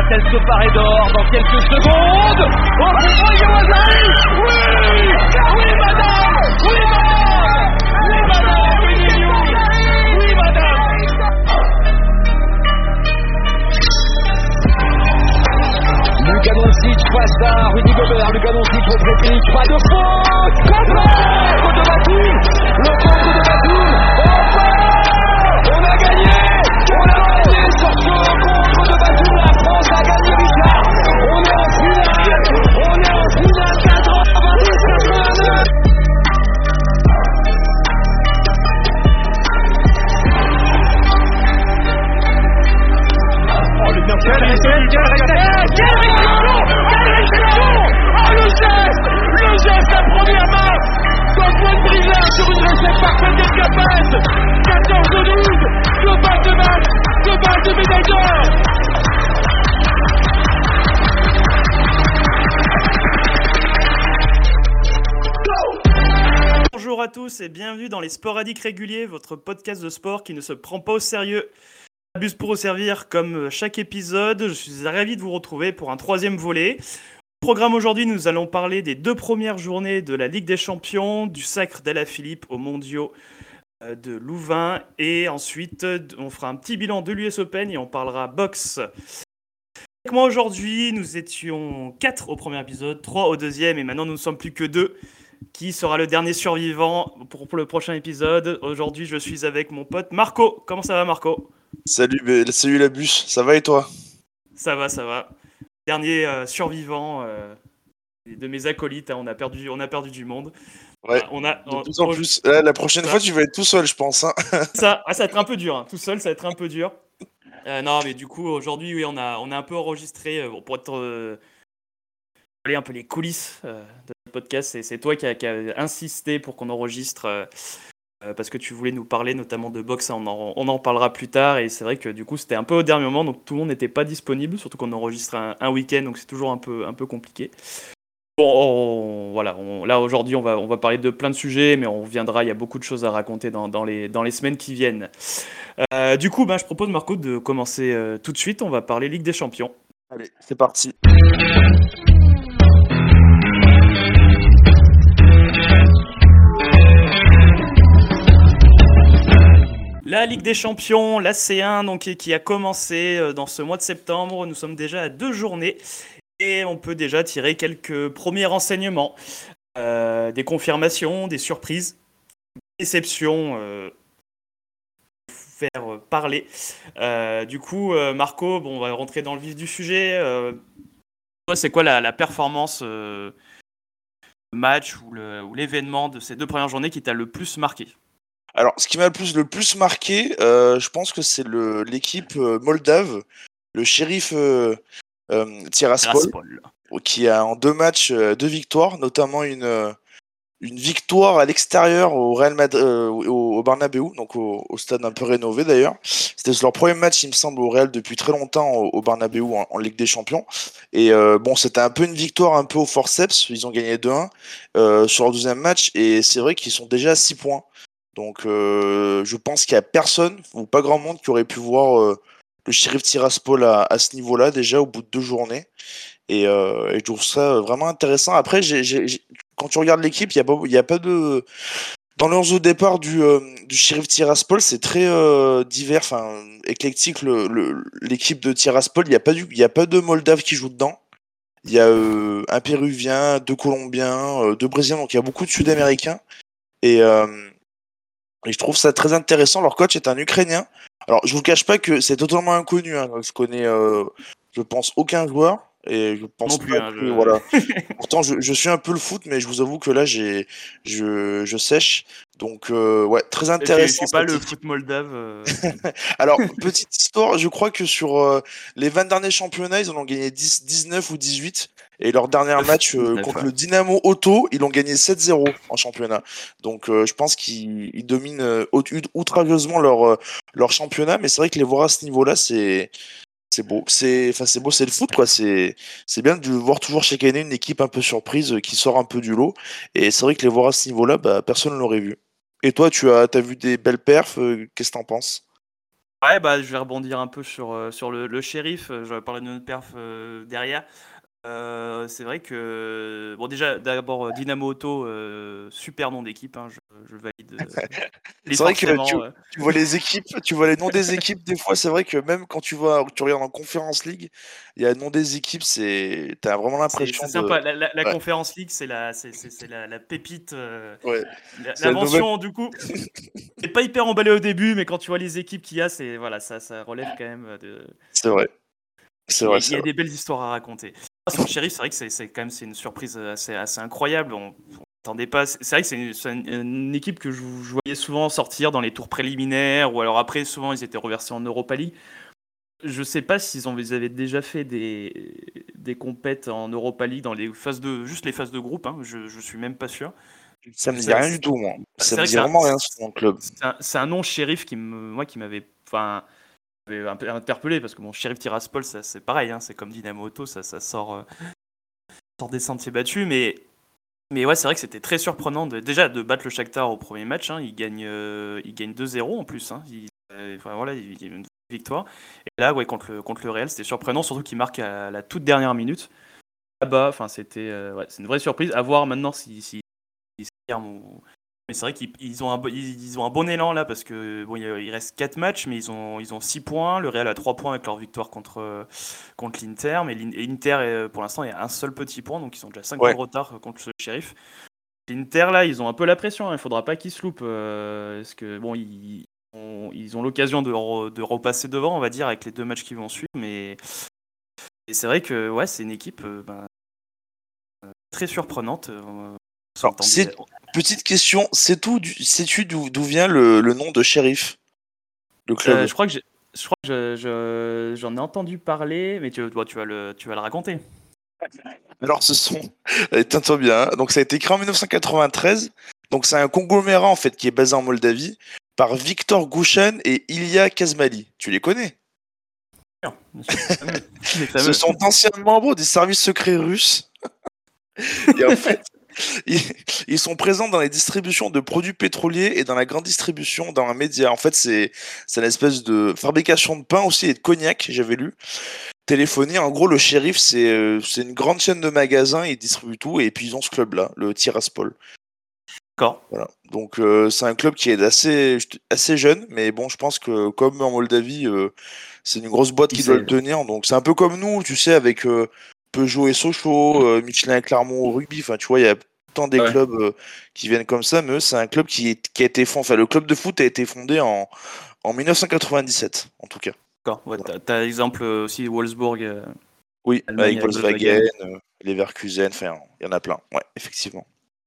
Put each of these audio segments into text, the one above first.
va-t-elle se parer d'or dans quelques secondes? Oh, Yaouazari! Oui! Oui, madame! Oui, madame! Oui, madame! Oui, madame! Luka Doncic face à Rudy Gobert. Luka Doncic représente pas de faute. Contre de Batum. Le contre de Batum. On a gagné. On a gagné sur ce contre de Batum. La France a gagné, Richard. On est en finale. On est en finale 90-89. Oh, le bien fait. Quelle réception! Oh, le geste, la première main d'Antoine Brizard sur une recette parfaite d'Escapade. 14-12, 2 balles de match, 2 balles de médaille d'or. Bonjour à tous et bienvenue dans les Sporadiques Réguliers, votre podcast de sport qui ne se prend pas au sérieux. Abuse pour vous servir comme chaque épisode. Je suis ravi de vous retrouver pour un 3e volet. Au programme aujourd'hui, nous allons parler des 2 premières journées de la Ligue des Champions, du sacre d'Alaphilippe aux mondiaux de Louvain. Et ensuite, on fera un petit bilan de l'US Open et on parlera boxe. Avec moi aujourd'hui, nous étions 4 au premier épisode, 3 au deuxième et maintenant nous ne sommes plus que 2. Qui sera le dernier survivant pour le prochain épisode? Aujourd'hui, je suis avec mon pote Marco. Comment ça va, Marco? Salut la bus, ça va et toi? Ça va. Dernier survivant de mes acolytes, hein, on a perdu du monde. Ouais, de plus en plus. La prochaine fois, tu vas être tout seul, je pense. Hein. Ça va être un peu dur, hein. Tout seul, ça va être un peu dur. Non, mais du coup, aujourd'hui, oui, on a un peu enregistré pour être... aller un peu les coulisses de ce podcast. C'est toi qui a insisté pour qu'on enregistre... parce que tu voulais nous parler notamment de boxe, on en parlera plus tard, et c'est vrai que du coup c'était un peu au dernier moment, donc tout le monde n'était pas disponible, surtout qu'on enregistre un week-end, donc c'est toujours un peu compliqué. Bon, là aujourd'hui on va parler de plein de sujets, mais on reviendra, il y a beaucoup de choses à raconter dans les semaines qui viennent. Du coup, je propose Marco de commencer tout de suite, on va parler Ligue des Champions. Allez, c'est parti. La Ligue des Champions, la C1, donc, qui a commencé dans ce mois de septembre. Nous sommes déjà à 2 journées et on peut déjà tirer quelques premiers renseignements, des confirmations, des surprises, des déceptions, faire parler. Du coup, Marco, on va rentrer dans le vif du sujet. C'est quoi la performance match ou l'événement de ces 2 premières journées qui t'a le plus marqué? Alors, ce qui m'a le plus marqué, je pense que c'est l'équipe moldave, le Sheriff Tiraspol, qui a en 2 matchs 2 victoires, notamment une victoire à l'extérieur au Real Madrid, au Bernabéu, donc au stade un peu rénové d'ailleurs. C'était leur premier match, il me semble, au Real depuis très longtemps au Bernabéu en Ligue des Champions. Et c'était un peu une victoire un peu au forceps. Ils ont gagné 2-1 sur leur 2e match, et c'est vrai qu'ils sont déjà à 6 points. Donc je pense qu'il n'y a personne ou pas grand monde qui aurait pu voir le Sheriff Tiraspol à ce niveau-là déjà au bout de 2 journées. Et je trouve ça vraiment intéressant. Après, quand tu regardes l'équipe, il y a pas de... Dans l'ordre de départ du Sheriff Tiraspol, c'est très divers, éclectique l'équipe de Tiraspol. Il y a pas de Moldave qui joue dedans. Il y a un Péruvien, 2 Colombiens, 2 Brésiliens, donc il y a beaucoup de Sud-Américains. Et je trouve ça très intéressant. Leur coach est un Ukrainien. Alors, je vous cache pas que c'est totalement inconnu. Hein. Je connais, je pense, aucun joueur. Et je pense non plus, pas que, voilà. Pourtant, je suis un peu le foot, mais je vous avoue que là, je sèche. Donc, très intéressant. Je suis pas le foot moldave. Alors, petite histoire, je crois que sur les 20 derniers championnats, ils en ont gagné 19 ou 18. Et leur dernier match contre le Dynamo Auto, ils ont gagné 7-0 en championnat. Donc, je pense qu'ils dominent outrageusement leur championnat. Mais c'est vrai que les voir à ce niveau-là, c'est beau. C'est beau, c'est le foot, quoi. C'est bien de voir toujours chaque année une équipe un peu surprise qui sort un peu du lot. Et c'est vrai que les voir à ce niveau-là, personne ne l'aurait vu. Et toi, t'as vu des belles perfs, qu'est-ce que t'en penses? Ouais, bah, je vais rebondir un peu sur le shérif. Je vais parler de notre perf derrière. C'est vrai que bon, déjà d'abord Dynamo Auto, super nom d'équipe, hein, je valide. C'est vrai que Forcément. tu vois les équipes, tu vois les noms des équipes, des fois, c'est vrai que même quand tu regardes en Conference League, il y a le nom des équipes, t'as vraiment C'est l'impression de. sympa. La Ouais, Conference League, c'est la pépite. ouais. C'est la nouvelle. L'invention, du coup, c'est pas hyper emballé au début, mais quand tu vois les équipes qu'il y a, voilà, ça relève quand même de. C'est vrai, c'est Il y a, vrai, il c'est y a vrai. des belles histoires à raconter. Sur le shérif, c'est vrai que c'est une surprise assez incroyable. On n'attendait pas. C'est vrai que c'est une équipe que je voyais souvent sortir dans les tours préliminaires, ou alors après, souvent, ils étaient reversés en Europa League. Je sais pas ils avaient déjà fait des compètes en Europa League dans les phases juste les phases de groupe, hein, je suis même pas sûr. Ça me dit C'est rien du tout, moi. Ça c'est me vrai que dit vraiment rien sur mon club. c'est un nom shérif qui m'avait, enfin, un peu interpellé parce que mon shérif Tiraspol, ça c'est pareil, hein, c'est comme Dynamo Auto, ça sort des sentiers battus, mais ouais, c'est vrai que c'était très surprenant déjà de battre le Shakhtar au premier match, hein, il gagne 2-0 en plus, hein, enfin, voilà, il y a une victoire. Et là, ouais, contre le Real, c'était surprenant, surtout qu'il marque à la toute dernière minute. Là-bas, enfin, ouais, c'est une vraie surprise. À voir maintenant si se ferment mais c'est vrai qu'ils ont un bon élan là parce que bon, il reste 4 matchs, mais ils ont 6 points. Le Real a 3 points avec leur victoire contre l'Inter, mais l'Inter, pour l'instant, il y a un seul petit point, donc ils ont déjà 5 points Ouais. de retard contre le Sheriff. L'Inter, là, ils ont un peu la pression, hein, il ne faudra pas qu'ils se loupent. Parce que bon, ils ont l'occasion de repasser devant, on va dire, avec les 2 matchs qui vont suivre. Mais et c'est vrai que ouais, c'est une équipe très surprenante. Alors, petite question, sais-tu d'où vient le nom de Sheriff, le club? Je crois que j'en ai entendu parler, mais tu vas le raconter. Alors, tiens-toi bien, hein. Donc ça a été créé en 1993. Donc c'est un conglomérat en fait qui est basé en Moldavie par Viktor Gouchan et Ilya Kazmali. Tu les connais? Bien sûr, les Ce fameux. sont d'anciens membres des services secrets russes. Et en fait, ils, ils sont présents dans les distributions de produits pétroliers et dans la grande distribution dans un média. En fait, c'est une espèce de fabrication de pain aussi et de cognac, j'avais lu. Téléphonie, en gros, le shérif, c'est une grande chaîne de magasins, ils distribuent tout, et puis ils ont ce club-là, le Tiraspol. D'accord. Voilà. Donc, c'est un club qui est assez jeune, mais bon, je pense que comme en Moldavie, c'est une grosse boîte qui doit le tenir. Donc, c'est un peu comme nous, tu sais, avec Peugeot et Sochaux, Michelin et Clermont au rugby. Enfin, tu vois, il y a tant des Ouais. clubs qui viennent comme ça, mais eux, c'est un club qui a été fondé. Enfin, le club de foot a été fondé en 1997, en tout cas. D'accord. Ouais, Voilà. t'as exemple aussi Wolfsburg, Oui, Allemagne avec avec Volkswagen, Volkswagen. Leverkusen, enfin, il y en a plein. Ouais, effectivement.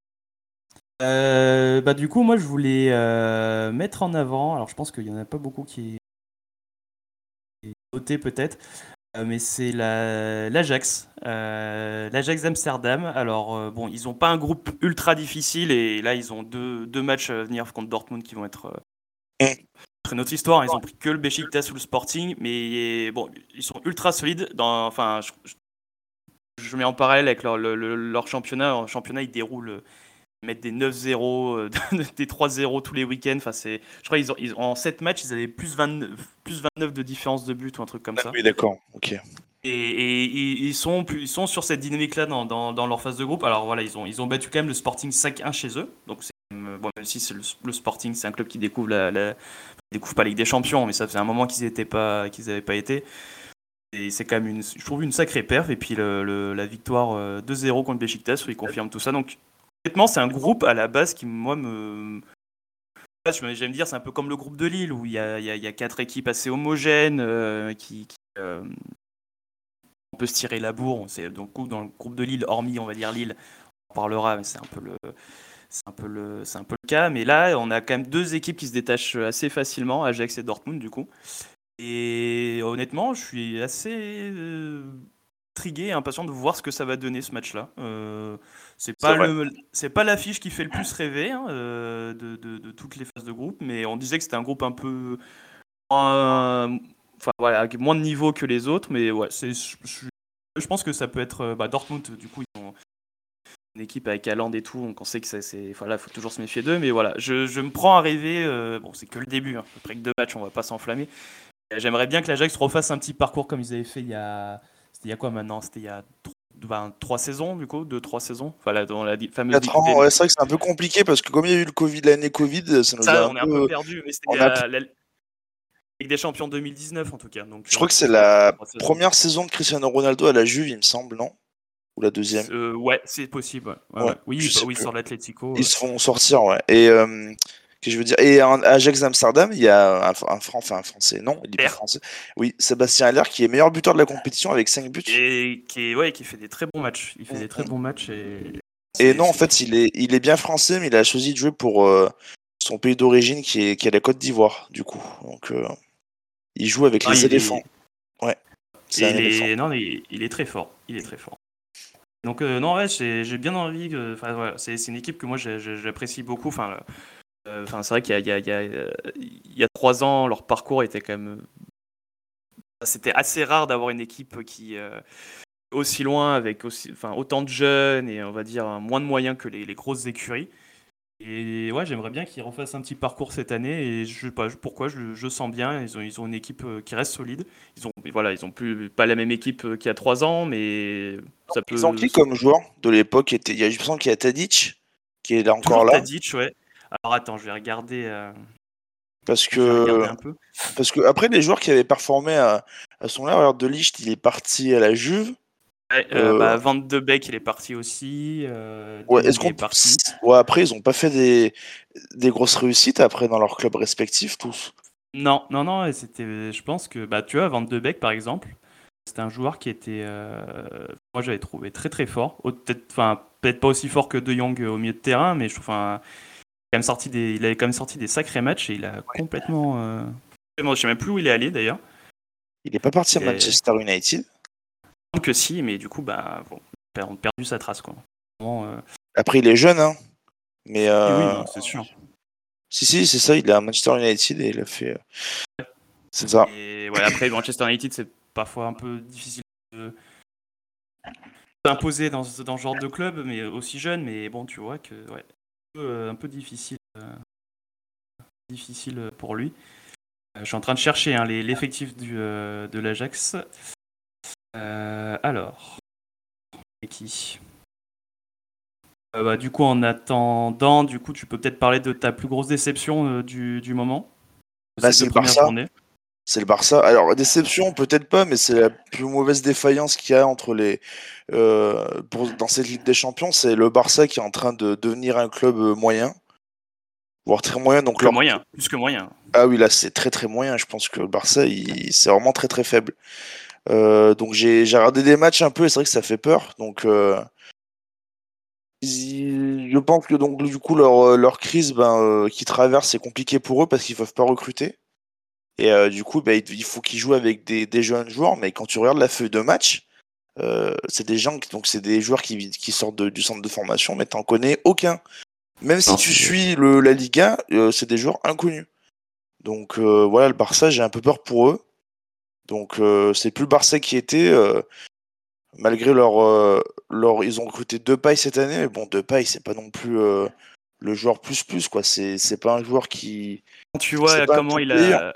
Bah du coup, moi, je voulais mettre en avant. Alors, je pense qu'il y en a pas beaucoup qui est noté peut-être, mais c'est l'Ajax, l'Ajax d'Amsterdam. Alors bon, ils ont pas un groupe ultra difficile et là, ils ont deux matchs à venir contre Dortmund qui vont être une autre histoire. Ils ont pris que le Beşiktaş ou le Sporting, mais bon, ils sont ultra solides. Enfin, je mets en parallèle avec leur championnat. Leur championnat, ils déroulent. Ils mettent des 9-0, des 3-0 tous les week-ends. Enfin, je crois en 7 matchs, ils avaient plus 29 de différence de but ou un truc comme Ah ça. oui, d'accord, ok. Et ils sont sur cette dynamique-là dans leur phase de groupe. Alors voilà, ils ont battu quand même le Sporting 5-1 chez eux. Donc c'est bon, même si c'est le Sporting, c'est un club qui découvre découvre pas la Ligue des Champions, mais ça faisait un moment qu'ils n'avaient pas été. Et c'est quand même je trouve une sacrée perf. Et puis la victoire 2-0 contre Beşiktaş, où ils confirment tout ça. Donc honnêtement, c'est un groupe à la base qui, moi, j'aime dire, c'est un peu comme le groupe de Lille, où il y a 4 équipes assez homogènes qui on peut se tirer la bourre. Donc dans le groupe de Lille, hormis, on va dire Lille, on en parlera, mais c'est un peu le cas. Mais là, on a quand même 2 équipes qui se détachent assez facilement, Ajax et Dortmund, du coup. Et honnêtement, je suis assez intrigué et impatient de voir ce que ça va donner ce match-là. C'est C'est pas vrai. c'est pas l'affiche qui fait le plus rêver, hein, de toutes les phases de groupe, mais on disait que c'était un groupe un peu enfin voilà, avec moins de niveau que les autres, mais ouais, je pense que ça peut être Dortmund. Du coup, une équipe avec Haaland et tout, donc on sait que voilà, faut toujours se méfier d'eux, mais voilà, je me prends à rêver, bon c'est que le début, hein, après que 2 matchs, on va pas s'enflammer. J'aimerais bien que l'Ajax refasse un petit parcours comme ils avaient fait c'était il y a quoi maintenant? C'était il y a 3 saisons du coup, 2-3 saisons, voilà, dans la fameuse 4 ans, ouais, c'est vrai que c'est un peu compliqué parce que comme il y a eu le Covid, l'année Covid, ça nous a on est un peu perdu, mais c'était on a- la Ligue des Champions 2019 en tout cas. Donc, Je crois que c'est voilà, la 3 saisons. première saison de Cristiano Ronaldo à la Juve, il me semble, non? Ou la deuxième? Ouais, c'est possible. Ouais. Ouais, Oui, je sais oui, plus. sur l'Atlético. Ils se font sortir, ouais. Et que je veux dire, et à Ajax Amsterdam, il y a un Français, non, il est pas Haller. français. Oui, Sébastien Haller qui est meilleur buteur de la compétition avec 5 buts. Et qui fait des très bons matchs. Il fait des très bons matchs. Et non, en fait, il est bien français, mais il a choisi de jouer pour son pays d'origine qui est la Côte d'Ivoire, du coup. Donc, il joue avec les éléphants. Ouais, c'est un éléphant. Non, il est très fort. Il est très fort. Donc, non, ouais, j'ai bien envie. Voilà, c'est une équipe que moi j'apprécie beaucoup. Enfin, c'est vrai qu'il y a 3 ans, leur parcours était quand même. C'était assez rare d'avoir une équipe qui aussi loin avec autant de jeunes et on va dire moins de moyens que les grosses écuries. Et ouais, j'aimerais bien qu'ils refassent un petit parcours cette année et je sais pas pourquoi, je sens bien, ils ont une équipe qui reste solide. Ils ont pas la même équipe qu'il y a 3 ans, mais ça peut. Ils ont qui comme joueur de l'époque? Je me sens qu'il y a Tadic qui est là encore Toujours là. Tadic, ouais. Alors attends, je vais regarder. Parce Je vais regarder que un peu. après les joueurs qui avaient performé à son heure, regarde, De Ligt, il est parti à la Juve. Ouais, Van de Beek, il est parti aussi. Ouais, De Jong est parti. Ouais, après ils ont pas fait des grosses réussites après dans leurs clubs respectifs tous. Non, et je pense que, tu vois, Van de Beek par exemple, c'était un joueur qui était, moi j'avais trouvé très très fort. Peut-être pas aussi fort que De Jong au milieu de terrain, mais il avait quand même sorti des sacrés matchs et il a complètement. Je sais même plus où il est allé d'ailleurs. Il est pas parti à Manchester United. Que si, mais du coup, on a perdu sa trace quoi. Vraiment, Après il est jeune, hein. Mais oui, non, c'est sûr. Si, c'est ça, il est à Manchester United et il a fait. C'est ça. Et ouais, après, Manchester United, c'est parfois un peu difficile de s'imposer dans ce genre de club, mais aussi jeune. Mais bon, tu vois que ouais, un peu difficile pour lui. Je suis en train de chercher l'effectif de l'Ajax. Alors, et qui du coup, en attendant, du coup, tu peux peut-être parler de ta plus grosse déception du moment. C'est le Barça. C'est le Barça. Alors, déception, peut-être pas, mais c'est la plus mauvaise défaillance qu'il y a dans cette Ligue des Champions. C'est le Barça qui est en train de devenir un club moyen, voire très moyen. Donc plus que moyen. Ah oui, là, c'est très très moyen. Je pense que le Barça, c'est vraiment très très faible. Donc, j'ai regardé des matchs un peu et c'est vrai que ça fait peur. Donc, je pense que donc du coup leur crise qu'ils traversent, c'est compliqué pour eux parce qu'ils peuvent pas recruter. Et du coup, il faut qu'ils jouent avec des jeunes joueurs, mais quand tu regardes la feuille de match, c'est des joueurs qui sortent du centre de formation, mais t'en connais aucun. Même si tu suis la Liga, c'est des joueurs inconnus. Donc voilà, le Barça, j'ai un peu peur pour eux. Donc c'est plus le Barça qui était, malgré ils ont recruté Depay cette année, mais bon, Depay, c'est pas non plus le joueur plus quoi. C'est pas un joueur qui. Quand tu vois comment il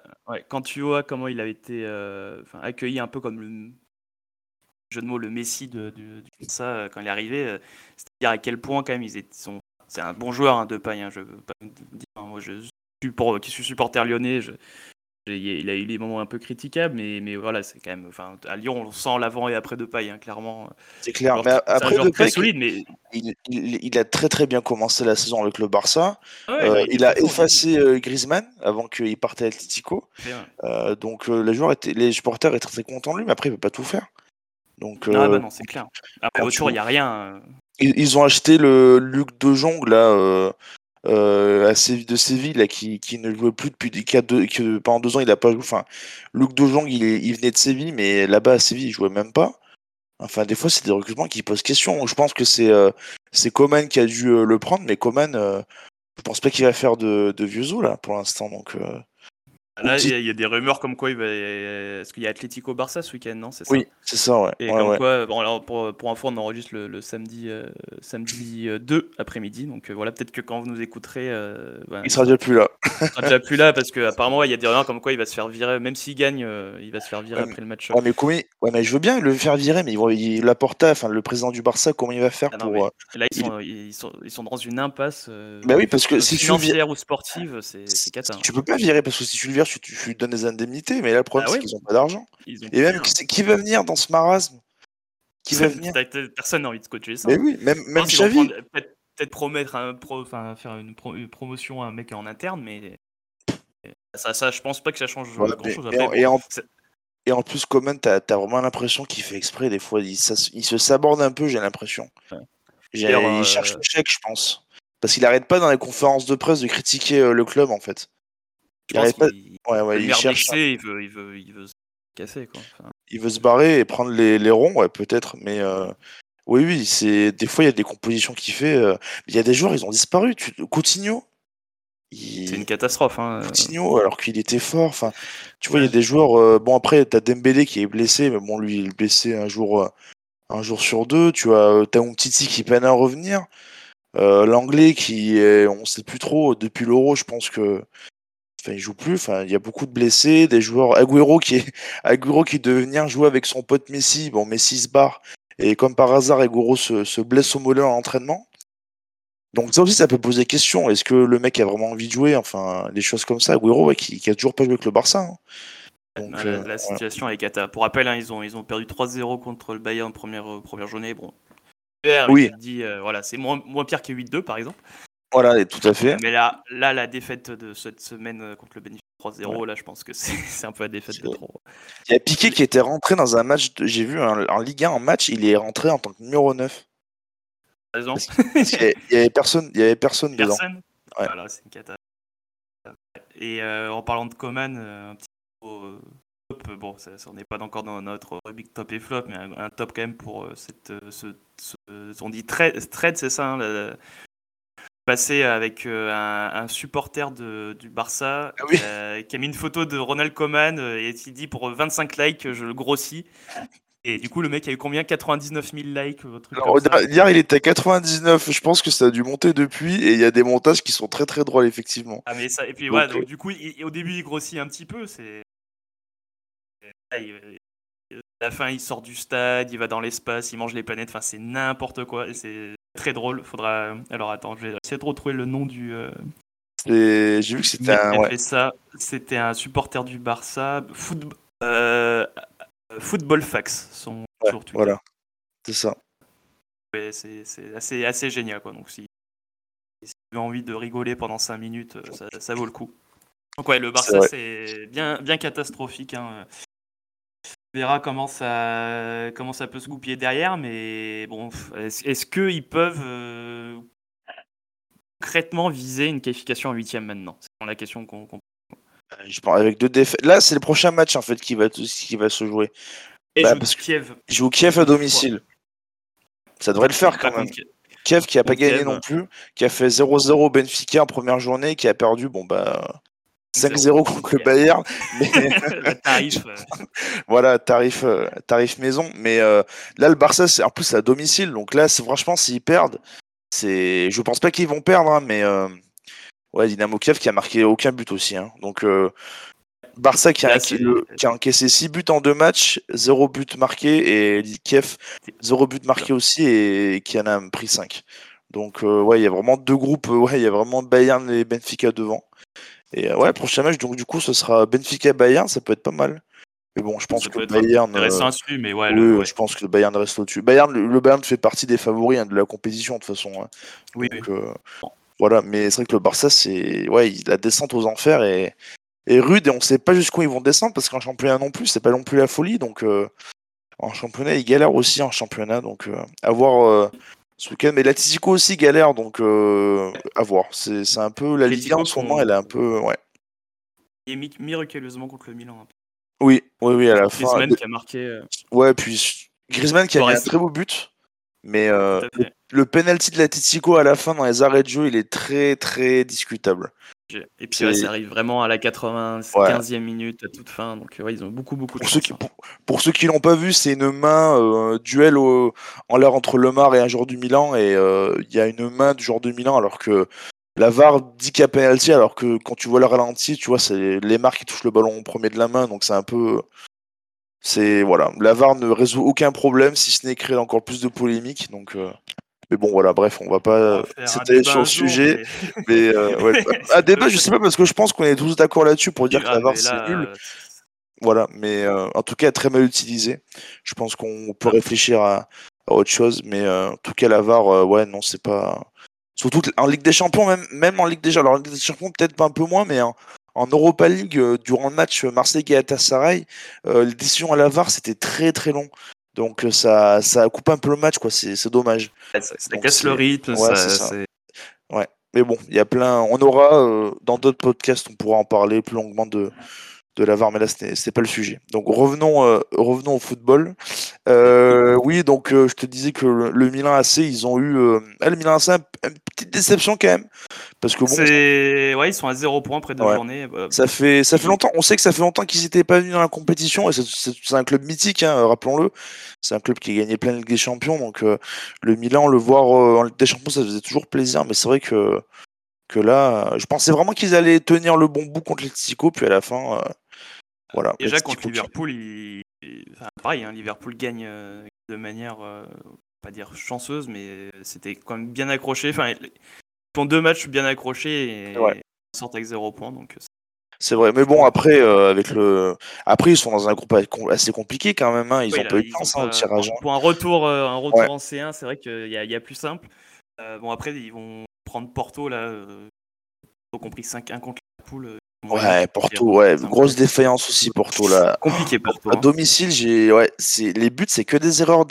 a été accueilli un peu comme le jeu de mots, le Messi de ça quand il est arrivé, c'est-à-dire à quel point quand même c'est un bon joueur, hein, Depay. Je veux pas dire, moi qui suis supporter lyonnais, il a eu des moments un peu critiquables, mais voilà, c'est quand même. À Lyon, on sent l'avant et après Depay, hein, clairement. C'est clair. Alors, mais après Depay, très solide, mais il a très très bien commencé la saison avec le Barça. Ouais, il a effacé Griezmann avant qu'il parte à Atlético. Donc les supporters étaient très contents de lui, mais après il peut pas tout faire. Donc non, c'est clair. Après autour, il y a rien. Ils ont acheté le Luc de Jong là. De Séville là, qui ne jouait plus depuis que pendant 2 ans il a pas joué. Enfin, Luc de Jong il venait de Séville, mais là-bas à Séville il jouait même pas. Enfin, des fois c'est des recrutements qui posent question. Je pense que c'est Coman qui a dû le prendre, mais Coman, je pense pas qu'il va faire de vieux os là pour l'instant. Donc Là, il y a des rumeurs comme quoi est-ce qu'il y a Atlético Barça ce week-end, non? C'est ça? Oui, c'est ça, ouais. Et Ouais, comme ouais. quoi, bon, alors pour info, on enregistre le samedi, 2 après-midi. Donc voilà, peut-être que quand vous nous écouterez, Il sera déjà plus là. il sera déjà plus là parce qu'apparemment, il y a des rumeurs comme quoi il va se faire virer, même s'il gagne, il va se faire virer Ouais, après le match. ouais, mais je veux bien le faire virer, mais Laporta, enfin le président du Barça, comment il va faire Ah non, mais pour là, il- ils sont dans une impasse Bah oui, parce que si tu le vires, financière ou sportive, c'est cata. tu peux pas virer parce que si tu le vires, tu lui donnes des indemnités, mais là le problème Ah c'est ouais, qu'ils ont pas d'argent. ils ont Et plus même rien. qui va venir dans ce marasme? Qui va venir? Personne n'a envie de coacher ça. Mais oui, Je même pense qu'ils vont Xavi. peut-être promettre faire une promotion à un mec en interne, mais ça, je pense pas que ça change Ouais, grand-chose. mais Après, bon, et en plus, Coman, t'as vraiment l'impression qu'il fait exprès des fois. Il se saborde un peu, j'ai l'impression. ouais. Il D'ailleurs, cherche le chèque, je pense. Parce qu'il arrête pas dans les conférences de presse de critiquer le club, en fait. je Il pense arrête pas. qu'il Ouais, le il maire cherche. d'excès, il veut se casser, quoi. Enfin, Il veut se barrer et prendre les ronds, ouais, peut-être. Mais oui, des fois, il y a des compositions qu'il fait. Il y a des joueurs, ils ont disparu. Coutinho, c'est une catastrophe. Coutinho, alors qu'il était fort. Enfin, tu vois, il y a Ouais. des joueurs. Bon, après, t'as Dembélé qui est blessé, mais bon, lui, il est blessé un jour sur deux. T'as Umtiti qui peine à revenir. L'anglais on sait plus trop. Depuis l'Euro, je pense que. Enfin, il joue plus. Enfin, il y a beaucoup de blessés, des joueurs. Agüero qui devait venir jouer avec son pote Messi. Bon, Messi se barre. Et comme par hasard, Agüero se blesse au mollet en entraînement. Donc ça aussi, ça peut poser question. Est-ce que le mec a vraiment envie de jouer? Enfin, des choses comme ça. Agüero, ouais, qui a toujours pas joué avec le Barça, hein. Donc, La voilà. situation est cata. Pour rappel, ils ont perdu 3-0 contre le Bayern première journée. Bon, Oui, tu te dis, voilà, c'est moins pire que 8-2 par exemple. voilà, et tout à fait. Mais là, la défaite de cette semaine contre le Benfica 3-0, Ouais. là, je pense que c'est un peu la défaite de trop. Il y a Piqué qui était rentré dans un match. J'ai vu en Ligue 1 en match, il est rentré en tant que numéro 9. Par exemple, Parce qu'il y avait personne dedans. personne. Ouais. Voilà, c'est une cata. Et en parlant de Coman, un petit top. Bon, on n'est pas encore dans notre rubrique top et flop, mais un top quand même pour on dit trade, c'est ça, hein, passé avec un supporter du Barça Ah oui. qui a mis une photo de Ronald Koeman et il dit pour 25 likes, je le grossis. Et du coup, le mec a eu combien? 99 000 likes, un truc Alors, comme ça. hier, il était à 99. Je pense que ça a dû monter depuis. Et il y a des montages qui sont très très drôles, effectivement. Ah, mais ça, et puis, Donc, donc du coup, au début, il grossit un petit peu. À la fin, il sort du stade, il va dans l'espace, il mange les planètes. Enfin, c'est n'importe quoi. Et c'est très drôle. Faudra. Alors, attends, je vais essayer de retrouver le nom du. j'ai vu que c'était mec qui a ouais. fait ça. C'était un supporter du Barça. Football Facts, son sur Twitter. Voilà, c'est ça. Ouais, c'est assez génial, quoi. Donc, si tu as envie de rigoler pendant 5 minutes, ça vaut le coup. Donc, ouais, le Barça, c'est bien catastrophique, hein. On verra comment ça peut se goupiller derrière, mais bon, est-ce qu'ils peuvent concrètement viser une qualification en 8e maintenant? C'est la question qu'on Je pense avec 2 défaites. Là, c'est le prochain match en fait qui va se jouer. Et Parce que Kiev. il joue Kiev à domicile. Ça devrait le faire quand même. Kiev qui a pas gagné non plus, qui a fait 0-0 Benfica en première journée, qui a perdu 5-0 contre le Bayern. Mais tarif. voilà, tarif maison. Mais là, le Barça, en plus, c'est à domicile. Donc là, franchement, s'ils perdent, je pense pas qu'ils vont perdre, hein, mais ouais, Dynamo Kiev qui a marqué aucun but aussi. Hein. Donc Barça qui a encaissé 6 buts en 2 matchs, 0 but marqué, et Kiev 0 but marqué aussi, et qui en a pris 5. Donc ouais, il y a vraiment 2 groupes. Ouais, il y a vraiment Bayern et Benfica devant. Et ouais, prochain match, donc du coup, ce sera Benfica-Bayern, ça peut être pas mal. Mais bon, je pense que le Bayern. Intéressant à suivre, mais ouais. Je pense que le Bayern reste au-dessus. Le Bayern fait partie des favoris, hein, de la compétition, de toute façon. Hein. Oui. Donc, voilà, mais c'est vrai que le Barça, la descente aux enfers est rude, et on sait pas jusqu'où ils vont descendre, parce qu'en championnat non plus, c'est pas non plus la folie. Donc, en championnat, ils galèrent aussi en championnat. Donc, à voir ce week-end. Mais l'Atlético aussi galère, donc à voir. C'est un peu la Ligue 1 en ce moment, elle est un peu. Ouais. Et miraculeusement contre le Milan. Oui, à la fin. Griezmann qui a marqué. Ouais, puis Griezmann qui a mis un très beau but. Mais le penalty de l'Atlético à la fin dans les arrêts de jeu, il est très très discutable. Et puis ça arrive vraiment à la 95e minute, à toute fin. Donc ils ont beaucoup de chance. Pour ceux qui l'ont pas vu, c'est une main, duel en l'air entre Lemar et un joueur du Milan. Et il y a une main du joueur du Milan alors que la VAR dit qu'il y a penalty, alors que quand tu vois le ralenti, tu vois, c'est Lemar qui touche le ballon au premier de la main. Donc c'est un peu... Voilà, la VAR ne résout aucun problème, si ce n'est créer encore plus de polémiques. Donc... Mais bon, voilà, bref, on va pas s'étaler sur le sujet. Mais un débat, je sais pas, parce que je pense qu'on est tous d'accord là-dessus pour dire que la VAR, c'est nul. Voilà, mais en tout cas, très mal utilisé. Je pense qu'on peut réfléchir à autre chose, mais en tout cas, la VAR, ouais, non, c'est pas... Surtout en Ligue des Champions, même en Ligue des Champions, alors en Ligue des Champions, peut-être pas un peu moins, mais en Europa League, durant le match Marseille-Galatasaray, les décisions à la VAR, c'était très très long. Donc ça coupe un peu le match, quoi. C'est dommage. Ça casse le rythme. Ouais, c'est ça. Ouais. Mais bon, il y a plein. On aura dans d'autres podcasts, on pourra en parler plus longuement de la VAR, mais là c'était pas le sujet. Donc revenons au football. Oui, donc je te disais que le Milan AC, ils ont eu le Milan AC une petite déception quand même, parce que bon, ils sont à 0 points après 2 journées. Ça fait longtemps. On sait que ça fait longtemps qu'ils n'étaient pas venus dans la compétition, et c'est un club mythique, hein, rappelons-le. C'est un club qui a gagné plein de Ligue des Champions, donc le Milan, le voir en Ligue des Champions, ça faisait toujours plaisir, mais c'est vrai que là, je pensais vraiment qu'ils allaient tenir le bon bout contre l'Atlético, puis à la fin, voilà. Déjà contre Liverpool, pareil, hein, Liverpool gagne de manière, pas dire chanceuse, mais c'était quand même bien accroché. Enfin, ils font 2 matchs bien accrochés et ils sortent avec 0 points. Donc c'est vrai, mais bon, après, après, ils sont dans un groupe assez compliqué quand même. Hein. Ils ont pas eu de chance au tirage. Pour un retour en C1, c'est vrai qu'il y a plus simple. Bon, après, ils vont prendre Porto là. Ils ont compris 5-1 contre Liverpool. Ouais, Porto, grosse défaillance aussi, Porto là. Compliqué Porto. À domicile, les buts, c'est que des erreurs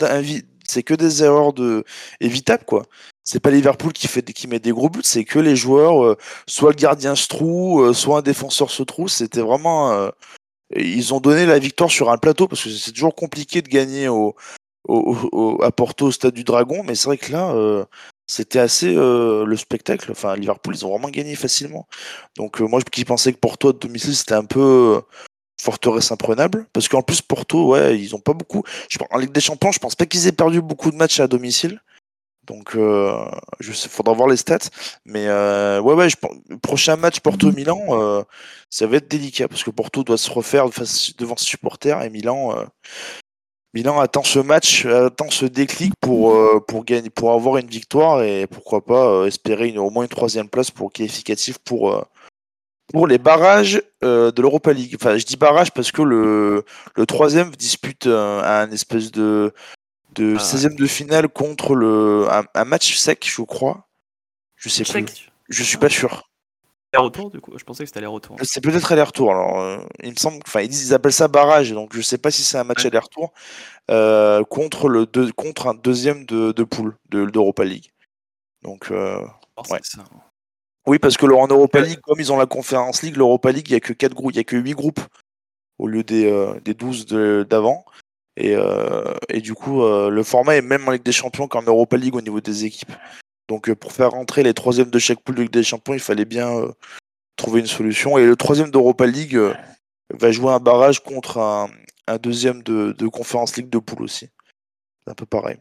évitables, quoi. C'est pas Liverpool qui met des gros buts, c'est que les joueurs, soit le gardien se trouve, soit un défenseur se trouve. C'était vraiment, ils ont donné la victoire sur un plateau, parce que c'est toujours compliqué de gagner à Porto, au Stade du Dragon, mais c'est vrai que là, c'était assez le spectacle. Enfin, Liverpool, ils ont vraiment gagné facilement. Donc moi, qui pensais que Porto à domicile, c'était un peu forteresse imprenable, parce qu'en plus Porto, ils ont pas beaucoup. En Ligue des Champions, je pense pas qu'ils aient perdu beaucoup de matchs à domicile. Donc faudra voir les stats, mais je pense, le prochain match Porto-Milan, ça va être délicat, parce que Porto doit se refaire devant ses supporters, et Milan attend ce match, attend ce déclic pour gagner, pour avoir une victoire, et pourquoi pas espérer au moins une 3e place pour qualificatif pour les barrages de l'Europa League. Enfin, je dis barrage parce que le 3e dispute un espèce de 16e de finale contre un match sec, je crois. Je sais plus. Je suis pas sûr. Aller-retour, du coup. Je pensais que c'était aller-retour. C'est peut-être aller-retour. Alors, il me semble. Enfin, ils appellent ça barrage, donc je sais pas si c'est un match aller-retour contre un 2e de poule d'Europa League. Donc, ça. Oui, parce que en Europa League, comme ils ont la Conference League, l'Europa League, il y a que 4 groupes, il y a que 8 groupes au lieu des 12 d'avant. Et du coup, le format est même en Ligue des Champions qu'en Europa League au niveau des équipes. Donc pour faire rentrer les 3e de chaque poule de Ligue des Champions, il fallait bien trouver une solution. Et le 3e d'Europa League va jouer un barrage contre un 2e de Conference League de poule aussi. C'est un peu pareil.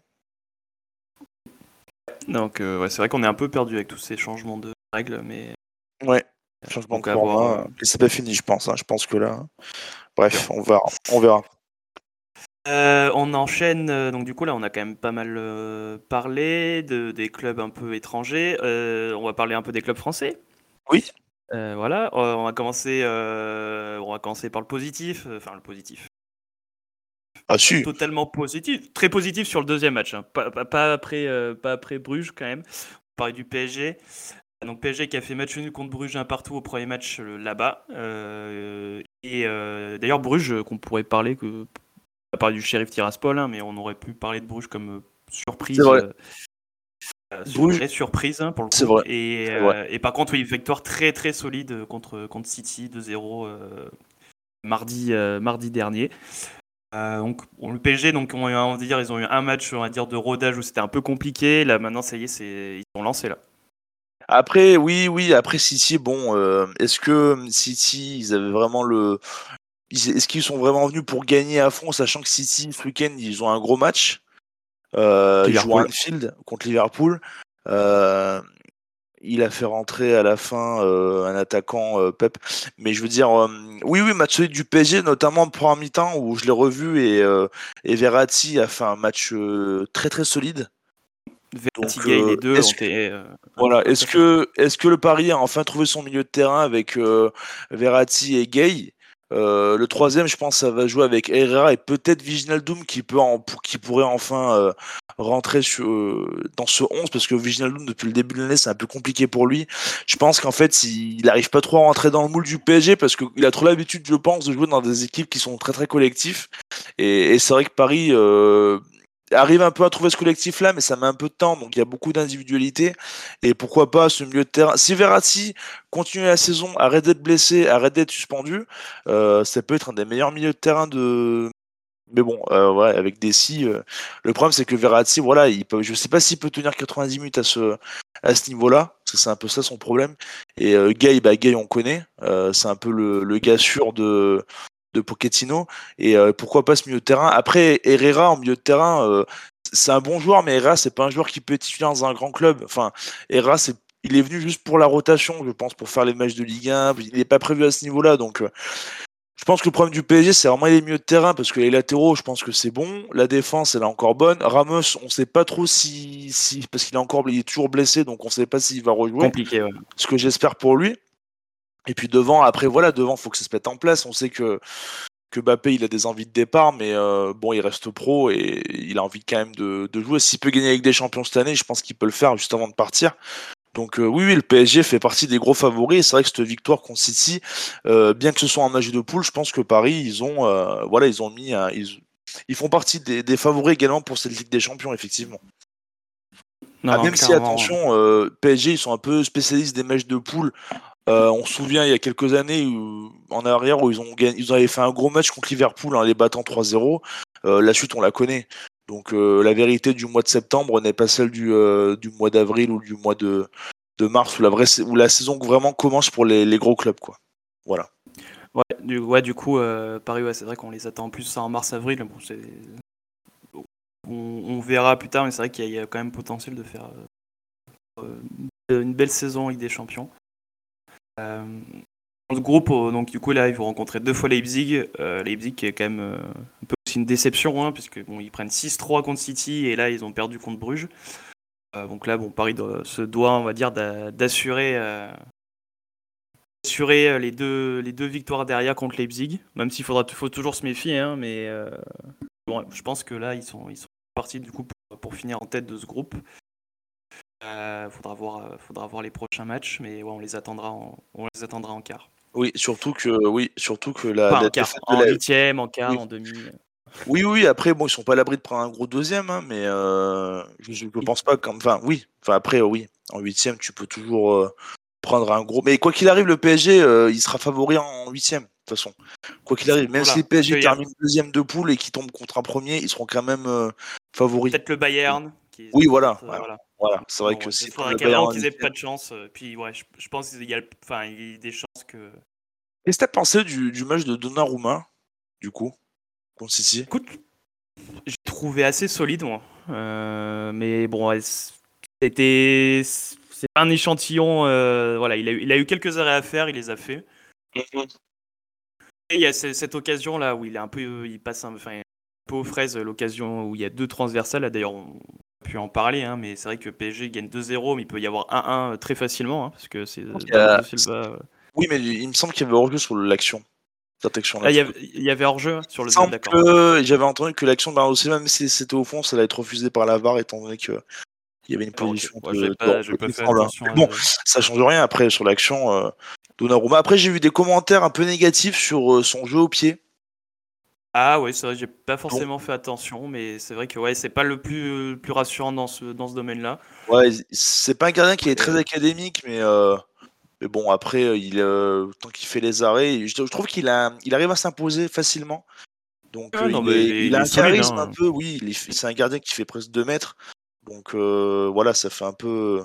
Donc c'est vrai qu'on est un peu perdu avec tous ces changements de règles, mais... Ouais, changement de format. C'est pas fini, je pense. Hein. Je pense que là... Bref, on verra. On enchaîne, donc du coup là on a quand même pas mal parlé des clubs un peu étrangers, on va parler un peu des clubs français. Oui. Voilà, on va commencer par le positif, le positif. Ah si. Totalement positif, très positif sur le 2e match, hein. Pas après Bruges quand même. On parlait du PSG. Donc PSG qui a fait match nul contre Bruges 1-1 au premier match là-bas. Et d'ailleurs Bruges qu'on pourrait parler que... On a parlé du Sheriff Tiraspol, hein, mais on aurait pu parler de Bruges comme surprise. C'est vrai. Vraie surprise, hein, pour le coup. C'est vrai. Et par contre, oui, victoire très très solide contre City 2-0 mardi dernier. Donc le PSG, donc ils ont eu un match, on va dire, de rodage où c'était un peu compliqué. Là maintenant, ça y est, ils sont lancés là. Après, oui, après City, bon, est-ce que City, ils avaient vraiment est-ce qu'ils sont vraiment venus pour gagner à fond, sachant que City, ce week-end, ils ont un gros match. Ils jouent à Liverpool. Anfield contre Liverpool. Euh, il a fait rentrer à la fin un attaquant Pep. Mais je veux dire, oui, match solide du PSG, notamment en première mi-temps où je l'ai revu et Verratti a fait un match très très solide. Verratti, Donc, Gay, les deux ont est-ce que été voilà, très forts. est-ce que le Paris a enfin trouvé son milieu de terrain avec Verratti et Gay? Le troisième, je pense, ça va jouer avec Herrera et peut-être Wijnaldum qui pourrait enfin rentrer dans ce 11 parce que Wijnaldum depuis le début de l'année c'est un peu compliqué pour lui. Je pense qu'en fait il arrive pas trop à rentrer dans le moule du PSG parce qu'il a trop l'habitude, je pense, de jouer dans des équipes qui sont très très collectifs et c'est vrai que Paris arrive un peu à trouver ce collectif-là, mais ça met un peu de temps, donc il y a beaucoup d'individualité. Et pourquoi pas ce milieu de terrain. Si Verratti continue la saison, arrête d'être blessé, arrête d'être suspendu, ça peut être un des meilleurs milieux de terrain de. Mais bon, ouais, avec Dessy, le problème c'est que Verratti, voilà, je sais pas s'il peut tenir 90 minutes à ce niveau-là, parce que c'est un peu ça son problème. Et Gay, Gay on connaît, c'est un peu le gars sûr de Pochettino. Et pourquoi pas ce milieu de terrain. Après, Herrera en milieu de terrain, c'est un bon joueur, mais Herrera, c'est pas un joueur qui peut être titulaire dans un grand club. Enfin, Herrera, il est venu juste pour la rotation, je pense, pour faire les matchs de Ligue 1. Il n'est pas prévu à ce niveau-là, donc je pense que le problème du PSG, c'est vraiment les milieux de terrain, parce que les latéraux, je pense que c'est bon. La défense, elle est encore bonne. Ramos, on sait pas trop parce il est toujours blessé, donc on sait pas s'il va rejouer. Compliqué, ouais. Ce que j'espère pour lui. Et puis devant, après, voilà, devant, faut que ça se mette en place. On sait que Mbappé, il a des envies de départ, mais bon, il reste pro et il a envie quand même de jouer. S'il peut gagner avec des champions cette année, je pense qu'il peut le faire juste avant de partir. Donc oui, le PSG fait partie des gros favoris. Et c'est vrai que cette victoire contre City, bien que ce soit un match de poule, je pense que Paris, ils font partie des favoris également pour cette Ligue des Champions, effectivement. Non, Même si, clairement. attention, PSG, ils sont un peu spécialistes des matchs de poule. On se souvient il y a quelques années en arrière où ils avaient fait un gros match contre Liverpool en les battant 3-0. La suite, on la connaît. Donc la vérité du mois de septembre n'est pas celle du mois d'avril ou du mois de mars où la saison vraiment commence pour les gros clubs, quoi. Voilà. Ouais, du coup, Paris, ouais, c'est vrai qu'on les attend plus en mars-avril. Bon, on verra plus tard, mais c'est vrai qu'il y a quand même potentiel de faire une belle saison avec des champions. Dans le groupe, donc du coup là ils vont rencontrer 2 fois Leipzig. Leipzig qui est quand même un peu aussi une déception, puisque bon, ils prennent 6-3 contre City et là ils ont perdu contre Bruges. Donc là bon, Paris se doit, on va dire, d'assurer les deux victoires derrière contre Leipzig, même s'il faut toujours se méfier, mais bon, je pense que là ils sont partis du coup pour finir en tête de ce groupe. Faudra voir les prochains matchs, mais ouais, on les attendra en quart. Oui, surtout que la En quart, défaite de en la. huitième, en quart, Oui. en demi. Oui, après, bon, ils sont pas à l'abri de prendre un gros deuxième, mais je pense pas comme. Enfin, oui. Enfin, après, oui. En huitième, tu peux toujours prendre un gros. Mais quoi qu'il arrive, le PSG, il sera favori en huitième, de toute façon. Quoi qu'il arrive, même si le PSG termine deuxième de poule et qu'il tombe contre un premier, ils seront quand même favoris. Peut-être le Bayern. Oui, voilà. Voilà. C'est vrai bon, que ce si faudrait le carrément Bayern qu'ils aient pas de chance. Puis ouais, je pense qu'il y a des chances que. Qu'est-ce que t'as pensé du match de Donnarumma, du coup, contre City? Écoute, j'ai trouvé assez solide, moi. Mais bon, ouais, c'est pas un échantillon. Voilà, il a eu quelques arrêts à faire, il les a fait. Et il y a cette occasion là où il passe un peu aux fraises, l'occasion où il y a 2 transversales. Là, d'ailleurs, on a pu en parler, mais c'est vrai que PSG gagne 2-0, mais il peut y avoir 1-1 très facilement, parce que c'est Bernardo Silva. Oui, mais il me semble qu'il y avait hors-jeu sur l'action. Il y avait hors-jeu sur le il me d'accord. que j'avais entendu que l'action de Bernardo Silva, même si c'était au fond, ça allait être refusé par la VAR, étant donné qu'il y avait une position j'ai pas fait attention. Bon, ça change rien après sur l'action Donnarumma. Après, j'ai vu des commentaires un peu négatifs sur son jeu au pied. Ah oui, c'est vrai, j'ai pas forcément fait attention, mais c'est vrai que ouais, c'est pas le plus rassurant dans ce domaine-là. Ouais, c'est pas un gardien qui est très académique, mais bon, après, tant qu'il fait les arrêts, je trouve qu'il arrive à s'imposer facilement. Donc il a un solide, charisme un peu, oui, c'est un gardien qui fait presque 2 mètres. Donc voilà, ça fait un peu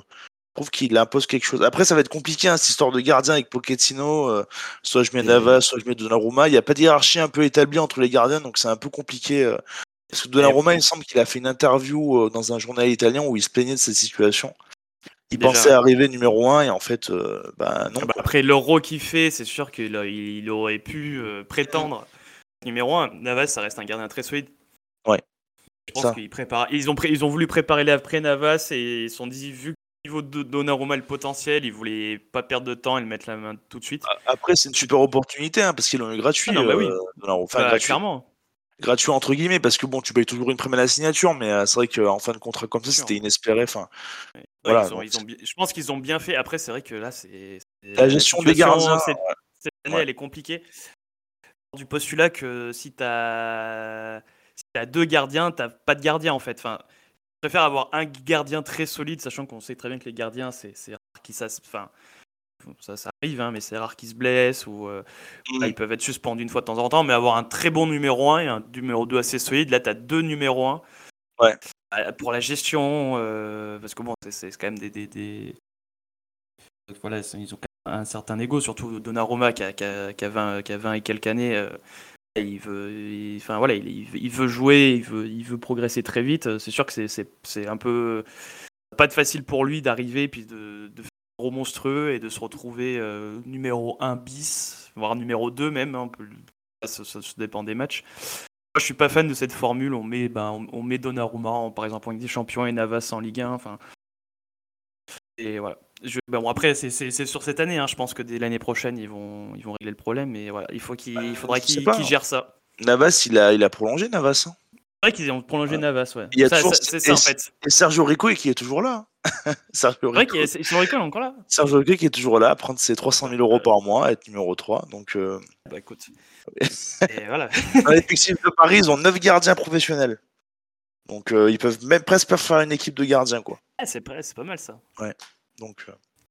trouve qu'il impose quelque chose. Après, ça va être compliqué, cette histoire de gardien avec Pochettino. Soit je mets Navas, soit je mets Donnarumma. Il n'y a pas de hiérarchie un peu établie entre les gardiens, donc c'est un peu compliqué. Parce que Donnarumma, il me semble qu'il a fait une interview dans un journal italien où il se plaignait de cette situation. Il pensait arriver numéro 1 et en fait, non. Après l'Euro qu'il fait, c'est sûr qu'il aurait pu prétendre numéro 1. Navas, ça reste un gardien très solide. Ouais. Je pense qu'ils préparent. Ils ont voulu préparer l'après Navas et ils se sont dit, vu que niveau de Donnarumma le potentiel, ils voulaient pas perdre de temps et le mettre la main tout de suite. Après, c'est une super opportunité parce qu'ils l'ont eu gratuit. Oui. Gratuit. Clairement. Gratuit entre guillemets parce que bon, tu payes toujours une prime à la signature, mais c'est vrai qu'en fin de contrat comme ça, c'était inespéré. Voilà. Je pense qu'ils ont bien fait. Après, c'est vrai que là, c'est la gestion des gardiens. Cette année, elle est compliquée. Du postulat que si t'as 2 gardiens, t'as pas de gardien en fait. Enfin, je préfère avoir un gardien très solide, sachant qu'on sait très bien que les gardiens, c'est rare qu'ils ça arrive, mais c'est rare qu'ils se blessent ou ils peuvent être suspendus une fois de temps en temps. Mais avoir un très bon numéro 1 et un numéro 2 assez solide, là, t'as 2 numéros 1. Ouais. Pour la gestion, parce que bon, c'est quand même des... Voilà, ils ont quand même un certain ego, surtout Donnarumma qui a 20 et quelques années. Il veut jouer, il veut progresser très vite. C'est sûr que c'est un peu pas de facile pour lui d'arriver puis de faire un gros monstrueux et de se retrouver numéro 1 bis, voire numéro 2 même. Ça dépend des matchs. Moi, je suis pas fan de cette formule. On met Donnarumma par exemple en Ligue des Champions et Navas en Ligue 1. Et voilà. Après, c'est sur cette année. Je pense que dès l'année prochaine, ils vont régler le problème. Mais voilà, il faudra qu'ils gèrent ça. Navas, il a prolongé Navas. C'est vrai qu'ils ont prolongé Navas, ouais. C'est ça en fait. Et Sergio Rico qui est toujours là. Sergio Rico est encore là. Sergio Rico qui est toujours là, à prendre ses 300 000 € par mois, à être numéro 3. Donc, écoute. Et voilà. Dans l'effectif de Paris, ils ont 9 gardiens professionnels. Donc, ils peuvent même presque faire une équipe de gardiens, quoi. C'est pas mal ça. Ouais. Donc.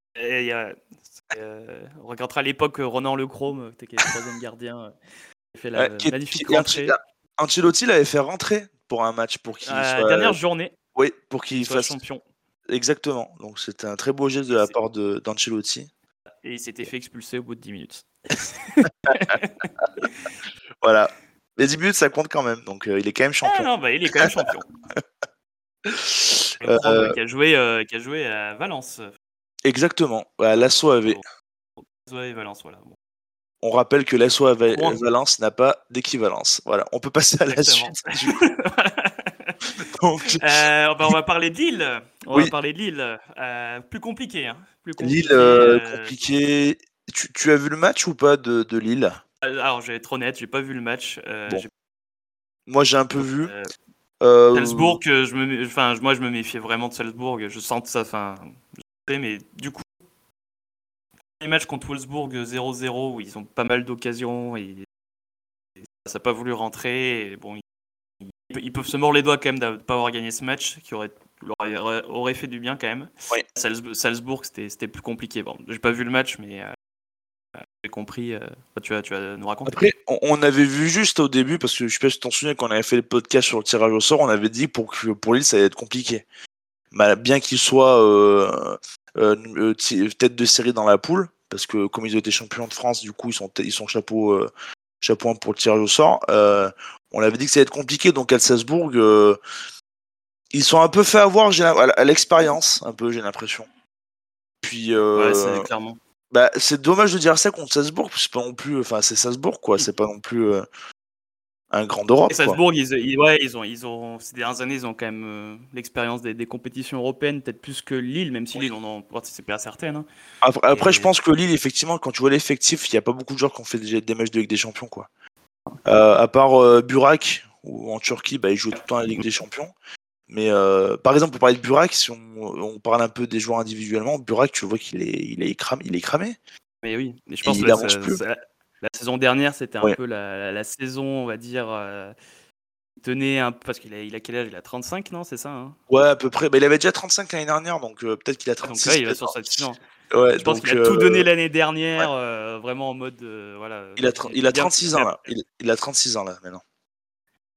On regardera l'époque Ronan Le Chrome, qui est le 3e gardien. Il fait la magnifique rentrée. Ancelotti l'avait fait rentrer pour un match pour qu'il soit. Dernière journée. Oui, pour qu'il soit champion. Exactement. Donc c'était un très beau geste de la part d'Ancelotti. Et il s'était fait expulser au bout de 10 minutes. Voilà. Les 10 minutes, ça compte quand même. Donc il est quand même champion. Il est quand même champion. Qui a joué à Valence. Exactement. À l'Asso AV. Valence, voilà. Bon. On rappelle que l'Asso AV Valence n'a pas d'équivalence. Voilà. On peut passer à la suite. Donc... on va parler de Lille. On va parler de Lille. Plus compliqué. Lille, compliqué. Tu as vu le match ou pas de Lille? Alors, je vais être honnête, j'ai pas vu le match. Moi, j'ai un peu vu. Salzbourg, je me méfiais vraiment de Salzbourg. Je sens ça. Mais du coup, les matchs contre Wolfsburg 0-0 où ils ont pas mal d'occasions et ça n'a pas voulu rentrer. Et bon, ils peuvent se mordre les doigts quand même de ne pas avoir gagné ce match, qui aurait fait du bien quand même. Oui. Salzbourg, c'était plus compliqué. Bon, j'ai pas vu le match, mais j'ai compris. Tu vas nous raconter. Après, on avait vu juste au début, parce que je sais pas si tu t'en souviens, quand on avait fait le podcast sur le tirage au sort, on avait dit pour Lille, ça allait être compliqué. Bien qu'il soit tête de série dans la poule, parce que comme ils ont été champions de France, du coup, ils sont chapeau 1 pour le tirage au sort. On avait dit que ça allait être compliqué, donc à Salzbourg, ils sont un peu fait avoir à l'expérience, un peu, j'ai l'impression. Puis, c'est clairement. C'est dommage de dire ça contre Salzbourg, c'est pas non plus, c'est Salzbourg, quoi. C'est pas non plus un grand d'Europe. Salzbourg, ils ont ces dernières années, ils ont quand même l'expérience des compétitions européennes, peut-être plus que Lille, même si Lille en participé à certaines. Après, je pense que Lille, effectivement, quand tu vois l'effectif, il y a pas beaucoup de joueurs qui ont fait des matchs de Ligue des Champions, quoi. À part Burak, ou en Turquie, il joue tout le temps à la Ligue des Champions. Mais par exemple, pour parler de Burak, si on parle un peu des joueurs individuellement, Burak, tu vois qu'il est cramé. Mais oui, mais je pense que la saison dernière, c'était un peu la saison, on va dire, tenait un peu, parce qu'il a quel âge? Il a 35, non? C'est ça, Ouais, à peu près. Il avait déjà 35 l'année dernière, donc peut-être qu'il a 36. Donc là, il va sur cette saison. Ouais, je pense qu'il a tout donné l'année dernière, vraiment en mode... Il a 36 ans, là. Il a 36 ans, là, maintenant.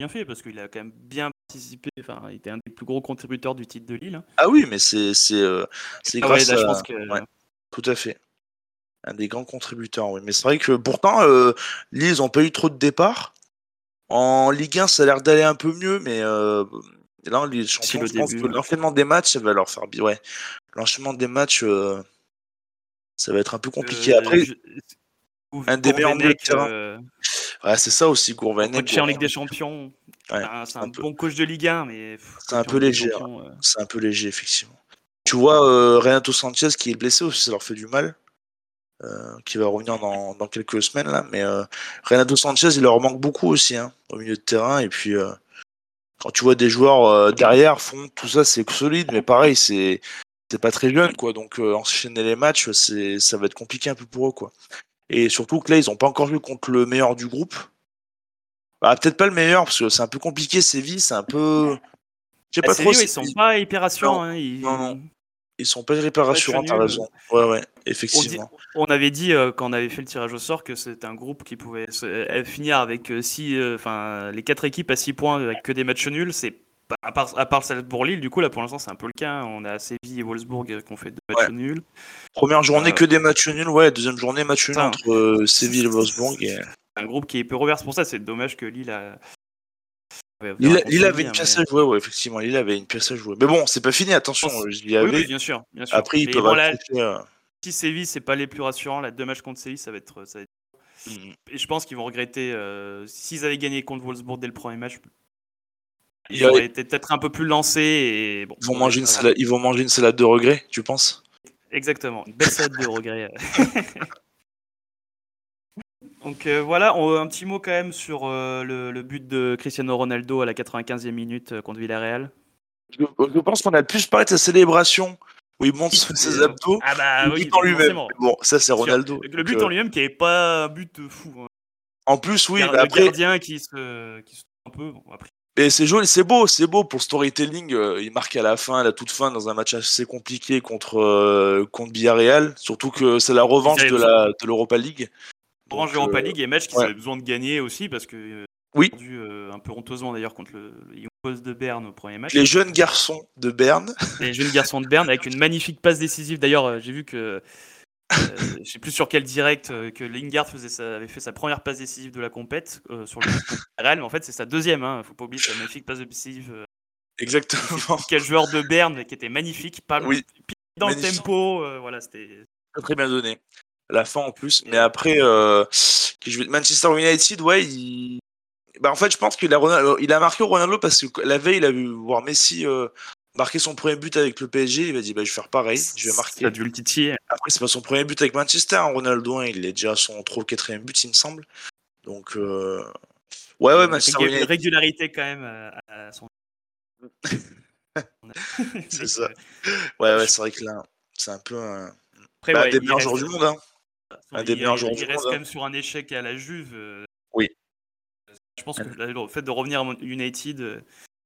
bien fait parce qu'il a quand même bien participé. Enfin, il était un des plus gros contributeurs du titre de Lille. Hein. Ah oui, mais c'est grâce là, je à. pense que Ouais, tout à fait. Un des grands contributeurs, oui. Mais c'est vrai que pourtant, Lille, ils n'ont pas eu trop de départs. En Ligue 1, ça a l'air d'aller un peu mieux, mais là, les champions, le je pense début, que ouais. l'enchaînement des matchs, ça va leur faire. Ouais, l'enchaînement des matchs, ça va être un peu compliqué. Après, un des meilleurs milieux de Gourvenec, terrain. Ouais, c'est ça aussi, Gourvenec. coaché en Ligue des Champions. Ouais, C'est un bon coach de Ligue 1, mais c'est un coach en peu Ligue des léger. Champions, C'est un peu léger, effectivement. Tu vois, Renato Sanchez qui est blessé aussi, ça leur fait du mal. Qui va revenir dans quelques semaines là, mais Renato Sanchez, il leur manque beaucoup aussi hein, au milieu de terrain. Et puis quand tu vois des joueurs derrière font tout ça, c'est solide, mais pareil, c'est pas très jeune quoi. Donc enchaîner les matchs, ça va être compliqué un peu pour eux quoi. Et surtout que là, ils ont pas encore joué contre le meilleur du groupe. Bah, peut-être pas le meilleur parce que c'est un peu compliqué. Séville, c'est un peu, je sais pas trop. Séville, ils sont pas hyper rassurants. Hein, non. Ils sont pas hyper rassurants, t'as raison. Ouais, effectivement. On avait dit quand on avait fait le tirage au sort que c'était un groupe qui pouvait finir avec les 4 équipes à 6 points avec que des matchs nuls. C'est à part Salzbourg-Lille, du coup là pour l'instant c'est un peu le cas. On a Séville et Wolfsburg qui ont fait 2 matchs nuls. Première journée que des matchs nuls, ouais. Deuxième journée match nul entre Séville et Wolfsburg. Un groupe qui est peu reverse pour ça. C'est dommage que Lille a. Lille avait une pièce à jouer, ouais, effectivement. Lille avait une pièce à jouer. Mais bon, c'est pas fini, attention. Oui, bien sûr. Après, ils peuvent accrocher. Si Séville, c'est pas les plus rassurants, là, 2 matchs contre Séville, ça va être. Et je pense qu'ils vont regretter. S'ils avaient gagné contre Wolfsburg dès le premier match, ils auraient été peut-être un peu plus lancés. Et, bon, ils vont manger une salade de regret, tu penses? Exactement, une belle salade de regret. Donc voilà, un petit mot quand même sur le but de Cristiano Ronaldo à la 95e minute contre Villarreal. Je pense qu'on a le plus parlé de sa célébration où il monte ses abdos. Ah bah le oui, but en lui-même. Bon, ça c'est Ronaldo. Le but en lui-même qui n'est pas un but fou. Hein. En plus, oui, le gardien qui se un peu. Bon, après. Et c'est joli, c'est beau pour storytelling. Il marque à la toute fin, dans un match assez compliqué contre Villarreal. Surtout que c'est la revanche de l'Europa League. Revanche de l'Europa League et match qu'ils avaient besoin de gagner aussi parce que perdu un peu honteusement d'ailleurs contre le Young Boys de Berne au premier match. Les jeunes garçons de Berne. Les jeunes garçons de Berne avec une magnifique passe décisive. D'ailleurs, j'ai vu que je sais plus sur quel direct que Lingard avait fait sa première passe décisive de la compète sur le Real, mais en fait c'est sa deuxième. Faut pas oublier sa magnifique passe décisive. Exactement. Quel joueur de Berne qui était magnifique, pas dans le tempo. Voilà, c'était très bien donné. La fin en plus, mais après Manchester United, ouais, en fait je pense qu'il a marqué Ronaldo parce que la veille il a vu voir Messi marquer son premier but avec le PSG, il m'a dit je vais faire pareil, je vais marquer. Ça a dû le titiller. Après c'est pas son premier but avec Manchester, Ronaldo, il est déjà à son 3 ou 4e but il me semble. Donc ouais, Manchester United. Une régularité quand même à son. C'est ça. Ouais, c'est vrai que là c'est un peu un Après, des meilleurs joueurs du monde. Un des meilleurs joueurs du monde. Il reste quand même sur un échec à la Juve. Oui. Je pense que le fait de revenir à United,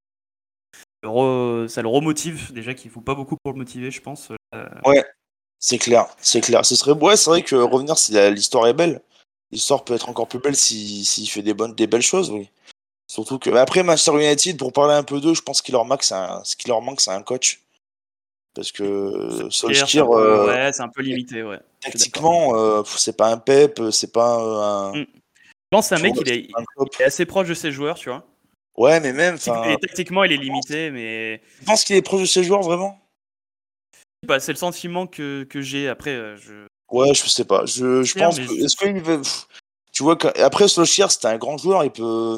ça le remotive. Déjà qu'il ne faut pas beaucoup pour le motiver, je pense. Ouais, c'est clair. Ce serait c'est vrai que revenir, l'histoire est belle. L'histoire peut être encore plus belle s'il fait des belles choses, oui. Surtout que après Manchester United, pour parler un peu d'eux, je pense ce qui leur manque, c'est un coach. Parce que Solskjaer, c'est un peu limité, ouais. Tactiquement, c'est pas un Pep, c'est pas un. Je pense que c'est un mec, il est assez proche de ses joueurs, tu vois. Ouais, mais même. Et tactiquement, il est limité, mais. Tu penses qu'il est proche de ses joueurs vraiment? C'est le sentiment que j'ai. Après, Ouais, je sais pas. Je pense que. Est-ce qu'il veut. Tu vois, après Solskjaer, c'était un grand joueur, il peut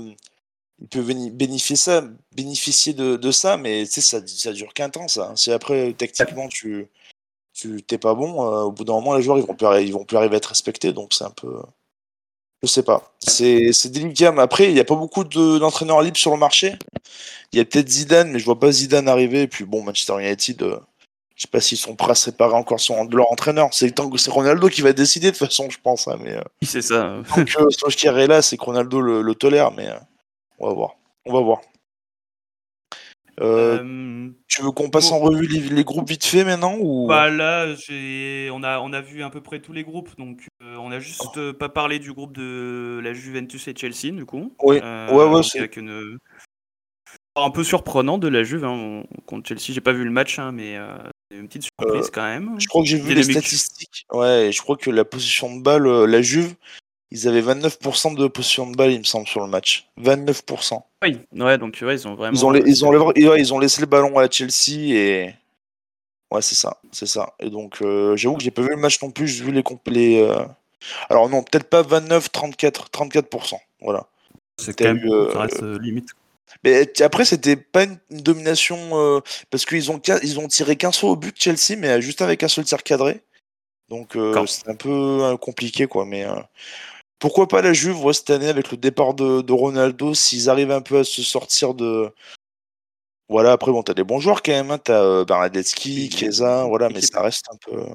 bénéficier de ça, mais tu sais, ça dure qu'un temps, ça. Si après, tactiquement, tu t'es pas bon, au bout d'un moment, les joueurs, ils vont plus arriver à être respectés, donc c'est un peu. Je sais pas. C'est délicat, mais après, il n'y a pas beaucoup d'entraîneurs libres sur le marché. Il y a peut-être Zidane, mais je vois pas Zidane arriver. Et puis bon, Manchester United, je sais pas s'ils sont prêts à se séparer encore de leur entraîneur. C'est Ronaldo qui va décider de toute façon, je pense. Mais c'est ça. Tant que Solskjaer est là, c'est que Ronaldo le tolère, mais on va voir. Tu veux qu'on passe en revue les groupes vite fait maintenant ou... Là, on a vu à peu près tous les groupes, donc on a juste pas parlé du groupe de la Juventus et Chelsea, du coup. Oui, avec Un peu surprenant de la Juve contre Chelsea. J'ai pas vu le match, mais c'est une petite surprise quand même. Je crois que j'ai vu les statistiques. Ouais, je crois que la possession de balle, la Juve, ils avaient 29% de possession de balle, il me semble, sur le match. 29%. Oui, ouais, donc ils ont vraiment. Ils ont laissé le ballon à Chelsea et. Ouais, c'est ça. Et donc, j'avoue que j'ai pas vu le match non plus, j'ai vu les. Alors, non, peut-être pas 29, 34%. Voilà. C'est quand même. Ça reste limite. Mais après, c'était pas une domination parce qu'ils ont tiré qu'un seul au but Chelsea, mais juste avec un seul tir cadré. Donc c'est un peu compliqué, quoi. Mais pourquoi pas la Juve cette année avec le départ de Ronaldo, s'ils arrivent un peu à se sortir de. Voilà, après, bon, t'as des bons joueurs quand même. Hein. T'as Bernardeschi, Chiesa, voilà, mais ça reste un peu.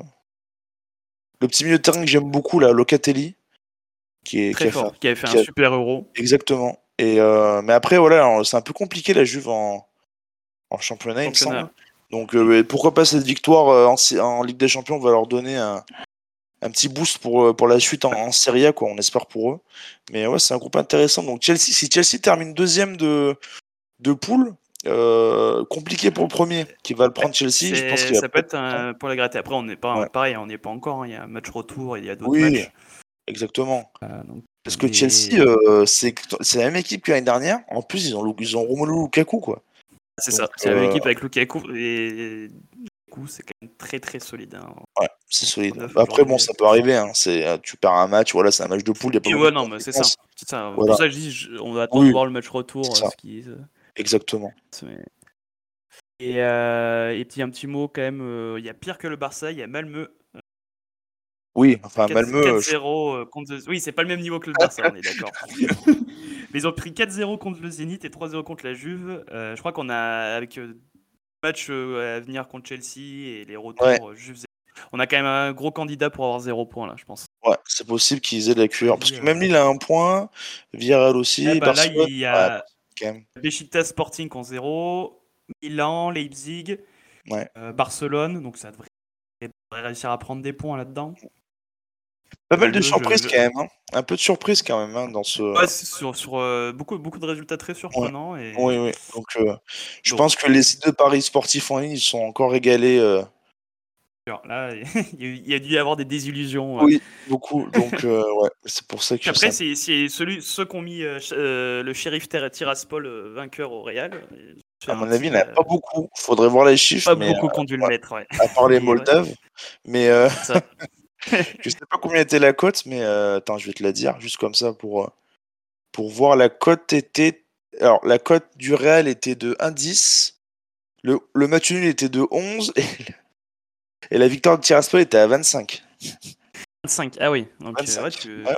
Le petit milieu de terrain que j'aime beaucoup, là, Locatelli, qui avait fait un super Euro. Exactement. Et mais après, voilà, c'est un peu compliqué la Juve en championnat, il me semble. Donc pourquoi pas cette victoire en Ligue des Champions va leur donner un petit boost pour la suite en Serie A, quoi, on espère pour eux. Mais ouais, c'est un groupe intéressant. Donc si Chelsea termine deuxième de poule, compliqué pour le premier qui va le prendre Chelsea. Je pense qu'il ça peut être pour la gratter. Après, on n'est pas pareil, on n'y est pas encore. Il y a un match retour, il y a d'autres matchs. Exactement. Parce que Chelsea, c'est la même équipe que l'année dernière. En plus, ils ont Romelu Lukaku, quoi. C'est ça, c'est la même équipe avec Lukaku. Et Lukaku, c'est quand même très très solide. Hein. Ouais, c'est solide. Après, bon, ça peut arriver. Hein. Tu perds un match, voilà, c'est un match de poule. Non, mais c'est ça. Voilà. Pour ça, je dis, on va attendre de voir le match retour. Exactement. Et un petit mot quand même, il y a pire que le Barça, il y a Malmö. Oui, enfin Malmö. 4-0 contre. Oui, c'est pas le même niveau que le Barça, on est d'accord. Mais ils ont pris 4-0 contre le Zénith et 3-0 contre la Juve. Je crois qu'on a, avec le match à venir contre Chelsea et les retours Juve, on a quand même un gros candidat pour avoir 0 points là, je pense. Ouais, c'est possible qu'ils aient de la cuillère. Parce que même Lille a un point, Villarreal aussi. Là, il y a Besiktas Sporting en 0, Milan, Leipzig, Barcelone, donc ça devrait réussir à prendre des points là-dedans. Pas mal de surprises quand même, hein. Un peu de surprise quand même dans ce. Ouais, sur beaucoup de résultats très surprenants. Ouais. Oui. Donc, je pense que les sites de paris sportifs en ligne, ils sont encore régalés. Là, il y a dû y avoir des désillusions. Oui, beaucoup. Donc, c'est pour ça que. Après, c'est ceux qui ont mis le shérif Tiraspol vainqueur au Real. À mon avis, il n'y en a pas beaucoup. Il faudrait voir les chiffres. Pas beaucoup qui ont dû le mettre, ouais. À part les Moldaves. Mais je sais pas combien était la cote, mais attends, je vais te la dire, juste comme ça pour voir. La cote était. Alors, la cote du Real était de 1,10. Le match nul était de 11. Et la victoire de Tiraspol était à 25. 25, ah oui. Donc, 25.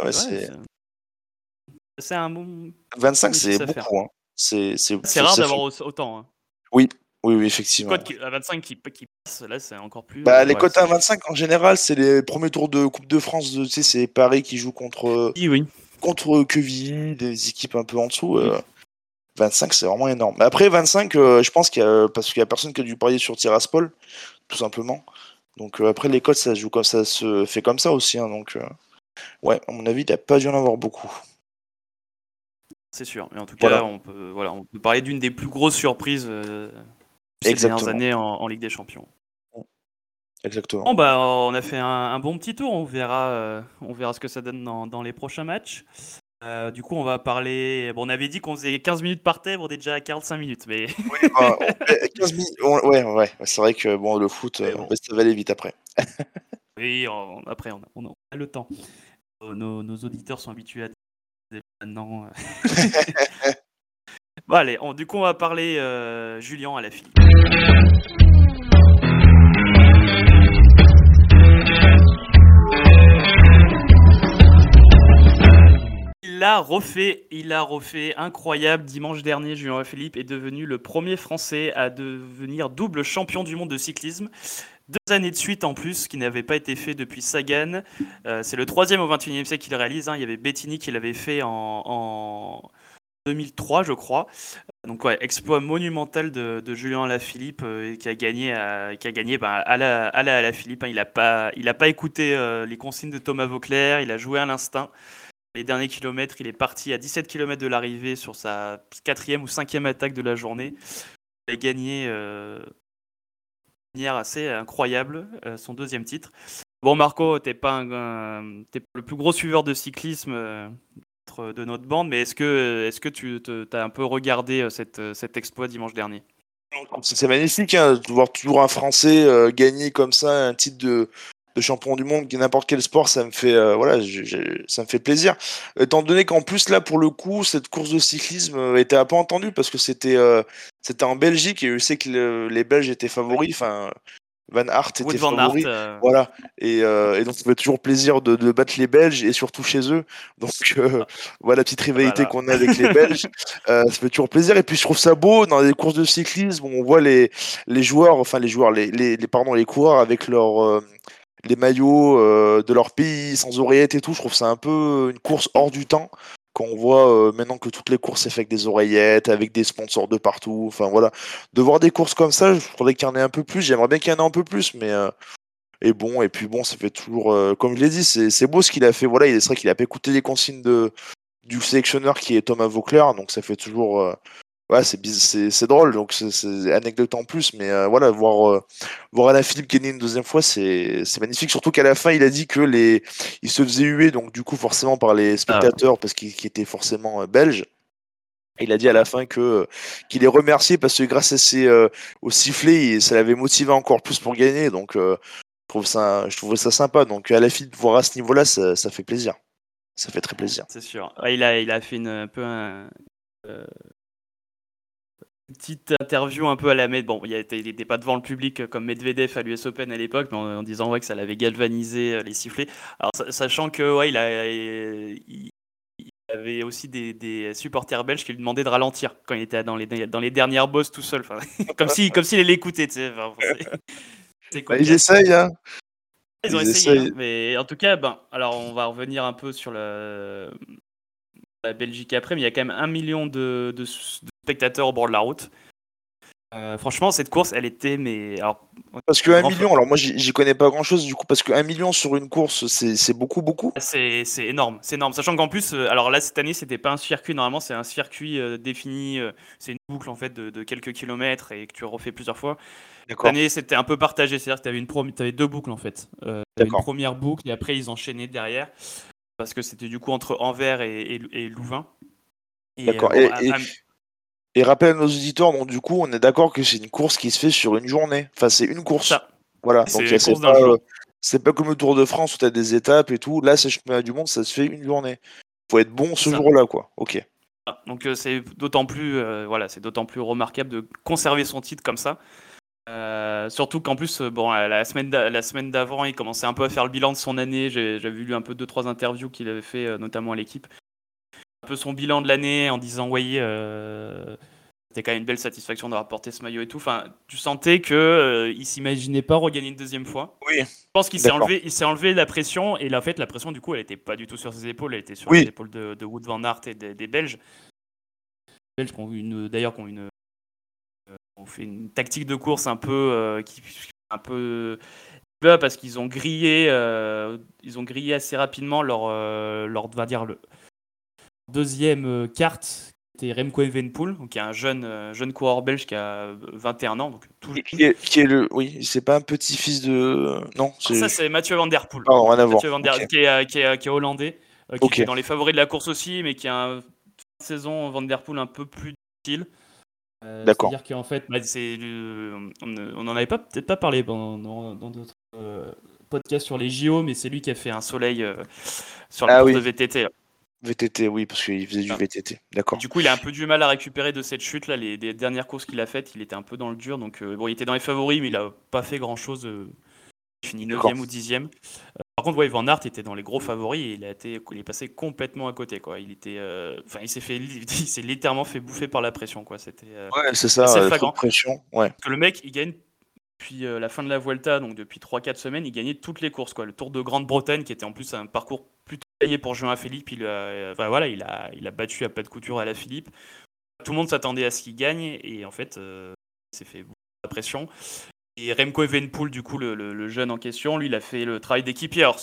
c'est un bon. 25, c'est beaucoup. Hein. C'est rare d'avoir autant. Hein. Oui, effectivement. Cote à 25 qui passe, là, c'est encore plus. Les cotes à 25, en général, c'est les premiers tours de Coupe de France. Tu sais, c'est Paris qui joue contre Quevilly, des équipes un peu en dessous. 25, c'est vraiment énorme. Mais après, 25, je pense parce qu'il y a personne qui a dû parier sur Tiraspol, tout simplement. Donc après, les cotes, ça se fait comme ça aussi. Hein, donc, à mon avis, il n'y a pas dû en avoir beaucoup. C'est sûr. Mais en tout cas, on peut parler d'une des plus grosses surprises ces dernières années en Ligue des Champions. Exactement. Bon, on a fait un bon petit tour. On verra ce que ça donne dans les prochains matchs. Du coup, on va parler. Bon, on avait dit qu'on faisait 15 minutes par thème, on est déjà à 45 minutes. Mais... Oui, 15 minutes. Ouais. C'est vrai que le foot, ça va aller vite après. Oui, après, on a le temps. Nos auditeurs sont habitués à maintenant. Bon, allez, du coup, on va parler Julien Alaphilippe. Il a refait incroyable. Dimanche dernier, Julien Alaphilippe est devenu le premier Français à devenir double champion du monde de cyclisme. 2 années de suite en plus, ce qui n'avait pas été fait depuis Sagan. C'est le 3e au 21e siècle qu'il le réalise. Hein. Il y avait Bettini qui l'avait fait en 2003, je crois. Donc exploit monumental de Julien Alaphilippe qui a gagné à la Alaphilippe. Hein. Il a pas écouté les consignes de Thomas Voeckler. Il a joué à l'instinct. les derniers kilomètres. Il est parti à 17 km de l'arrivée sur sa 4e ou 5e attaque de la journée. Il a gagné de manière assez incroyable son 2e titre. Bon, Marco, t'es pas le plus gros suiveur de cyclisme de notre bande, mais est-ce que tu as un peu regardé cet exploit dimanche dernier? C'est magnifique de voir toujours un Français gagner comme ça un titre de champion du monde, n'importe quel sport, ça me fait ça me fait plaisir. Étant donné qu'en plus là pour le coup cette course de cyclisme était un peu entendue parce que c'était en Belgique et je sais que les Belges étaient favoris. Enfin, Van Aert Wout était van Aert, favori, voilà. Et donc ça fait toujours plaisir de battre les Belges et surtout chez eux. Donc voilà la petite rivalité voilà. qu'on a avec les Belges. Ça fait toujours plaisir. Et puis je trouve ça beau dans les courses de cyclisme où on voit les joueurs, enfin les coureurs avec les maillots de leur pays sans oreillettes et tout. Je trouve ça un peu une course hors du temps. Quand on voit maintenant que toutes les courses c'est fait avec des oreillettes, avec des sponsors de partout, enfin voilà, de voir des courses comme ça, je voudrais qu'il y en ait un peu plus. J'aimerais bien qu'il y en ait un peu plus, mais et puis bon, ça fait toujours, comme je l'ai dit, c'est beau ce qu'il a fait. Voilà, c'est vrai qu'il a pas écouté les consignes du sélectionneur qui est Thomas Vauclair, donc ça fait toujours, ouais, c'est drôle, donc c'est anecdote en plus, mais voilà, voir Alaphilippe gagner une deuxième fois, c'est magnifique. Surtout qu'à la fin, il a dit que il se faisait huer, donc du coup forcément par les spectateurs parce qu'il était forcément belge. Il a dit à la fin qu'il est remercié parce que grâce au sifflet, ça l'avait motivé encore plus pour gagner. Donc je trouvais ça sympa. Donc Alaphilippe voir à ce niveau-là, ça fait plaisir. Ça fait très plaisir. C'est sûr. Ouais, il a fait un petite interview un peu à la Med. Bon, il n'était pas devant le public comme Medvedev à l'US Open à l'époque, mais en disant que ça l'avait galvanisé les sifflets. Alors sachant que il avait aussi des supporters belges qui lui demandaient de ralentir quand il était dans les dernières bosses tout seul. Enfin, comme s'il allait l'écouter. Tu sais. Enfin, Ils essayent, hein. Ils ont essayé, hein. Mais en tout cas, alors on va revenir un peu sur la Belgique après, mais il y a quand même 1 million de spectateurs au bord de la route. Franchement, cette course, elle était, parce que 1 million, alors moi j'y connais pas grand chose du coup, parce que 1 million sur une course, c'est beaucoup. C'est énorme, sachant qu'en plus, alors là cette année, c'était pas un circuit, normalement c'est un circuit défini, c'est une boucle en fait de quelques kilomètres et que tu refais plusieurs fois. Cette année, c'était un peu partagé, c'est-à-dire que t'avais 2 boucles en fait. T'avais une première boucle et après ils enchaînaient derrière, parce que c'était du coup entre Anvers et Louvain. D'accord. Et rappelle à nos auditeurs, donc du coup, on est d'accord que c'est une course qui se fait sur une journée. Enfin, c'est une course. Ça. Voilà. Donc c'est pas comme le Tour de France où tu as des étapes et tout. Là, c'est le championnat du monde, ça se fait une journée. Faut être bon ce jour-là, quoi. Ok. Donc c'est d'autant plus, c'est d'autant plus remarquable de conserver son titre comme ça. Surtout qu'en plus, la semaine d'avant, il commençait un peu à faire le bilan de son année. J'avais lu un peu 2-3 interviews qu'il avait fait, notamment à l'équipe. Un peu son bilan de l'année en disant c'était quand même une belle satisfaction d'avoir porté ce maillot et tout. Enfin, tu sentais que il s'imaginait pas regagner une deuxième fois. Oui. Je pense qu'il s'est enlevé la pression, et là, en fait, la pression du coup, elle était pas du tout sur ses épaules, elle était sur les épaules de Wout van Aert et des Belges. Les Belges qui ont fait une tactique de course un peu parce qu'ils ont grillé assez rapidement leur deuxième carte, c'était Remco Evenepoel, qui est un jeune coureur belge qui a 21 ans, donc qui est c'est pas un petit-fils de ça c'est Mathieu Van Der Poel. Rien à voir. Qui est hollandais, qui est dans les favoris de la course aussi, mais qui a une saison Van Der Poel un peu plus difficile. D'accord. C'est-à-dire qu'en fait, on n'en avait peut-être pas parlé dans d'autres podcasts sur les JO, mais c'est lui qui a fait un soleil sur la course de VTT. VTT, oui, parce qu'il faisait du VTT. D'accord. Et du coup, il a un peu du mal à récupérer de cette chute là. Les dernières courses qu'il a faites, il était un peu dans le dur. Donc, il était dans les favoris, mais il a pas fait grand-chose. Il finit 9e ou 10e. Par contre, Van Aert était dans les gros favoris et il est passé complètement à côté, quoi. Il s'est littéralement fait bouffer par la pression, quoi. C'était c'est ça, la pression. Ouais. Parce que le mec, il gagne depuis la fin de la Vuelta, donc depuis 3-4 semaines, il gagnait toutes les courses, quoi. Le Tour de Grande-Bretagne, qui était en plus un parcours plutôt taillé pour Alaphilippe, il a battu à pas de couture Alaphilippe. Tout le monde s'attendait à ce qu'il gagne et en fait, il s'est fait bouffer par la pression. Et Remco Evenepoel, du coup, le jeune en question, lui, il a fait le travail d'équipier. Alors, ce qui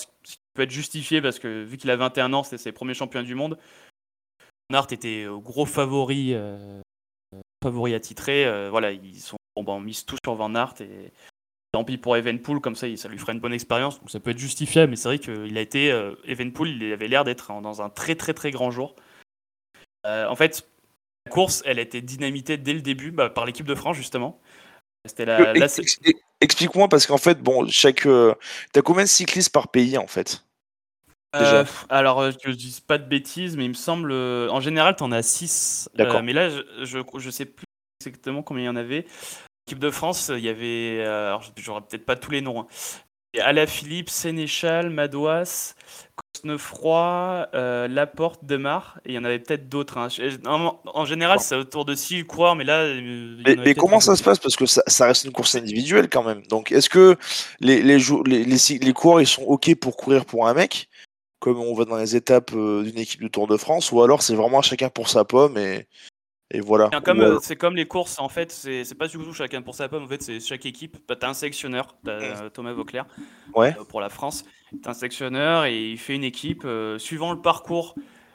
peut être justifié parce que vu qu'il a 21 ans, c'était ses premiers champions du monde. Van Aert était gros favori attitré. Voilà, on mise tout sur Van Aert et tant pis pour Evenepoel, comme ça lui fera une bonne expérience. Donc ça peut être justifiable, mais c'est vrai qu'il a été Evenepoel, il avait l'air d'être dans un très très très grand jour. En fait, la course, elle a été dynamitée dès le début par l'équipe de France justement. C'était Explique-moi parce qu'en fait, bon, t'as combien de cyclistes par pays en fait? Déjà. Alors, que je dise pas de bêtises, mais il me semble, en général, t'en as 6. D'accord. Mais là, je sais plus exactement combien il y en avait. L'équipe de France, il y avait, alors j'aurais peut-être pas tous les noms, hein. Il y a Alaphilippe, Sénéchal, Madouas, Cosnefroy, Laporte, Demar, et il y en avait peut-être d'autres, hein. En général, c'est autour de 6 coureurs, mais là, il y en avait Mais peut-être comment un peu ça se plus. passe? Parce que ça reste une course individuelle quand même. Donc, est-ce que les coureurs ils sont OK pour courir pour un mec, comme on voit dans les étapes d'une équipe de Tour de France, ou alors c'est vraiment chacun pour sa pomme et voilà. C'est comme les courses, en fait, c'est pas du tout chacun pour sa pomme, en fait, c'est chaque équipe. T'as un sélectionneur, t'as Thomas Vauclair Ouais, pour la France. T'as un sélectionneur et il fait une équipe suivant le parcours.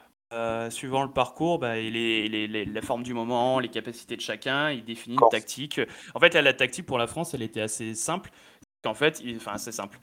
Bah, la forme du moment, les capacités de chacun, il définit une d'accord. tactique. En fait, là, la tactique pour la France, elle était assez simple. En fait, assez simple.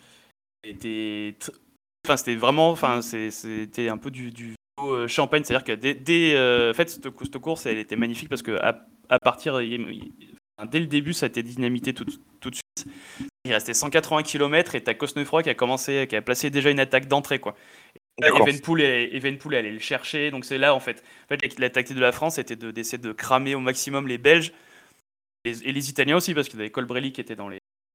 C'était vraiment, c'était un peu du champagne, c'est-à-dire que en fait, cette course, elle était magnifique parce que à partir, dès le début, ça a été dynamité tout de suite. Il restait 180 km et t'as Cosnefroy qui a placé déjà une attaque d'entrée, quoi. D'accord. Evenepoel allait le chercher, donc c'est là en fait la tactique de la France était d'essayer de cramer au maximum les Belges et les Italiens aussi parce qu'il y avait Colbrelli qui était dans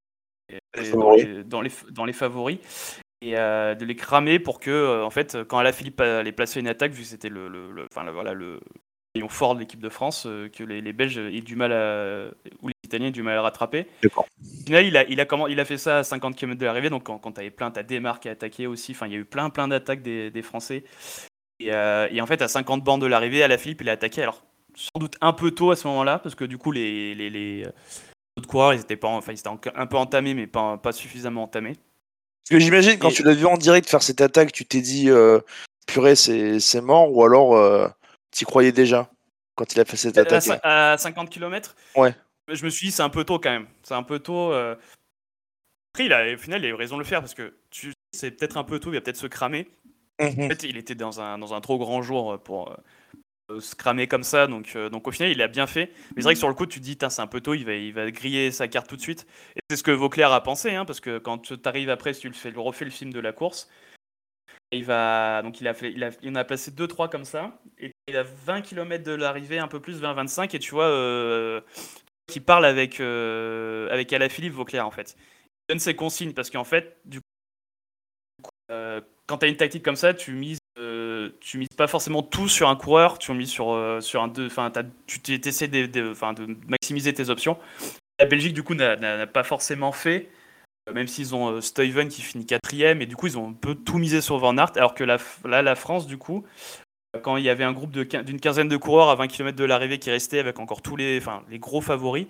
les favoris et de les cramer pour que en fait quand Alaphilippe allait placer une attaque vu que c'était le maillon fort de l'équipe de France que les Belges aient du mal ou les Italiens aient du mal à le rattraper. D'accord. Au final, il a fait ça à 50 km de l'arrivée, donc quand t'avais t'as Desmarques qui a attaqué aussi, enfin il y a eu plein d'attaques des Français. Et en fait, à 50 bornes de l'arrivée, Alaphilippe, il a attaqué, alors sans doute un peu tôt à ce moment-là, parce que du coup, les autres coureurs, ils étaient un peu entamés, mais pas suffisamment entamés. Parce que j'imagine, quand Et tu l'as vu en direct faire cette attaque, tu t'es dit, purée, c'est mort, ou alors t'y croyais déjà quand il a fait cette attaque? à 50 km, Ouais. je me suis dit, c'est un peu tôt quand même. C'est un peu tôt. Après, au final, il a eu raison de le faire, parce que c'est peut-être un peu tôt, il va peut-être se cramer. En fait, il était dans un trop grand jour pour se cramer comme ça, donc au final, il a bien fait. Mais c'est vrai que sur le coup, tu te dis, c'est un peu tôt, il va griller sa carte tout de suite. Et c'est ce que Vauclair a pensé, hein, parce que quand tu arrives après, si tu refais le film de la course, il en a placé 2-3 comme ça, et il a 20 km de l'arrivée, un peu plus, 20-25, et tu vois, qui parle avec Alaphilippe Vauclair, en fait. Il donne ses consignes, parce qu'en fait, du coup, quand tu as une tactique comme ça, tu mises pas forcément tout sur un coureur, tu mises sur un deux, tu essaies de maximiser tes options. La Belgique du coup n'a pas forcément fait, même s'ils ont Stuyven qui finit 4ème, et du coup ils ont un peu tout misé sur Van Aert, alors que la France du coup, quand il y avait un groupe d'une quinzaine de coureurs à 20 km de l'arrivée qui restait avec encore tous les gros favoris,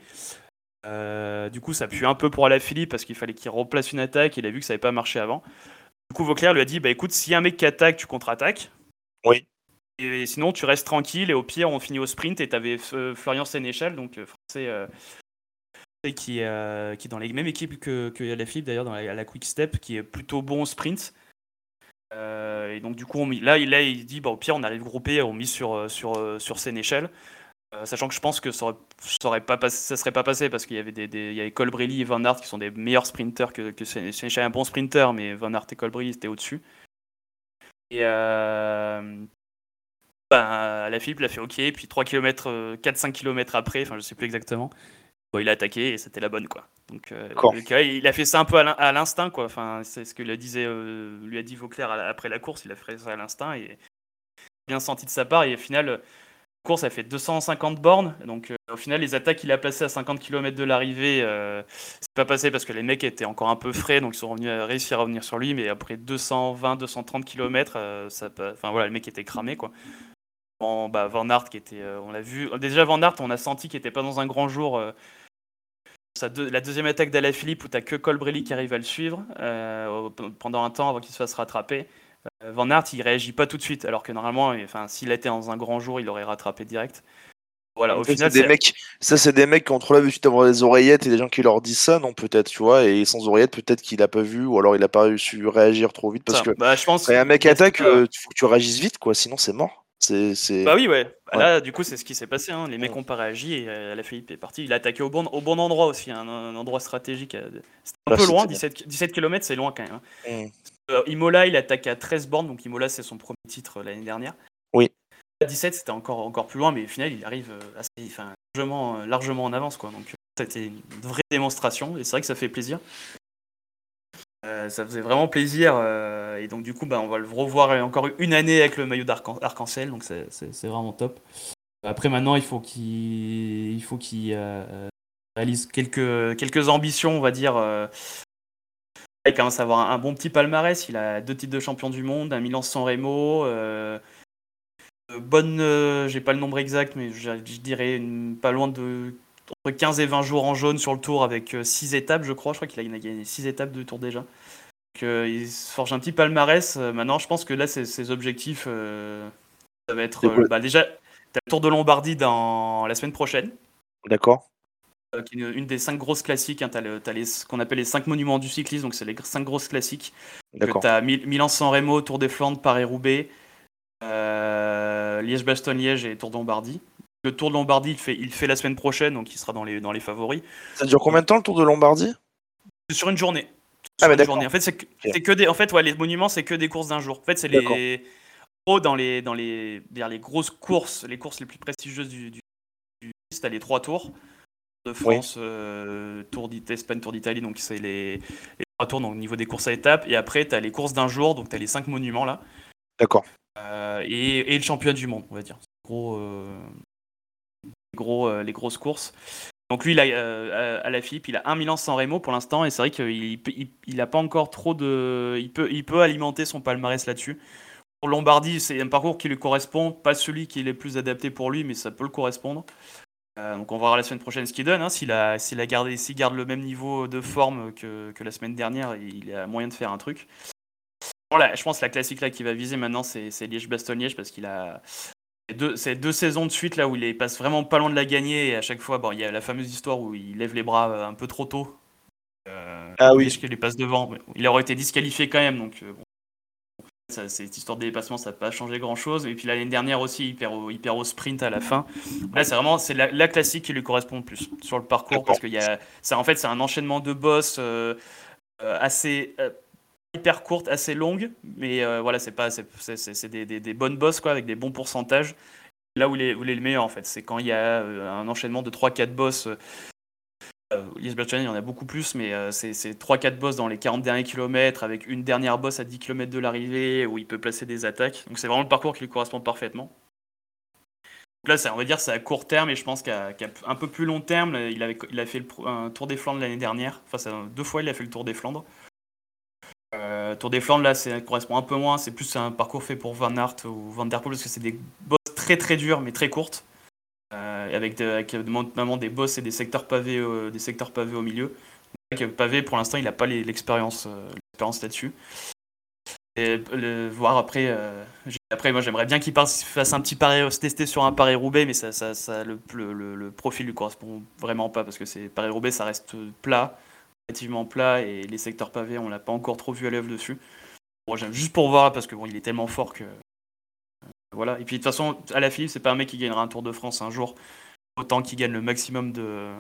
du coup ça pue un peu pour Alaphilippe parce qu'il fallait qu'il replace une attaque, il a vu que ça n'avait pas marché avant. Du coup, Vauclair lui a dit, bah écoute, s'il y a un mec qui attaque, tu contre-attaques. Oui. Et sinon, tu restes tranquille et au pire, on finit au sprint. Et t'avais Florian Sénéchal, donc français, qui est dans les mêmes équipes que Alaphilippe d'ailleurs, à la Quick Step, qui est plutôt bon au sprint. Et donc du coup, il dit, bah au pire, on arrive groupé, on mise sur Sénéchal. Sachant que je pense que ça serait pas passé parce qu'il y avait il y avait Colbrelli et Van Aert qui sont des meilleurs sprinters que Sénéchal est un bon sprinter, mais Van Aert et Colbrelli étaient au-dessus. Et Alaphilippe l'a fait OK, puis 4-5 km après, enfin je sais plus exactement, bon, il a attaqué et c'était la bonne, quoi. Donc il a fait ça un peu à l'instinct, quoi. Enfin, c'est ce que lui a dit Vauclair après la course, il a fait ça à l'instinct et bien senti de sa part. Et au final, la course a fait 250 bornes, donc au final les attaques qu'il a placées à 50 km de l'arrivée, c'est pas passé parce que les mecs étaient encore un peu frais, donc ils sont réussi à revenir sur lui, mais après 220-230 km, le mec était cramé, quoi. Van Aert qui était, on l'a vu, déjà Van Aert, on a senti qu'il était pas dans un grand jour. la deuxième attaque d'Alaphilippe où t'as que Colbrelli qui arrive à le suivre pendant un temps avant qu'il se fasse rattraper. Van Aert, il réagit pas tout de suite, alors que normalement, s'il était dans un grand jour, il aurait rattrapé direct. Voilà, au final, c'est des mecs qui ont trop l'habitude d'avoir des oreillettes et des gens qui leur disent ça, non, peut-être, tu vois, et sans oreillettes, peut-être qu'il a pas vu, ou alors il a pas su réagir trop vite, parce que je pense quand un mec attaque, il faut que tu réagisses vite, quoi, sinon c'est mort. Bah oui, ouais. Là, du coup, c'est ce qui s'est passé. Hein. Les mecs ont pas réagi et Alaphilippe est parti. Il a attaqué au bon endroit aussi, un endroit stratégique. C'était un peu loin, 17 km, c'est loin quand même. Hein. Imola, il attaque à 13 bornes, donc Imola, c'est son premier titre l'année dernière. Oui. À 17, c'était encore plus loin, mais au final, il arrive largement en avance, quoi. Donc, c'était une vraie démonstration et c'est vrai que ça fait plaisir. Ça faisait vraiment plaisir et donc du coup on va le revoir encore une année avec le maillot d'arc-en-ciel, donc c'est vraiment top. Après maintenant il faut qu'il réalise quelques ambitions, on va dire. Il commence à avoir un bon petit palmarès, il a 2 titres de champion du monde, un Milan-San Remo, j'ai pas le nombre exact mais je dirais pas loin de entre 15 et 20 jours en jaune sur le tour avec 6 étapes, je crois qu'il a gagné 6 étapes de tour déjà. Donc, il se forge un petit palmarès. Maintenant, je pense que là, ses objectifs, ça va être déjà, t'as le Tour de Lombardie dans la semaine prochaine. D'accord. Qui est une des 5 grosses classiques. Hein, t'as ce qu'on appelle les 5 monuments du cyclisme, donc c'est les 5 grosses classiques. D'accord. T'as Milan-San Remo, Tour des Flandres, Paris-Roubaix, Liège-Bastogne-Liège et Tour de Lombardie. Le Tour de Lombardie, il fait la semaine prochaine, donc il sera dans les favoris. Ça dure combien de temps le Tour de Lombardie ? Sur une journée. D'accord. En fait, c'est que des. En fait, les monuments, c'est que des courses d'un jour. En fait, c'est dans les grosses courses, les courses les plus prestigieuses du t'as les 3 tours de France, Tour d'Espagne, Tour d'Italie, donc c'est les 3 tours donc, au niveau des courses à étapes. Et après, t'as les courses d'un jour, donc t'as les 5 monuments là. D'accord. Et le championnat du monde, on va dire. Les grosses courses. Donc lui, Alaphilippe, il a un Milan-San Remo pour l'instant, et c'est vrai qu'il a pas encore trop de... Il peut alimenter son palmarès là-dessus. Pour Lombardie, c'est un parcours qui lui correspond, pas celui qui est le plus adapté pour lui, mais ça peut le correspondre. Donc on va voir la semaine prochaine ce qu'il donne. Hein. S'il garde le même niveau de forme que la semaine dernière, il a moyen de faire un truc. Voilà, je pense que la classique là qu'il va viser maintenant, c'est Liège-Bastogne-Liège, parce qu'il a... C'est 2 saisons de suite là où il passe vraiment pas loin de la gagner, et à chaque fois, il y a la fameuse histoire où il lève les bras un peu trop tôt. Oui. Qui lui passe devant. Il aurait été disqualifié quand même, donc cette histoire de dépassement, ça n'a pas changé grand chose. Et puis l'année dernière aussi, il perd au sprint à la fin. Là, c'est la classique qui lui correspond le plus sur le parcours, parce que c'est un enchaînement de bosses assez hyper courte, assez longue, mais c'est des bonnes bosses quoi, avec des bons pourcentages. Là où il est le meilleur en fait, c'est quand il y a un enchaînement de 3-4 bosses. Liège-Bastogne, il y en a beaucoup plus, mais c'est 3-4 bosses dans les 40 derniers kilomètres, avec une dernière bosse à 10 km de l'arrivée où il peut placer des attaques. Donc c'est vraiment le parcours qui lui correspond parfaitement. Donc là, on va dire c'est à court terme, et je pense qu'à un peu plus long terme, il a fait un Tour des Flandres l'année dernière. 2 fois il a fait le Tour des Flandres. Tour des Flandres, là, ça correspond un peu moins. C'est plus un parcours fait pour Van Aert ou Van Der Poel, parce que c'est des bosses très très dures, mais très courtes. Avec notamment des bosses et des secteurs pavés au milieu. Donc, pavé, pour l'instant, il n'a pas l'expérience là-dessus. Et voir après, moi j'aimerais bien qu'il fasse un petit se tester sur un Paris-Roubaix, mais le profil lui correspond vraiment pas, parce que Paris-Roubaix, ça reste plat, relativement plat, et les secteurs pavés, on l'a pas encore trop vu à l'œuvre dessus. Bon, j'aime juste pour voir, parce que il est tellement fort que voilà. Et puis de toute façon, Alaphilippe, c'est pas un mec qui gagnera un Tour de France un jour, autant qu'il gagne le maximum de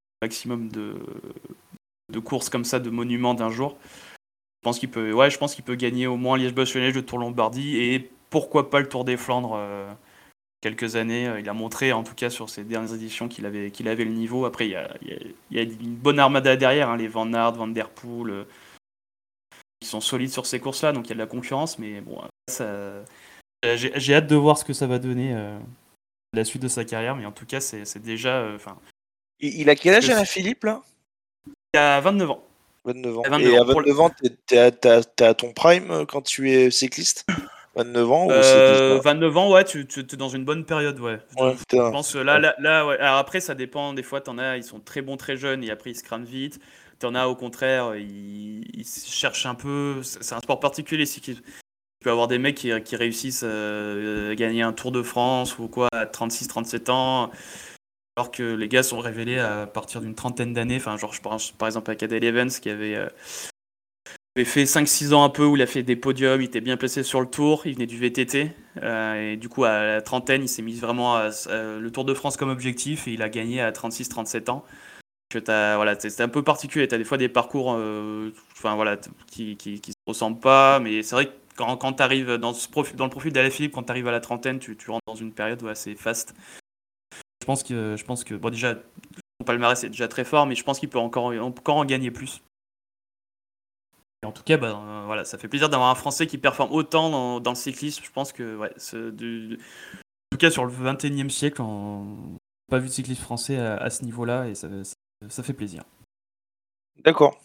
courses comme ça, de monuments d'un jour. Je pense qu'il peut gagner au moins Liège-Bastogne-Liège, le Tour Lombardie, et pourquoi pas le Tour des Flandres quelques années. Il a montré, en tout cas sur ces dernières éditions, qu'il avait le niveau. Après, il y a une bonne armada derrière, hein, les Van Aert, Van Der Poel, qui sont solides sur ces courses-là, donc il y a de la concurrence, mais bon, j'ai hâte de voir ce que ça va donner la suite de sa carrière, mais en tout cas, c'est déjà... il a quel âge, Alaphilippe, là ? Il a 29 ans. 29 ans. Et à 29 ans, t'es à ton prime quand tu es cycliste ? 29 ans ou c'est 29 ans, ouais, tu es dans une bonne période, ouais. Ouais, Je putain. pense là, ouais. Alors après, ça dépend. Des fois, t'en as, ils sont très bons très jeunes et après ils se crament vite. T'en as au contraire, ils cherchent un peu. C'est un sport particulier. Tu peux avoir des mecs qui réussissent à gagner un Tour de France ou quoi à 36-37 ans, alors que les gars sont révélés à partir d'une trentaine d'années. Enfin, genre, je pense par exemple à Cadel Evans qui avait fait 5-6 ans un peu où il a fait des podiums, il était bien placé sur le tour, il venait du VTT. Et du coup, à la trentaine, il s'est mis vraiment le Tour de France comme objectif et il a gagné à 36-37 ans. Voilà, c'est un peu particulier. Tu as des fois des parcours voilà, qui se ressemblent pas, mais c'est vrai que quand tu arrives dans le profil d'Alaphilippe, quand tu arrives à la trentaine, tu rentres dans une période assez faste. Je pense que bon, déjà, son palmarès est déjà très fort, mais je pense qu'il peut encore en gagner plus. Et en tout cas, voilà, ça fait plaisir d'avoir un Français qui performe autant dans le cyclisme. Je pense que, ouais, en tout cas, sur le 21e siècle, on n'a pas vu de cycliste français à ce niveau-là et ça fait plaisir. D'accord.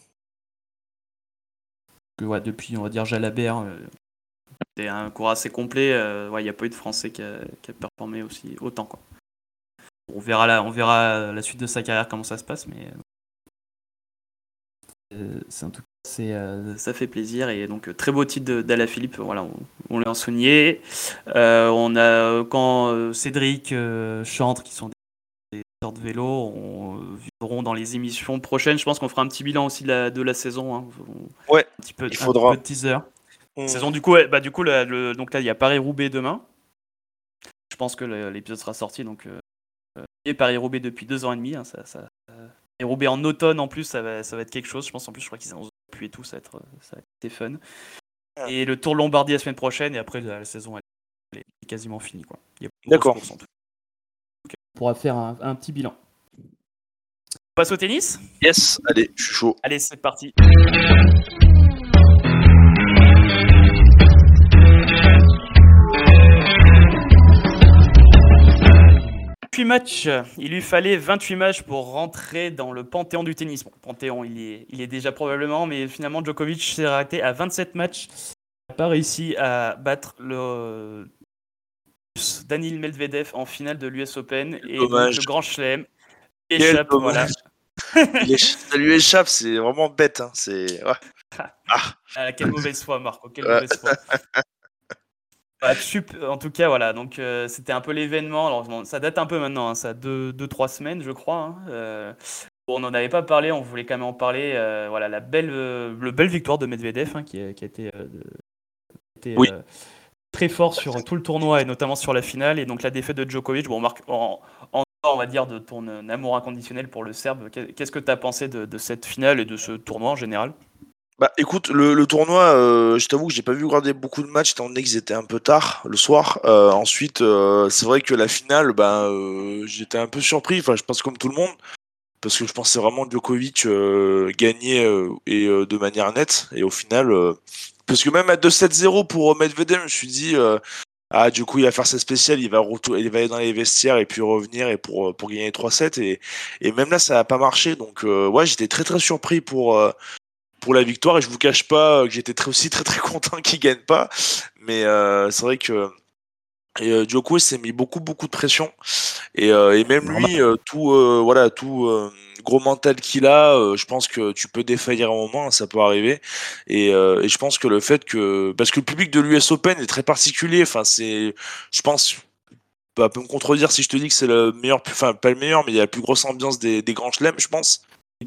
Ouais, depuis, on va dire, Jalabert, c'est un cours assez complet. Il n'y a pas eu de Français qui a performé aussi autant, quoi. On verra la suite de sa carrière, comment ça se passe, mais c'est en tout cas. Ça fait plaisir et donc très beau titre d'Alaphilippe, voilà, on l'a souligné. On a quand Cédric, Chantre qui sont des sortes de vélo, on viendront dans les émissions prochaines. Je pense qu'on fera un petit bilan aussi de la saison. Hein. Ouais, un petit peu de teaser. Saison du coup, donc là il y a Paris-Roubaix demain. Je pense que l'épisode sera sorti donc et Paris-Roubaix depuis 2 ans et demi. Hein, et Roubaix en automne en plus, ça va être quelque chose. Je pense en plus, je crois qu'ils annoncent pluie et tout, ça va être fun. Et le Tour Lombardie la semaine prochaine, et après la saison elle est quasiment finie, quoi. Il y a d'accord. Courses, en tout. Okay. On pourra faire un petit bilan. On passe au tennis ? Yes, allez, je suis chaud. Allez, c'est parti. Matchs. Il lui fallait 28 matchs pour rentrer dans le panthéon du tennis. Bon, panthéon, il est déjà probablement, mais finalement Djokovic s'est arrêté à 27 matchs. Il n'a pas réussi à battre le Daniil Medvedev en finale de l'US Open et donc le Grand Chelem échappe. Voilà. Ça lui échappe, c'est vraiment bête. Hein. C'est... Ouais. Quelle mauvaise foi, Marco. Quelle mauvaise foi. En tout cas, voilà, donc c'était un peu l'événement. Alors, ça date un peu maintenant, hein, ça a 2-3 semaines, je crois. Hein. On n'en avait pas parlé, on voulait quand même en parler. Voilà, la belle victoire de Medvedev, hein, qui a été très fort sur tout le tournoi et notamment sur la finale. Et donc la défaite de Djokovic, bon, on va dire de ton amour inconditionnel pour le Serbe. Qu'est-ce que tu as pensé de cette finale et de ce tournoi en général ? Bah écoute, le tournoi, je t'avoue que j'ai pas vu regarder beaucoup de matchs étant donné qu'ils étaient un peu tard le soir. Ensuite, c'est vrai que la finale, j'étais un peu surpris, enfin je pense comme tout le monde, parce que je pensais vraiment Djokovic gagner et de manière nette. Et au final, parce que même à 2-7-0 pour Medvedev, je me suis dit, du coup il va faire sa spéciale, il va aller dans les vestiaires et puis revenir et pour gagner 3-7. Et même là, ça n'a pas marché. Donc ouais, j'étais très très surpris pour la victoire et je vous cache pas que j'étais aussi très très content qu'il gagne pas, mais c'est vrai que Djoko s'est mis beaucoup de pression et même lui tout gros mental qu'il a, je pense que tu peux défaillir à un moment, ça peut arriver et je pense que le fait que parce que le public de l'US Open est très particulier, enfin c'est, je pense, peut me contredire si je te dis que c'est le meilleur, enfin pas le meilleur, mais il y a la plus grosse ambiance des grands chelems, je pense.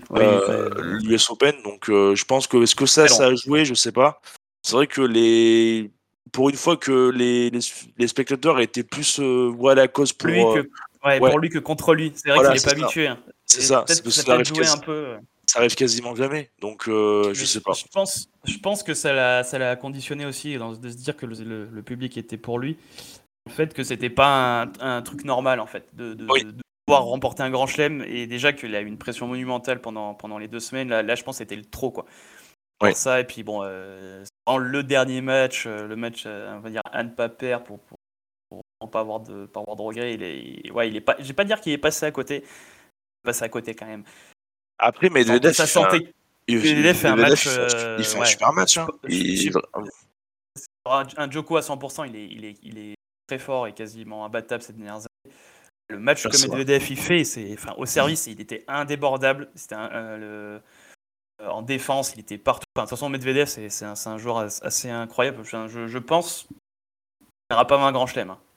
L'US Open, donc je pense que est-ce que ça a joué, je sais pas. C'est vrai que pour une fois que les spectateurs étaient plus à la cause pour pour lui que contre lui. C'est vrai qu'il n'est pas habitué. Hein. C'est ça. C'est parce que ça arrive un peu. Ça arrive quasiment jamais, donc je sais pas. Je pense que ça l'a conditionné aussi de se dire que le public était pour lui. Le fait que c'était pas un truc normal en fait de pouvoir remporter un grand chelem et déjà qu'il a eu une pression monumentale pendant les 2 semaines. Là je pense que c'était le trop, quoi. Ouais. Ça et puis bon, le dernier match, le match on va dire à ne pas perdre pour pas avoir de regrets. Il est pas, je vais pas dire qu'il est passé à côté. Passé à côté quand même. Après Medvedev, Medvedev fait un match. Il fait un super match. Hein. Un Djoko à 100%, il est très fort et quasiment imbattable ces dernières années. Le match que Medvedev il fait, au service, il était indébordable. C'était en défense, il était partout. Enfin, de toute façon, Medvedev, c'est un joueur assez incroyable. Je pense qu'il n'ira pas un grand chelem. Hein.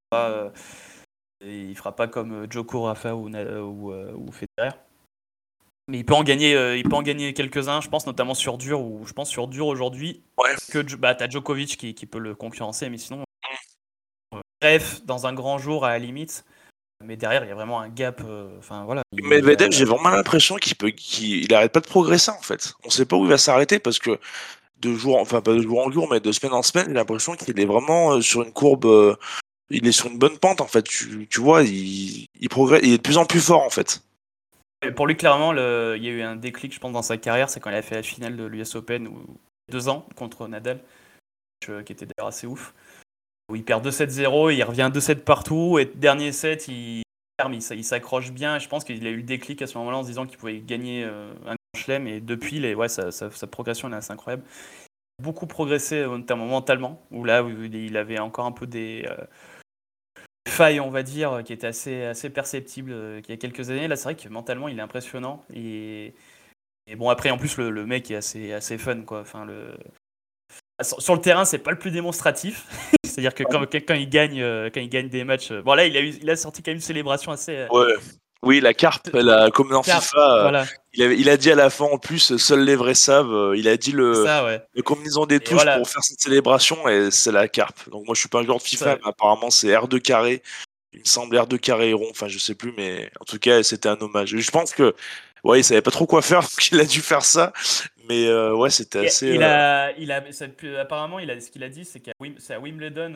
Il fera pas comme Djoko, Rafa ou Federer. Mais il peut en gagner quelques-uns, je pense, notamment sur dur. Ou je pense sur dur aujourd'hui, t'as Djokovic qui peut le concurrencer, mais sinon, bref, dans un grand jour à la limite. Mais derrière, il y a vraiment un gap. Voilà. Medvedev, j'ai vraiment l'impression qu'il arrête pas de progresser en fait. On sait pas où il va s'arrêter parce que pas de jour en jour, mais de semaine en semaine, j'ai l'impression qu'il est vraiment sur une courbe. Il est sur une bonne pente en fait. Tu vois, il progresse, il est de plus en plus fort en fait. Et pour lui, clairement, il y a eu un déclic, je pense, dans sa carrière, c'est quand il a fait la finale de l'US Open, 2 ans, contre Nadal, qui était d'ailleurs assez ouf, où il perd 2-7-0, il revient 2-7 partout, et dernier set, il s'accroche bien, et je pense qu'il a eu le déclic à ce moment-là en se disant qu'il pouvait gagner un grand chelem, et depuis, sa progression est assez incroyable. Il a beaucoup progressé, notamment mentalement, où il avait encore un peu des failles, on va dire, qui étaient assez perceptibles il y a quelques années. Là, c'est vrai que mentalement, il est impressionnant. Et bon, après, en plus, le mec est assez fun, quoi. Enfin, sur le terrain, c'est pas le plus démonstratif. C'est-à-dire que quand il gagne des matchs. Bon, là, il a sorti quand même une célébration assez. Ouais. Oui, la carpe, comme dans FIFA, voilà. il a dit à la fin en plus, seuls les vrais savent. Il a dit le combinaison des touches pour faire cette célébration et c'est la carpe. Donc moi je suis pas un joueur de FIFA, mais apparemment c'est R2 carré. Il me semble R2 carré et rond, enfin je sais plus, mais en tout cas c'était un hommage. Je pense que il savait pas trop quoi faire, donc il a dû faire ça. Mais c'était assez. Apparemment, ce qu'il a dit, c'est à Wimbledon,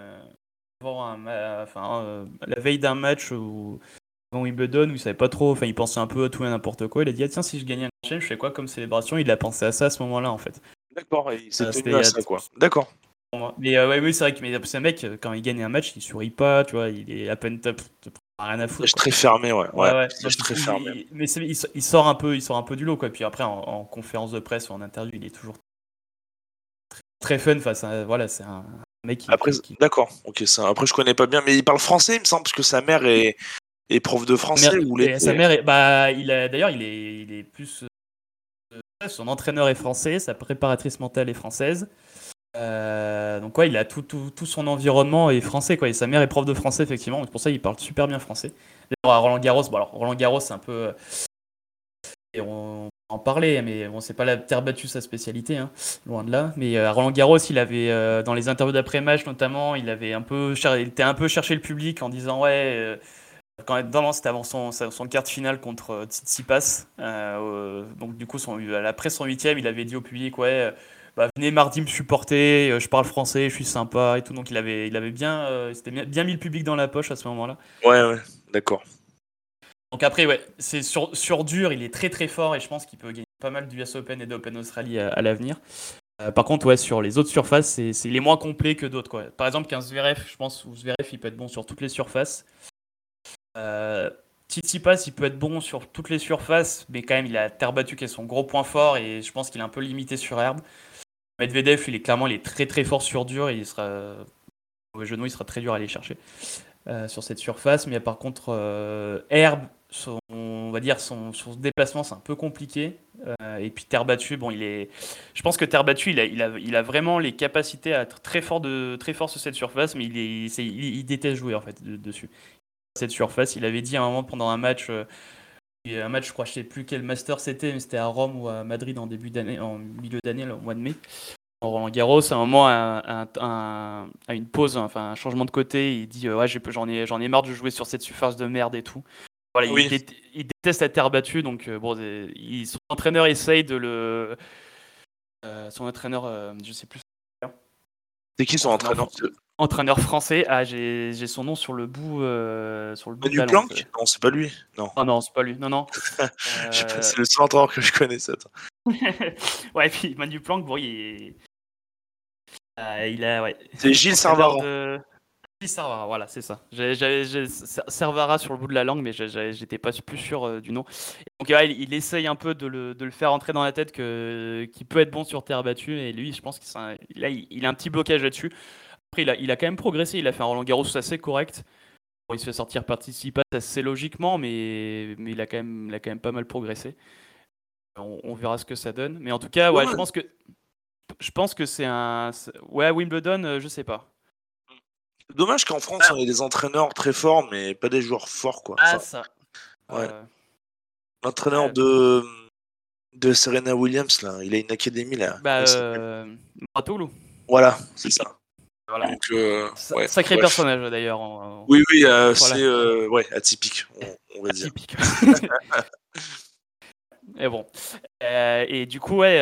la veille d'un match avant Wimbledon, où il savait pas trop, il pensait un peu à tout et n'importe quoi. Il a dit tiens, si je gagnais un chelem, je fais quoi comme célébration? Il a pensé à ça à ce moment-là en fait. D'accord, il s'est tenu à ça quoi. D'accord. Mais oui, c'est vrai que c'est un mec, quand il gagne un match, il sourit pas, tu vois, il est à peine top, rien à foutre. C'est très fermé, ouais. Très fermé. Mais il sort un peu du lot, quoi. Puis après, en conférence de presse ou en interview, il est toujours très fun face à. Voilà, c'est un mec qui. D'accord, ok, ça. Après, je connais pas bien, mais il parle français, il me semble, parce que sa mère est prof de français. Sa mère d'ailleurs, il est plus. Son entraîneur est français, sa préparatrice mentale est française. Donc il a tout son environnement est français, quoi. Et sa mère est prof de français, effectivement. Donc pour ça, il parle super bien français. D'ailleurs, à Roland Garros, Roland Garros, c'est un peu. Et on en parlait, mais bon, c'est pas la terre battue sa spécialité, hein, loin de là. Mais à Roland Garros, il avait dans les interviews d'après-match notamment, il était un peu cherché le public en disant c'était avant son quart de finale contre Tsitsipas. Donc du coup, après son 8e, il avait dit au public venez mardi me supporter, je parle français, je suis sympa et tout. Donc il avait bien, c'était bien mis le public dans la poche à ce moment-là. Ouais, d'accord. Donc après, c'est sur dur, il est très très fort et je pense qu'il peut gagner pas mal d'US Open et d'Open Australie à l'avenir. Par contre, sur les autres surfaces, il est moins complet que d'autres, quoi. Par exemple, qu'un Zverev, je pense que Zverev, il peut être bon sur toutes les surfaces. Tsitsipas, il peut être bon sur toutes les surfaces, mais quand même, il a terre battue qui est son gros point fort et je pense qu'il est un peu limité sur herbe. Medvedev, il est très très fort sur dur et il sera au genou, il sera très dur à aller chercher sur cette surface. Mais par contre, herbe, on va dire son déplacement, c'est un peu compliqué. Et puis terre battue, je pense que terre battue, il a vraiment les capacités à être très fort sur cette surface, mais il déteste jouer en fait dessus. Cette surface, il avait dit à un moment pendant un match, je crois, je sais plus quel master c'était, mais c'était à Rome ou à Madrid en milieu d'année, au mois de mai. Roland Garros, à un moment, à une pause, un changement de côté, il dit j'en ai marre de jouer sur cette surface de merde et tout. Voilà, il déteste la terre battue, donc son entraîneur essaye de le. Son entraîneur, je sais plus. C'est qui son entraîneur? Entraîneur français. Ah, j'ai son nom sur le bout. Manu Planck? Non, c'est pas lui. Non. Oh non, c'est pas lui. Non. C'est le seul entraîneur que je connais, ça. Ouais, et puis Manu Planck, il a. C'est Gilles Servaran. Servara, voilà, c'est ça. J'avais Servara sur le bout de la langue, mais j'étais pas plus sûr du nom. Donc ouais, il essaye un peu de le faire entrer dans la tête qu'il peut être bon sur terre battue, et lui, je pense qu'il il a un petit blocage là-dessus. Après, il a quand même progressé, il a fait un Roland-Garros assez correct. Bon, il se fait sortir participat assez logiquement, mais il a quand même pas mal progressé. On verra ce que ça donne. Mais en tout cas, ouais, je pense que ouais, Wimbledon, je sais pas. Dommage qu'en France, on ait des entraîneurs très forts, mais pas des joueurs forts, quoi. Ah, Enfin, ça. ouais. Euh, L'entraîneur de Serena Williams, là, il a une académie, là. Comment il s'appelle Muratoglou. Voilà, c'est ça. Voilà. Donc, ouais, Sacré bref. personnage d'ailleurs. Oui, Voilà. c'est ouais, atypique, on va dire. Atypique. Et bon. Et du coup, ouais.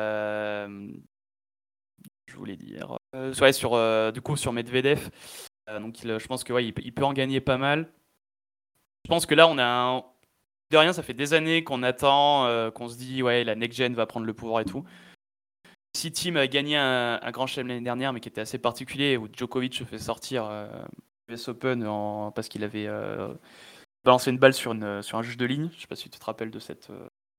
Je voulais dire. Ouais, du coup, sur Medvedev. Donc, je pense que ouais, il peut en gagner pas mal. Je pense que là, on a de rien, ça fait des années qu'on attend, qu'on se dit, ouais, la next-gen va prendre le pouvoir et tout. Si Team a gagné un grand chelem l'année dernière, mais qui était assez particulier, où Djokovic se fait sortir US Open parce qu'il avait balancé une balle sur un juge de ligne. Je sais pas si tu te rappelles de cette.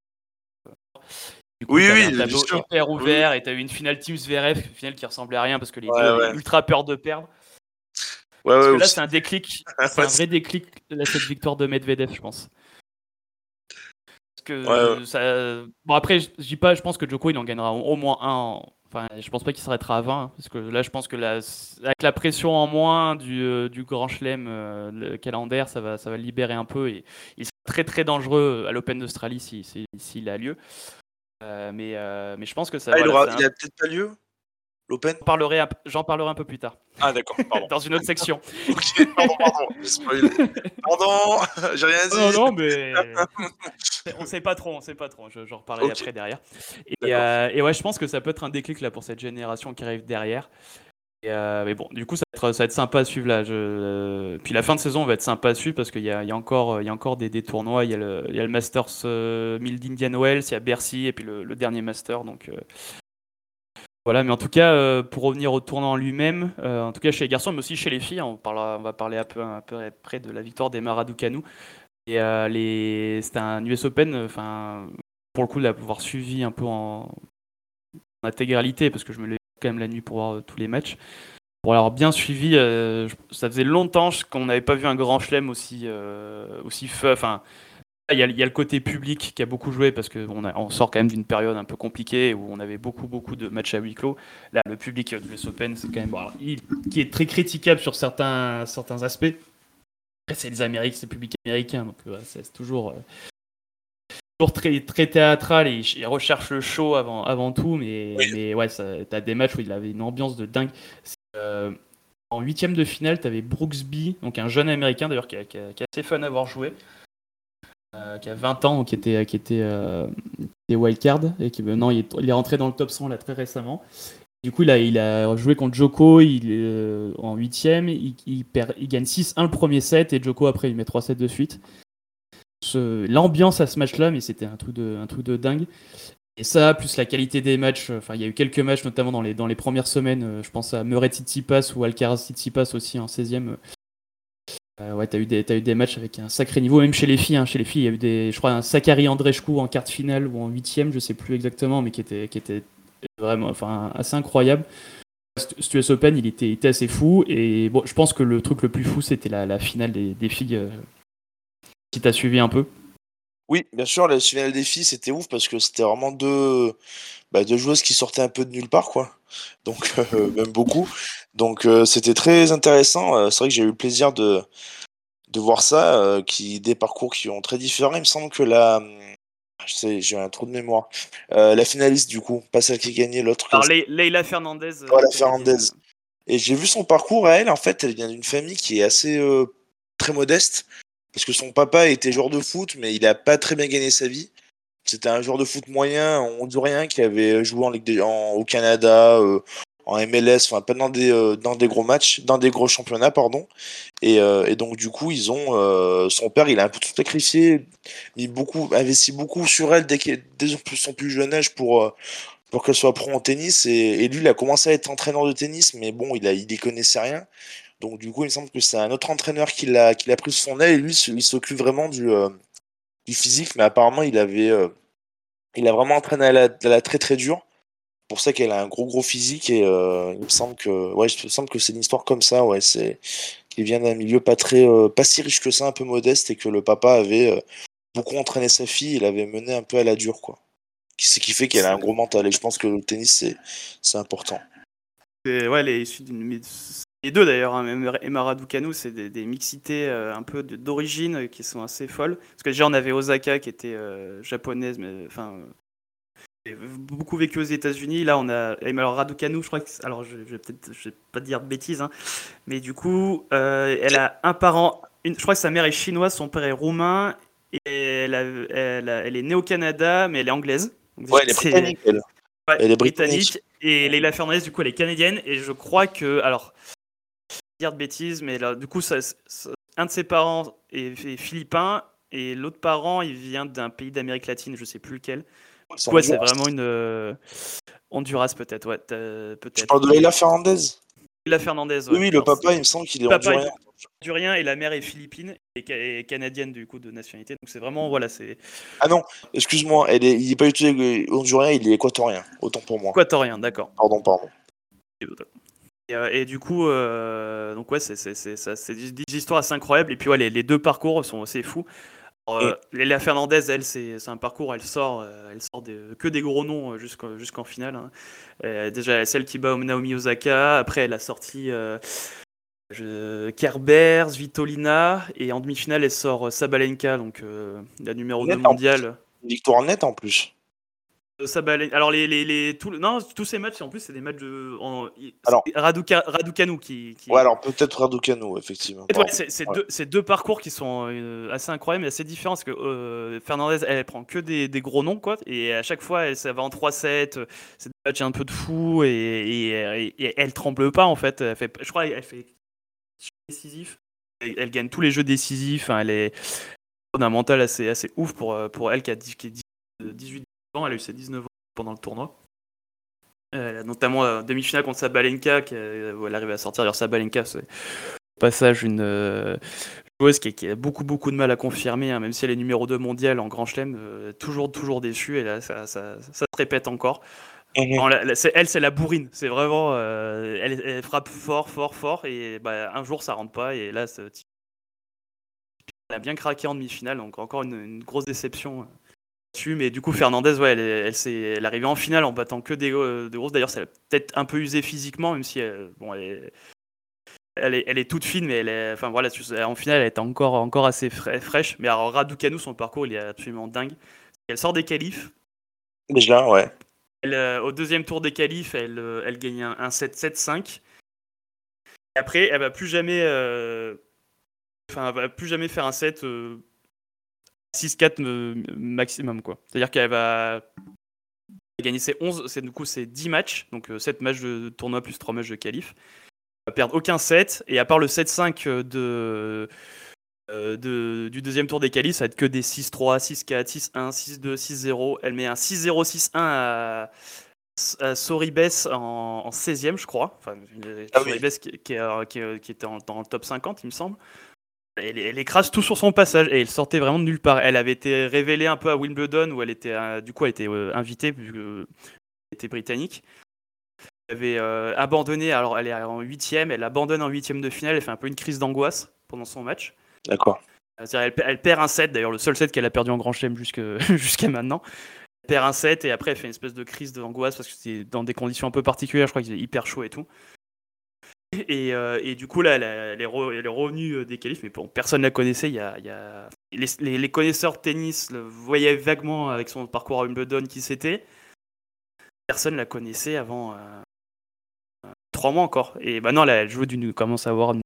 Du coup, Oui, t'avais oui, un bien tableau sûr. hyper Oui. ouvert et t'as eu une finale Team Zverev, une finale qui ressemblait à rien parce que les deux Ouais. avaient ultra peur de perdre. Ouais, Parce que là, aussi. c'est un déclic, c'est un vrai déclic, cette victoire de Medvedev, je pense. Parce que bon, après, je dis pas, je pense que Djoko il en gagnera au moins un. Enfin, je pense pas qu'il s'arrêtera à 20, parce que là, je pense que avec la pression en moins du Grand Chelem, le calendaire, ça va le libérer un peu, et il sera très très dangereux à l'Open d'Australie s'il a lieu. Mais je pense que ça. Il Voilà, a peut-être pas lieu, l'Open. j'en parlerai un peu plus tard. Ah, d'accord, pardon. Dans une autre section. Ok, pardon, j'ai spoilé. Pardon, j'ai rien dit. Non, mais on sait pas trop. J'en reparlerai Ok, après derrière. d'accord. Et ouais, je pense que ça peut être un déclic là pour cette génération qui arrive derrière. Mais bon, du coup, ça va être sympa à suivre là. Puis la fin de saison va être sympa à suivre parce qu'il y a encore des tournois. Il y a le Masters 1000 d'Indian Wells, il y a Bercy et puis le dernier Master. Donc voilà, mais en tout cas, pour revenir au tournoi en lui-même, en tout cas chez les garçons, mais aussi chez les filles, on va parler un peu après de la victoire des Raducanu. Et c'était un US Open, enfin, pour le coup, d'avoir suivi un peu en intégralité, parce que je me levais quand même la nuit pour voir tous les matchs. Pour l'avoir bien suivi, ça faisait longtemps qu'on n'avait pas vu un grand chelem aussi fun. Enfin, il y a le côté public qui a beaucoup joué parce qu'on sort quand même d'une période un peu compliquée où on avait beaucoup de matchs à huis clos. Là, le public de l'US Open, c'est quand même qui est très critiquable sur certains aspects. Après, c'est les Amériques, c'est le public américain, donc c'est toujours très, très théâtral et il recherche le show avant tout. Mais ouais, t'as des matchs où il avait une ambiance de dingue. En huitième de finale, t'avais Brooksby, donc un jeune américain d'ailleurs qui est assez fun à avoir joué. Qui a 20 ans, qui était wildcard et qui maintenant il est rentré dans le top 100 là très récemment. Du coup, il a joué contre Djoko en 8ème, il gagne 6-1 le premier set et Djoko après il met 3 sets de suite. L'ambiance à ce match-là, mais c'était un truc de dingue. Et ça, plus la qualité des matchs, enfin il y a eu quelques matchs notamment dans les premières semaines, je pense à Murray-Tsitsipas ou Alcaraz-Tsitsipas aussi en 16ème. Ouais, t'as eu des matchs avec un sacré niveau, même chez les filles. Chez les filles, il y a eu je crois, un Sakari Andreescu en quart de finale ou en 8ème, je sais plus exactement, mais qui était vraiment, enfin, assez incroyable. Ce US Open, il était assez fou. Et bon, je pense que le truc le plus fou, c'était la finale des filles. Si t'as suivi un peu. Oui, bien sûr, la finale des filles, c'était ouf parce que c'était vraiment deux joueuses qui sortaient un peu de nulle part, quoi. Donc, même beaucoup. Donc, c'était très intéressant. C'est vrai que j'ai eu le plaisir de voir ça, des parcours qui ont très différents. Il me semble que j'ai un trou de mémoire. La finaliste, du coup, pas celle qui a gagné, l'autre. Alors, Leila Fernandez. Voilà, Fernandez. Et j'ai vu son parcours à elle. En fait, elle vient d'une famille qui est assez très modeste. Parce que son papa était joueur de foot, mais il a pas très bien gagné sa vie. C'était un joueur de foot moyen, hondurien, qui avait joué au Canada, en MLS, enfin pas dans des gros matchs, dans des gros championnats, pardon. Et donc du coup, son père, il a un peu tout sacrifié, investi beaucoup sur elle dès son plus jeune âge pour qu'elle soit pro en tennis. Et lui, il a commencé à être entraîneur de tennis, mais bon, il y connaissait rien. Donc du coup, il me semble que c'est un autre entraîneur qui l'a pris sous son aile et lui, il s'occupe vraiment du physique, mais apparemment, il a vraiment entraîné à la très très dure. Pour ça qu'elle a un gros physique et il me semble que c'est une histoire comme ça, ouais, c'est qui vient d'un milieu pas si riche que ça, un peu modeste et que le papa avait beaucoup entraîné sa fille, il avait mené un peu à la dure, quoi. Ce qui fait qu'elle a un gros mental et je pense que le tennis c'est important. Ouais, les deux d'ailleurs, hein, même Emma Raducanu, c'est des mixités un peu d'origine qui sont assez folles. Parce que déjà, on avait Osaka qui était japonaise, mais enfin, beaucoup vécu aux États-Unis. Là, on a Emma Raducanu, je crois que. Alors, je vais pas dire de bêtises, hein, mais du coup, elle a un parent. Je crois que sa mère est chinoise, son père est roumain, et elle est née au Canada, mais elle est anglaise. Donc, Ouais, elle est britannique, elle. Ouais, Elle est britannique. britannique. Et Leila Fernandez, du coup, elle est canadienne. Et je crois que. Alors, dire de bêtises, mais là, du coup, un de ses parents est philippin. Et l'autre parent, il vient d'un pays d'Amérique latine, je sais plus lequel. Ouais, c'est vraiment une. Honduras, peut-être, ouais. Tu Peut-être. parles de Leila Fernandez? Leila Fernandez, Oui, ouais. oui, le Alors, papa, il me semble qu'il est le papa hondurien. est hondurien et la mère est philippine et canadienne, du coup, de nationalité. Donc, c'est vraiment. Voilà, c'est. Ah non, excuse-moi, il est pas du tout hondurien, il est équatorien, autant pour moi. Équatorien, d'accord. Pardon. Et du coup, donc ouais, c'est des histoires assez incroyables. Et puis ouais, les deux parcours sont assez fous. Léla Fernandez, elle, c'est un parcours, elle sort que des gros noms jusqu'en finale, hein. Déjà, celle qui bat Naomi Osaka. Après, elle a sorti Kerber, Svitolina. Et en demi-finale, elle sort Sabalenka, donc la numéro 2 mondiale. Une victoire nette en plus. Alors tous ces matchs en plus c'est des matchs Alors, Raducanu qui ouais, alors peut-être Raducanu, effectivement. ouais, c'est deux parcours qui sont assez incroyables mais assez différents parce que Fernandez elle prend que des gros noms quoi et à chaque fois ça va en 3-7, c'est des matchs un peu de fou et elle tremble pas en fait, je crois elle fait décisif, elle gagne tous les jeux décisifs, hein, elle a un mental assez ouf pour elle qui est 18 ans, elle a eu ses 19 ans pendant le tournoi. Notamment demi-finale contre Sabalenka, où elle arrive à sortir. D'ailleurs, Sabalenka, c'est au passage une joueuse qui a beaucoup de mal à confirmer, hein, même si elle est numéro 2 mondiale en Grand Chelem, toujours déçue, et là, ça se répète encore. Non, elle, c'est la bourrine. C'est vraiment. Elle frappe fort, et bah, un jour, ça rentre pas, et là, elle a bien craqué en demi-finale, donc encore une grosse déception. Mais du coup, Fernandez, ouais, elle est arrivée en finale en battant que des grosses. D'ailleurs, ça l'a peut-être un peu usé physiquement, même si elle est toute fine, mais enfin voilà, en finale, elle est encore assez fraîche. Mais alors, Raducanu, son parcours, il est absolument dingue. Elle sort des qualifs. Déjà, ouais. Au deuxième tour des qualifs, elle gagne un 7-7-5. Et après, elle va plus jamais, elle va plus jamais faire un set. 6-4 maximum quoi. C'est-à-dire qu'elle va gagner ses 11, du coup c'est 10 matchs, donc 7 matchs de tournoi plus 3 matchs de qualif. Elle va perdre aucun set, et à part le 7-5 du deuxième tour des qualifs, ça va être que des 6-3, 6-4, 6-1, 6-2, 6-0. Elle met un 6-0, 6-1 à Soribes en 16e, je crois. Enfin, Soribes qui était dans le top 50, il me semble. Elle écrase tout sur son passage et elle sortait vraiment de nulle part. Elle avait été révélée un peu à Wimbledon où elle était invitée vu qu'elle était britannique. Elle avait abandonné, alors elle est en 8e, elle abandonne en 8e de finale, elle fait un peu une crise d'angoisse pendant son match. D'accord. Elle perd un set, d'ailleurs le seul set qu'elle a perdu en Grand Chelem jusqu'à maintenant. Elle perd un set et après elle fait une espèce de crise d'angoisse parce que c'était dans des conditions un peu particulières, je crois qu'il est hyper chaud et tout. Et du coup, là, elle est revenue des qualifs, mais bon, personne ne la connaissait. Les connaisseurs de tennis le voyaient vaguement avec son parcours à Wimbledon qui c'était. Personne ne la connaissait avant 3 mois encore. Et maintenant, là, elle commence à avoir une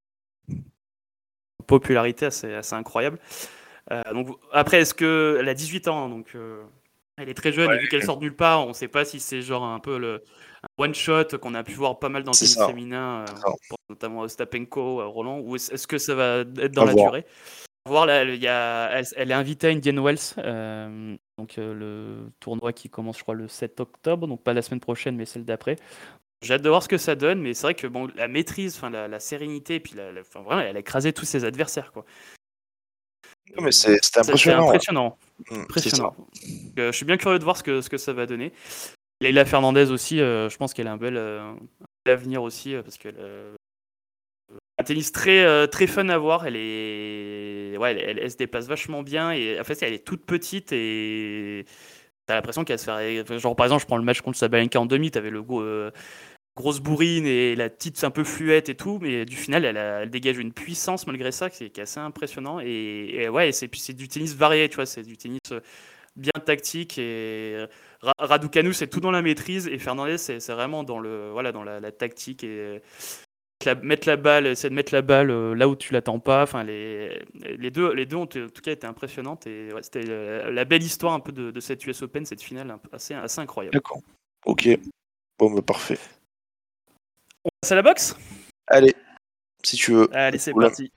popularité assez incroyable. Donc, après, est-ce que elle a 18 ans, donc elle est très jeune, et vu qu'elle sort de nulle part, on ne sait pas si c'est genre un peu un one-shot qu'on a pu voir pas mal dans le tennis féminin, notamment Ostapenko, Roland, ou est-ce que ça va être dans la durée? Voir, là, elle est invitée à Indian Wells, donc le tournoi qui commence, je crois, le 7 octobre, donc pas la semaine prochaine, mais celle d'après. J'ai hâte de voir ce que ça donne, mais c'est vrai que bon, la maîtrise, enfin la sérénité, et puis enfin, vraiment, elle a écrasé tous ses adversaires, quoi. Non, mais c'était C'est impressionnant. impressionnant. C'est ça. Je suis bien curieux de voir ce que ça va donner. Leila Fernandez aussi, je pense qu'elle a un bel avenir aussi, parce qu'elle un tennis très fun à voir. Elle se déplace vachement bien, et en fait, elle est toute petite, et t'as l'impression qu'elle se fait. Genre, par exemple, je prends le match contre Sabalenka en demi, t'avais le grosse bourrine et la petite un peu fluette et tout, mais du final, elle dégage une puissance malgré ça qui est assez impressionnant. Et ouais, puis c'est du tennis varié, tu vois, c'est du tennis bien tactique, et Raducanu, c'est tout dans la maîtrise, et Fernandez, c'est vraiment dans dans la tactique, et essayer de mettre la balle là où tu l'attends pas. Enfin, les deux ont en tout cas été impressionnantes, et ouais, c'était la belle histoire un peu de cette US Open, cette finale assez incroyable. D'accord. Ok. Bon, bah, parfait. On passe à la boxe ? Allez, si tu veux. Allez, c'est parti.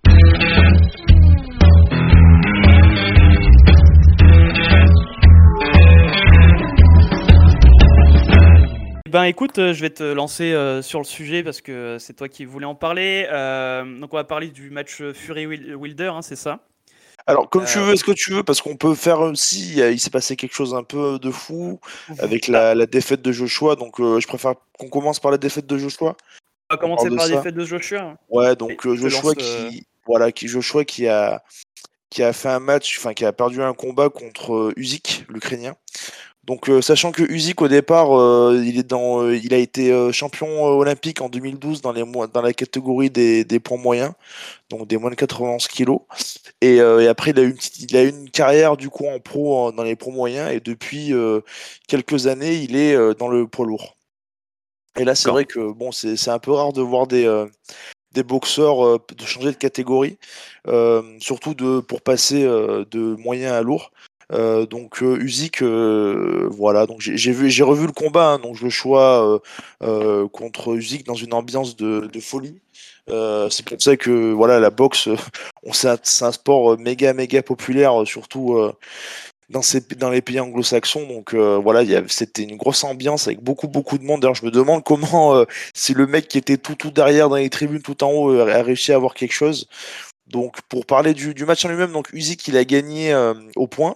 Ben écoute, je vais te lancer sur le sujet parce que c'est toi qui voulais en parler. Donc on va parler du match Fury-Wilder, hein, c'est ça ? Alors, comme tu veux, est-ce que tu veux, parce qu'on peut faire aussi, il s'est passé quelque chose un peu de fou avec la défaite de Joshua, donc je préfère qu'on commence par la défaite de Joshua. On va commencer par la défaite de Joshua. Ouais, donc Joshua qui a fait un match, enfin qui a perdu un combat contre Usyk, l'Ukrainien. Donc, sachant que Usyk au départ, il a été champion olympique en 2012 dans la catégorie des poids moyens, donc des moins de 91 kilos. Et après, il a eu une carrière du coup en pro dans les poids moyens, et depuis quelques années, il est dans le poids lourd. Et là, c'est vrai que bon, c'est un peu rare de voir des boxeurs de changer de catégorie, surtout pour passer de moyen à lourd. Donc Usyk, voilà. Donc j'ai revu le combat, hein, donc Joshua contre Usyk dans une ambiance de folie. C'est pour ça que voilà, la boxe, c'est un sport méga populaire, surtout dans les pays anglo-saxons. Donc voilà, c'était une grosse ambiance avec beaucoup de monde. D'ailleurs, je me demande comment si le mec qui était tout derrière dans les tribunes, tout en haut, a réussi à avoir quelque chose. Donc pour parler du match en lui-même, donc Usyk il a gagné au point.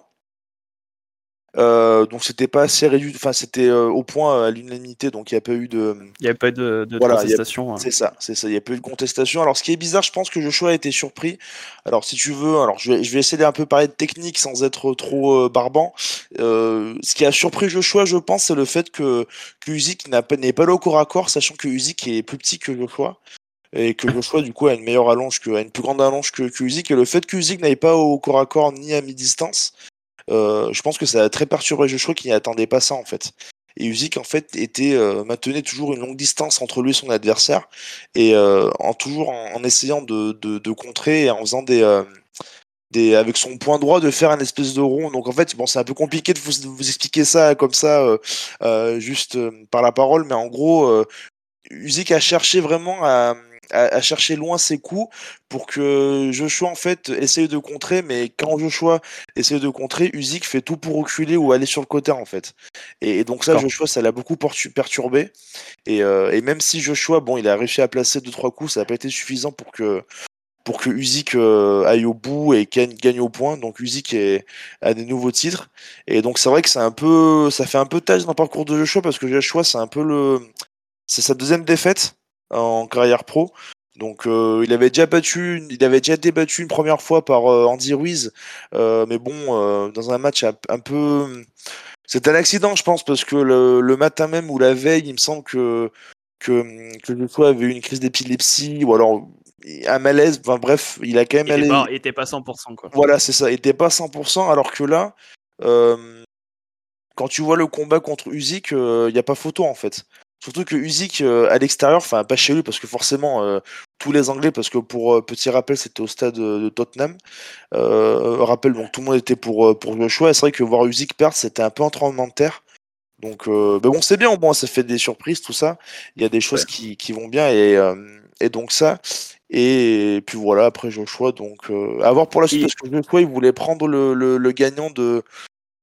Donc c'était pas assez réduit, enfin c'était au point à l'unanimité, donc il n'y a pas eu de. Il n'y avait pas eu de Voilà, contestation. c'est ça, il n'y a pas eu de contestation. Alors ce qui est bizarre, je pense que Joshua a été surpris. Alors si tu veux, alors je vais essayer d'un peu parler de technique sans être trop barbant. Ce qui a surpris Joshua, je pense, c'est le fait que Usyk n'est pas là au corps à corps, sachant que Usyk est plus petit que Joshua. Et que Joshua du coup a une plus grande allonge que Usyk, et le fait que Usyk n'aille pas au corps à corps ni à mi-distance, je pense que ça a très perturbé Joshua qui n'attendait pas ça en fait. Et Usyk en fait maintenait toujours une longue distance entre lui et son adversaire, et en essayant de contrer, et en faisant avec son point droit de faire un espèce de rond. Donc en fait bon, c'est un peu compliqué de vous expliquer ça comme ça juste par la parole, mais en gros Usyk a cherché vraiment à chercher loin ses coups pour que Joshua en fait essaye de contrer, mais quand Joshua essaye de contrer, Usyk fait tout pour reculer ou aller sur le côté en fait. Et donc ça, Joshua, ça l'a beaucoup perturbé. Et même si Joshua, bon, il a réussi à placer 2-3 coups, ça n'a pas été suffisant pour que Usyk aille au bout et gagne au point. Donc Usyk a des nouveaux titres. Et donc c'est vrai que ça fait un peu tâche dans le parcours de Joshua, parce que Joshua, c'est sa deuxième défaite en carrière pro. Donc il avait déjà été battu une première fois par Andy Ruiz, mais bon, dans un match un peu, c'est un accident je pense, parce que le matin même ou la veille, il me semble que Joshua avait eu une crise d'épilepsie, ou alors un malaise, enfin bref, il a quand même Il était pas 100%, quoi. Voilà, c'est ça, il était pas 100%, alors que là, quand tu vois le combat contre Usyk, il n'y a pas photo en fait. Surtout que Usyk à l'extérieur, enfin pas chez lui, parce que forcément tous les Anglais, parce que pour petit rappel c'était au stade de Tottenham, rappel, donc tout le monde était pour Joshua, et c'est vrai que voir Usyk perdre, c'était un peu un tremblement de terre. Donc mais bon, c'est bien, au moins ça fait des surprises, tout ça, il y a des choses qui vont bien, et donc ça, et puis voilà, après Joshua, donc à voir pour la suite, parce que Joshua il voulait prendre le gagnant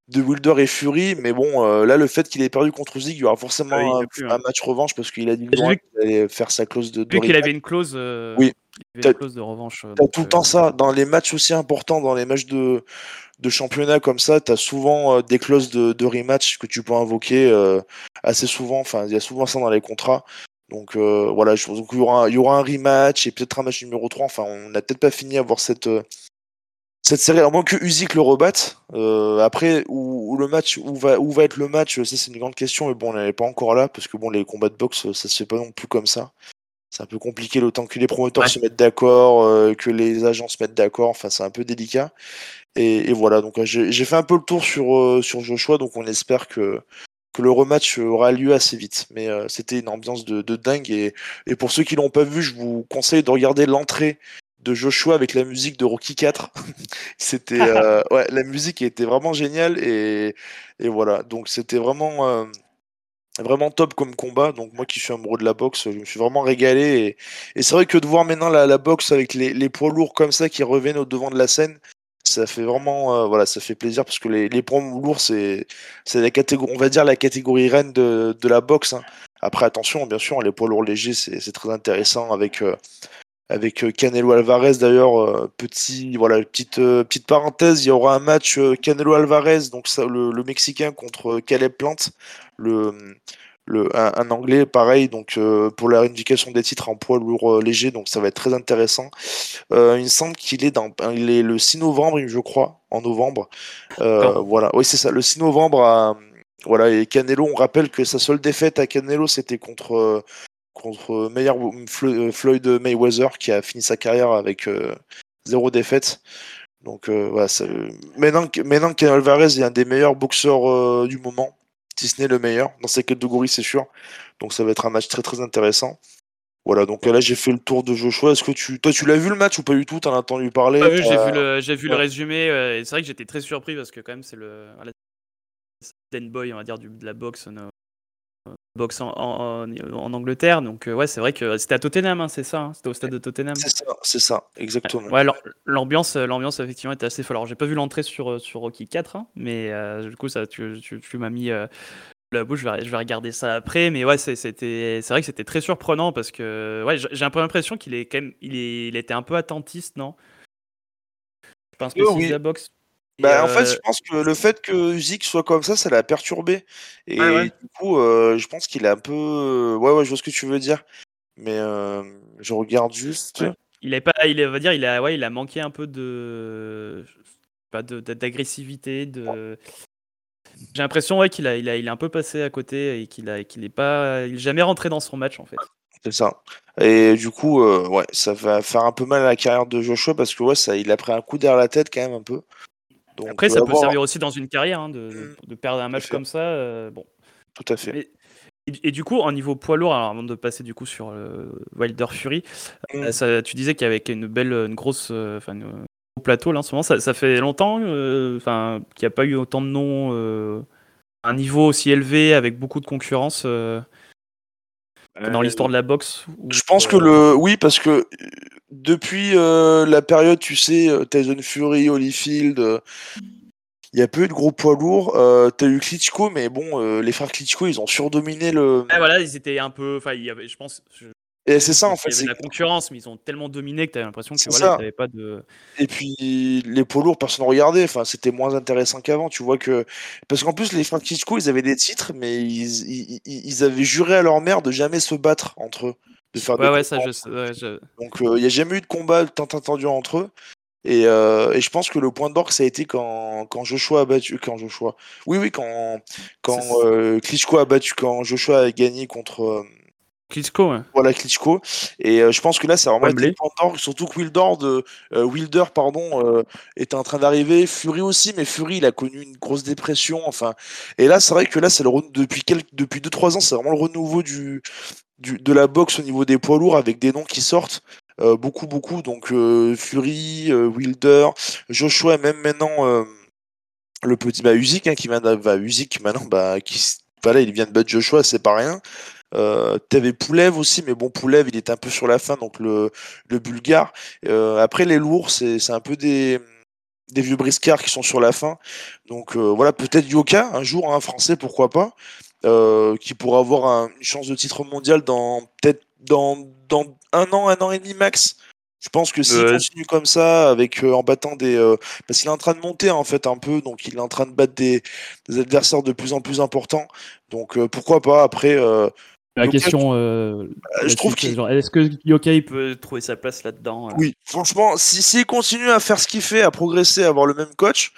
Wilder et Fury, mais bon, là, le fait qu'il ait perdu contre Usyk, il y aura forcément un match revanche parce qu'il a dit qu'il allait faire sa clause de vu qu'il avait une clause, oui. il avait une clause de revanche. T'as tout le temps ça. Dans les matchs aussi importants, dans les matchs de championnat comme ça, t'as souvent des clauses de rematch que tu peux invoquer assez souvent. Enfin, il y a souvent ça dans les contrats. Donc voilà, je pense qu'il y aura un rematch et peut-être un match numéro 3. Enfin, on n'a peut-être pas fini à voir cette série, à moins que Usyk le rebatte. Après, où va être le match, ça c'est une grande question, mais bon, on n'est pas encore là, parce que bon, les combats de boxe, ça se fait pas non plus comme ça. C'est un peu compliqué le temps que les promoteurs se mettent d'accord, que les agents se mettent d'accord, enfin c'est un peu délicat. Et voilà, donc j'ai fait un peu le tour sur Joshua, donc on espère que le rematch aura lieu assez vite. Mais c'était une ambiance de dingue, et pour ceux qui l'ont pas vu, je vous conseille de regarder l'entrée de Joshua avec la musique de Rocky 4. C'était la musique était vraiment géniale, et voilà, donc c'était vraiment top comme combat. Donc moi qui suis amoureux de la boxe, je me suis vraiment régalé, et c'est vrai que de voir maintenant la boxe avec les poids lourds comme ça qui reviennent au devant de la scène, ça fait vraiment ça fait plaisir, parce que les poids lourds c'est la catégorie, on va dire la catégorie reine de la boxe, hein. Après attention, bien sûr, les poids lourds légers c'est très intéressant avec Canelo Alvarez. D'ailleurs, petite parenthèse, il y aura un match Canelo Alvarez, donc ça, le Mexicain contre Caleb Plant, un Anglais, pareil, donc pour la réunification des titres en poids lourd léger, donc ça va être très intéressant. Il me semble qu'il est il est le 6 novembre, je crois, en novembre. Voilà, oui c'est ça, le 6 novembre. Voilà, et Canelo, on rappelle que sa seule défaite à Canelo, c'était contre Floyd Mayweather, qui a fini sa carrière avec 0 défaite. Donc voilà, maintenant Canelo Alvarez est un des meilleurs boxeurs du moment, si ce n'est le meilleur dans cette catégorie, c'est sûr. Donc ça va être un match très très intéressant. Voilà, donc là j'ai fait le tour de Joshua. Est-ce que toi tu l'as vu le match ou pas du tout? T'en as entendu parler? Oui, j'ai vu le résumé, et c'est vrai que j'étais très surpris parce que quand même c'est le Den Boy, on va dire, de la boxe boxe en Angleterre. Donc ouais, c'est vrai que c'était à Tottenham, hein, c'est ça, hein, c'était au stade de Tottenham. C'est ça, exactement. Ouais, alors l'ambiance effectivement était assez folle. Alors j'ai pas vu l'entrée sur Rocky 4, hein, mais du coup ça tu m'as mis la bouche. Je vais regarder ça après, mais ouais, c'est vrai que c'était très surprenant parce que ouais, j'ai un peu l'impression qu'il est quand même il était un peu attentiste, non? Je pense que Oui. de la boxe. En fait, je pense que le fait que Zik soit comme ça l'a perturbé. Et du coup, je pense qu'il est un peu. Ouais, je vois ce que tu veux dire. Mais je regarde juste. Ouais. Il a manqué un peu d'agressivité. J'ai l'impression qu'il il est un peu passé à côté et qu'il est jamais rentré dans son match en fait. C'est ça. Et du coup, ouais, ça va faire un peu mal à la carrière de Joshua, parce que ouais, il a pris un coup derrière la tête quand même un peu. Donc, après, ça peut servir aussi dans une carrière, hein, de perdre un match comme ça. Bon. Tout à fait. Et du coup, en niveau poids lourd, alors avant de passer du coup sur Wilder Fury, tu disais qu'il y avait une grosse, gros plateau là en ce moment. Ça fait longtemps, qu'il n'y a pas eu autant de noms, un niveau aussi élevé avec beaucoup de concurrence dans l'histoire de la boxe. Je pense que oui, parce que depuis la période, tu sais, Tyson Fury, Holyfield, il y a peu eu de gros poids lourds. T'as eu Klitschko, mais bon, les frères Klitschko, ils ont surdominé le. Ouais, voilà, ils étaient un peu. Enfin, il y avait, je pense. Et c'est ça en fait. Il y avait de la concurrence, mais ils ont tellement dominé que t'avais l'impression que voilà, ils n'avaient pas de. Et puis les poids lourds, personne ne regardait. Enfin, c'était moins intéressant qu'avant. Tu vois que parce qu'en plus les frères Klitschko, ils avaient des titres, mais ils avaient juré à leur mère de jamais se battre entre eux, de faire des Ouais, ça, Donc il n'y a jamais eu de combat tant attendu entre eux. Et je pense que le point d'orgue, ça a été quand Joshua a battu. Oui, quand Klitschko a battu, quand Joshua a gagné contre. Klitschko, ouais. Voilà, Klitschko. Et je pense que là, ça a vraiment été le point d'orgue. Surtout que Wilder, était en train d'arriver. Fury aussi, mais Fury, il a connu une grosse dépression. Enfin, et là, c'est vrai que là, c'est depuis 2-3 ans, c'est vraiment le renouveau de la boxe au niveau des poids lourds, avec des noms qui sortent. Beaucoup. Donc Fury, Wilder, Joshua, et même maintenant le petit Usyk, hein, Usyk maintenant, il vient de battre Joshua, c'est pas rien. T'avais Poulev aussi, mais bon, Poulev, il était un peu sur la fin, donc le Bulgare. Après, les lourds, c'est un peu des des vieux briscards qui sont sur la fin. Donc voilà, peut-être Yoka, un jour, un Français, pourquoi pas, qui pourra avoir une chance de titre mondial peut-être dans un an et demi max. Je pense que s'il continue comme ça, en battant parce qu'il est en train de monter en fait un peu, donc il est en train de battre des adversaires de plus en plus importants. Donc pourquoi pas après. La Yoka, question, je trouve qu'il. Est-ce que Yoka il peut trouver sa place là-dedans Oui, franchement, s'il continue à faire ce qu'il fait, à progresser, à avoir le même coach,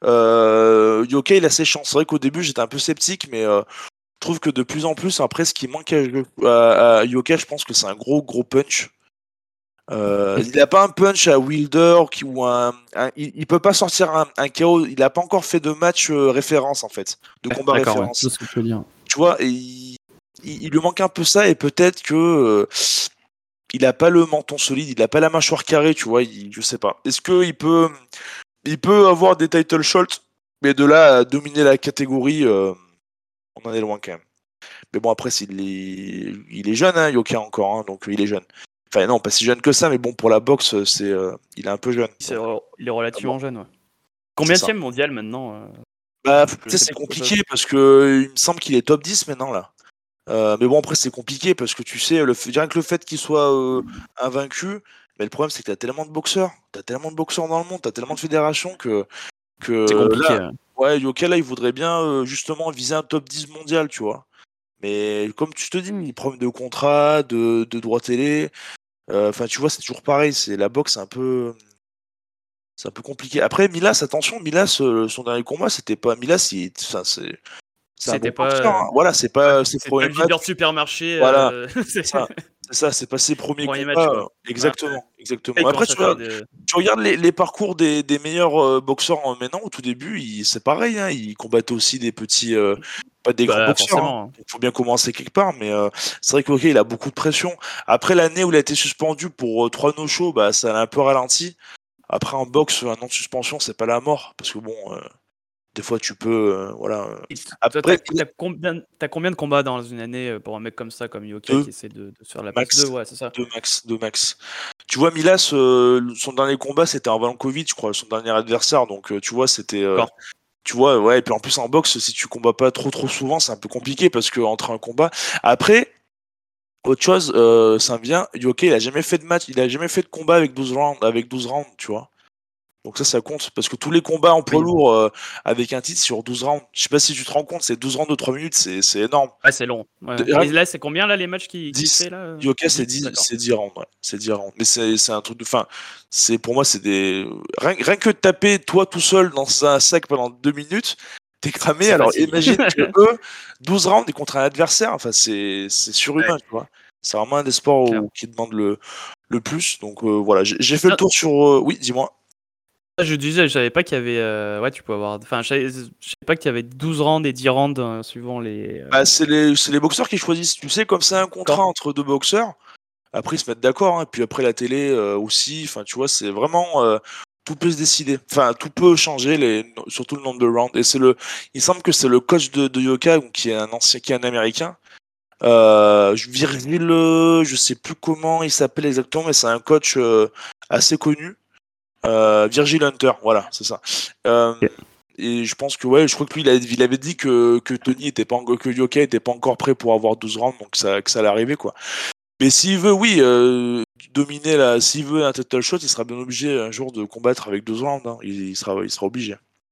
Yoka il a ses chances. C'est vrai qu'au début j'étais un peu sceptique, mais je trouve que de plus en plus, après ce qui manque à Yoka, je pense que c'est un gros punch. Il n'a pas un punch à Wilder il peut pas sortir un KO. Il n'a pas encore fait de match référence en fait, de combat référence. Ouais, c'est ce que tu veux dire. Tu vois, il lui manque un peu ça et peut-être que il n'a pas le menton solide, il n'a pas la mâchoire carrée, tu vois. Je sais pas. Est-ce qu'il peut avoir des title shots, mais de là à dominer la catégorie, on en est loin quand même. Mais bon, après, il est jeune, hein, Yoka encore, hein, donc il est jeune. Enfin, non, pas si jeune que ça, mais bon, pour la boxe, il est un peu jeune. Il est relativement jeune, ouais. Combienième mondial maintenant c'est compliqué parce que il me semble qu'il est top 10 maintenant, là. Mais bon, après, c'est compliqué parce que tu sais, rien que le fait qu'il soit invaincu, mais le problème, c'est que t'as tellement de boxeurs. T'as tellement de boxeurs dans le monde, t'as tellement de fédérations que c'est compliqué. Là, ouais, Yoka, là, il voudrait bien justement viser un top 10 mondial, tu vois. Mais comme tu te dis, il problème de contrat, de droit télé. Enfin, tu vois, c'est toujours pareil. La boxe, c'est un peu compliqué. Après, Milas, attention, son dernier combat, c'était pas Milas. C'était pas. Boxeur, hein. Voilà, c'est pas ses premiers matchs. C'est pas le supermarché. Voilà, c'est ça, c'est pas ses premiers combats. Match, exactement. Après, tu regardes les parcours des meilleurs boxeurs maintenant. Au tout début, c'est pareil. Hein, ils combattaient aussi des petits, pas des grands boxeurs. Hein. Il faut bien commencer quelque part, mais c'est vrai qu'il a beaucoup de pression. Après l'année où il a été suspendu pour 3 no-shows, ça l'a un peu ralenti. Après en boxe, un an de suspension, c'est pas la mort, parce que bon. Des fois, tu peux, voilà. Après, t'as combien de combats dans une année pour un mec comme ça, comme Yoka, qui essaie de faire la max 2, ouais, c'est ça. 2 max. Tu vois, Milas, son dernier combat, c'était en Valankovic, je crois, son dernier adversaire. Donc, tu vois, c'était. Tu vois, ouais. Et puis en plus, en boxe, si tu combats pas trop souvent, c'est un peu compliqué parce que entre un combat. Après, autre chose, ça me vient. Yoka, il a jamais fait de match, il a jamais fait de combat avec 12 rounds, tu vois. Donc ça compte, parce que tous les combats en poids lourd avec un titre sur 12 rounds, je sais pas si tu te rends compte, c'est 12 rounds de 3 minutes, c'est énorme. Ouais, c'est long. Ouais. Et là, c'est combien là les matchs qu'il fait là Yoka, c'est 10 rounds, ouais. C'est 10 rounds. Mais c'est un truc de fin. Pour moi, c'est des. Rien que de taper toi tout seul dans un sac pendant 2 minutes, t'es cramé. Alors imagine que eux, 12 rounds et contre un adversaire, enfin c'est surhumain, tu vois. C'est vraiment un des sports qui demande le plus. Donc voilà, j'ai fait le tour sur. Oui, dis-moi. Je disais, je savais pas qu'il y avait. Ouais, tu peux avoir. Enfin, je savais pas qu'il y avait 12 rounds et 10 rounds suivant les. C'est les boxeurs qui choisissent. Tu sais, comme c'est un contrat entre 2 boxeurs, après ils se mettent d'accord. Hein, puis après la télé aussi. Enfin, tu vois, c'est vraiment. Tout peut se décider. Enfin, tout peut changer, surtout le nombre de rounds. Et il semble que c'est le coach de Yoka, qui est un Américain. Virgil, je sais plus comment il s'appelle exactement, mais c'est un coach assez connu. Virgil Hunter, voilà, c'est ça. Et je pense que je crois que lui il avait dit que Tony était pas que Yoka était pas encore prêt pour avoir 12 rounds, donc que ça allait arriver quoi. Mais s'il veut, dominer s'il veut un title shot, il sera bien obligé un jour de combattre avec 12 rounds. Hein. Il sera obligé.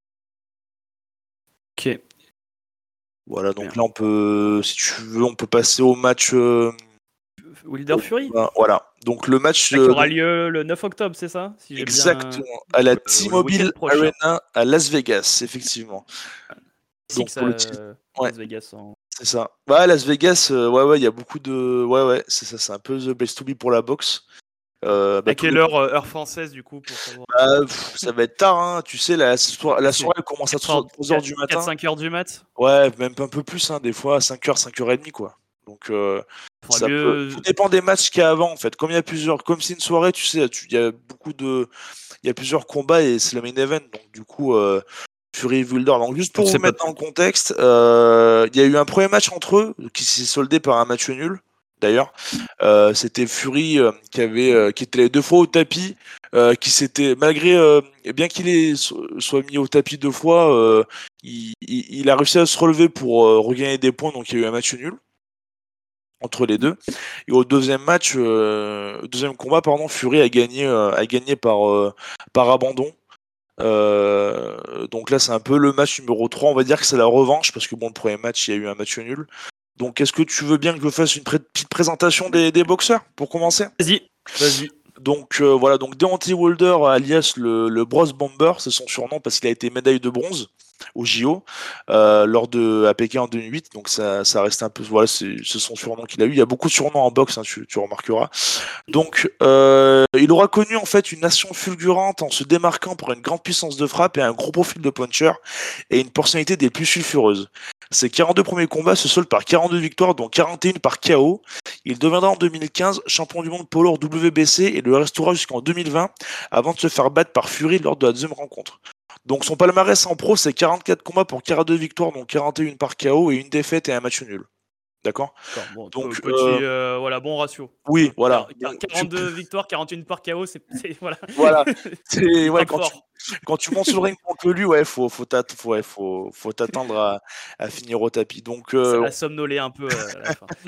Ok. Voilà, donc là si tu veux, on peut passer au match. Wilder Fury. Voilà. Donc le match qui aura lieu le 9 octobre, c'est ça exactement, à la T-Mobile Arena à Las Vegas, effectivement. Donc pour Las Vegas. C'est ça. Ouais, Las Vegas, il y a beaucoup de. Ouais, c'est ça, c'est un peu the place to be pour la boxe. À quelle heure française du coup pour savoir ça va être tard, hein. Tu sais, la soirée elle commence à 3h du matin. 4-5h du mat. Ouais, même un peu plus, hein, des fois, 5h, 5h30, quoi. Donc, tout dépend des matchs qu'il y a avant, en fait. Comme c'est une soirée, tu sais, il y a plusieurs combats et c'est le main event. Donc, du coup, Fury et Wilder. Donc, juste pour vous mettre dans le contexte, il y a eu un premier match entre eux qui s'est soldé par un match nul. d'ailleurs. C'était Fury qui était 2 fois au tapis, qui s'était, malgré, bien soit mis au tapis 2 fois, il a réussi à se relever pour regagner des points, donc il y a eu un match nul entre les deux. Et au deuxième combat, pardon, Fury a gagné par abandon. Donc là, c'est un peu le match numéro 3. On va dire que c'est la revanche parce que bon, le premier match, il y a eu un match nul. Donc, est-ce que tu veux bien que je fasse une petite présentation des boxeurs pour commencer? Vas-y. Donc voilà, donc Deontay Wilder, alias le Bros Bomber, c'est son surnom parce qu'il a été médaille de bronze au JO lors de à Pékin en 2008. Donc ça reste un peu, voilà, c'est son surnom qu'il a eu. Il y a beaucoup de surnoms en boxe, hein, tu remarqueras. Donc il aura connu en fait une nation fulgurante en se démarquant par une grande puissance de frappe et un gros profil de puncher et une personnalité des plus sulfureuses. Ses 42 premiers combats se soldent par 42 victoires, dont 41 par KO. Il deviendra en 2015 champion du monde poids lourd WBC et le restera jusqu'en 2020 avant de se faire battre par Fury lors de la deuxième rencontre. Donc son palmarès en pro, c'est 44 combats pour 42 victoires, dont 41 par KO et une défaite et un match nul. D'accord. Bon, Donc voilà, bon ratio. Oui, voilà. 42 victoires, 41 par KO, c'est voilà. Voilà. C'est ouais, quand tu montes sur le ring contre lui, ouais, faut t'attendre à finir au tapis. Donc ça a somnolé un peu à la fin.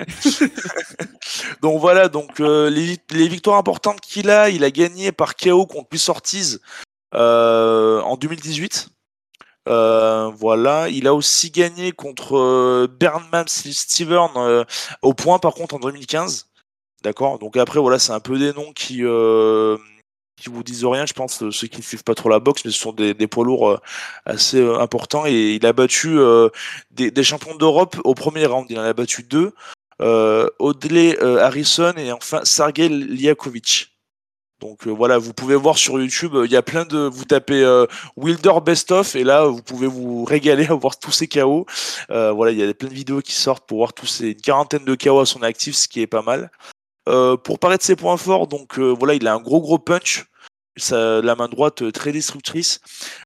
Donc voilà, donc les victoires importantes qu'il a, il a gagné par KO contre Luis Ortiz en 2018. Voilà, il a aussi gagné contre Bernman Steven au point par contre en 2015. D'accord. Donc après voilà, c'est un peu des noms qui vous disent rien, je pense, ceux qui ne suivent pas trop la boxe, mais ce sont des poids lourds assez importants. Et il a battu des champions d'Europe au premier round. Il en a battu 2. Audley Harrison et enfin Sergei Liakovic. Donc voilà, vous pouvez voir sur YouTube, il y a plein de... Vous tapez Wilder Best of et là, vous pouvez vous régaler à voir tous ces KO. Voilà, il y a plein de vidéos qui sortent pour voir une quarantaine de KO à son actif, ce qui est pas mal. Pour parler de ses points forts, donc voilà, il a un gros punch, la main droite très destructrice.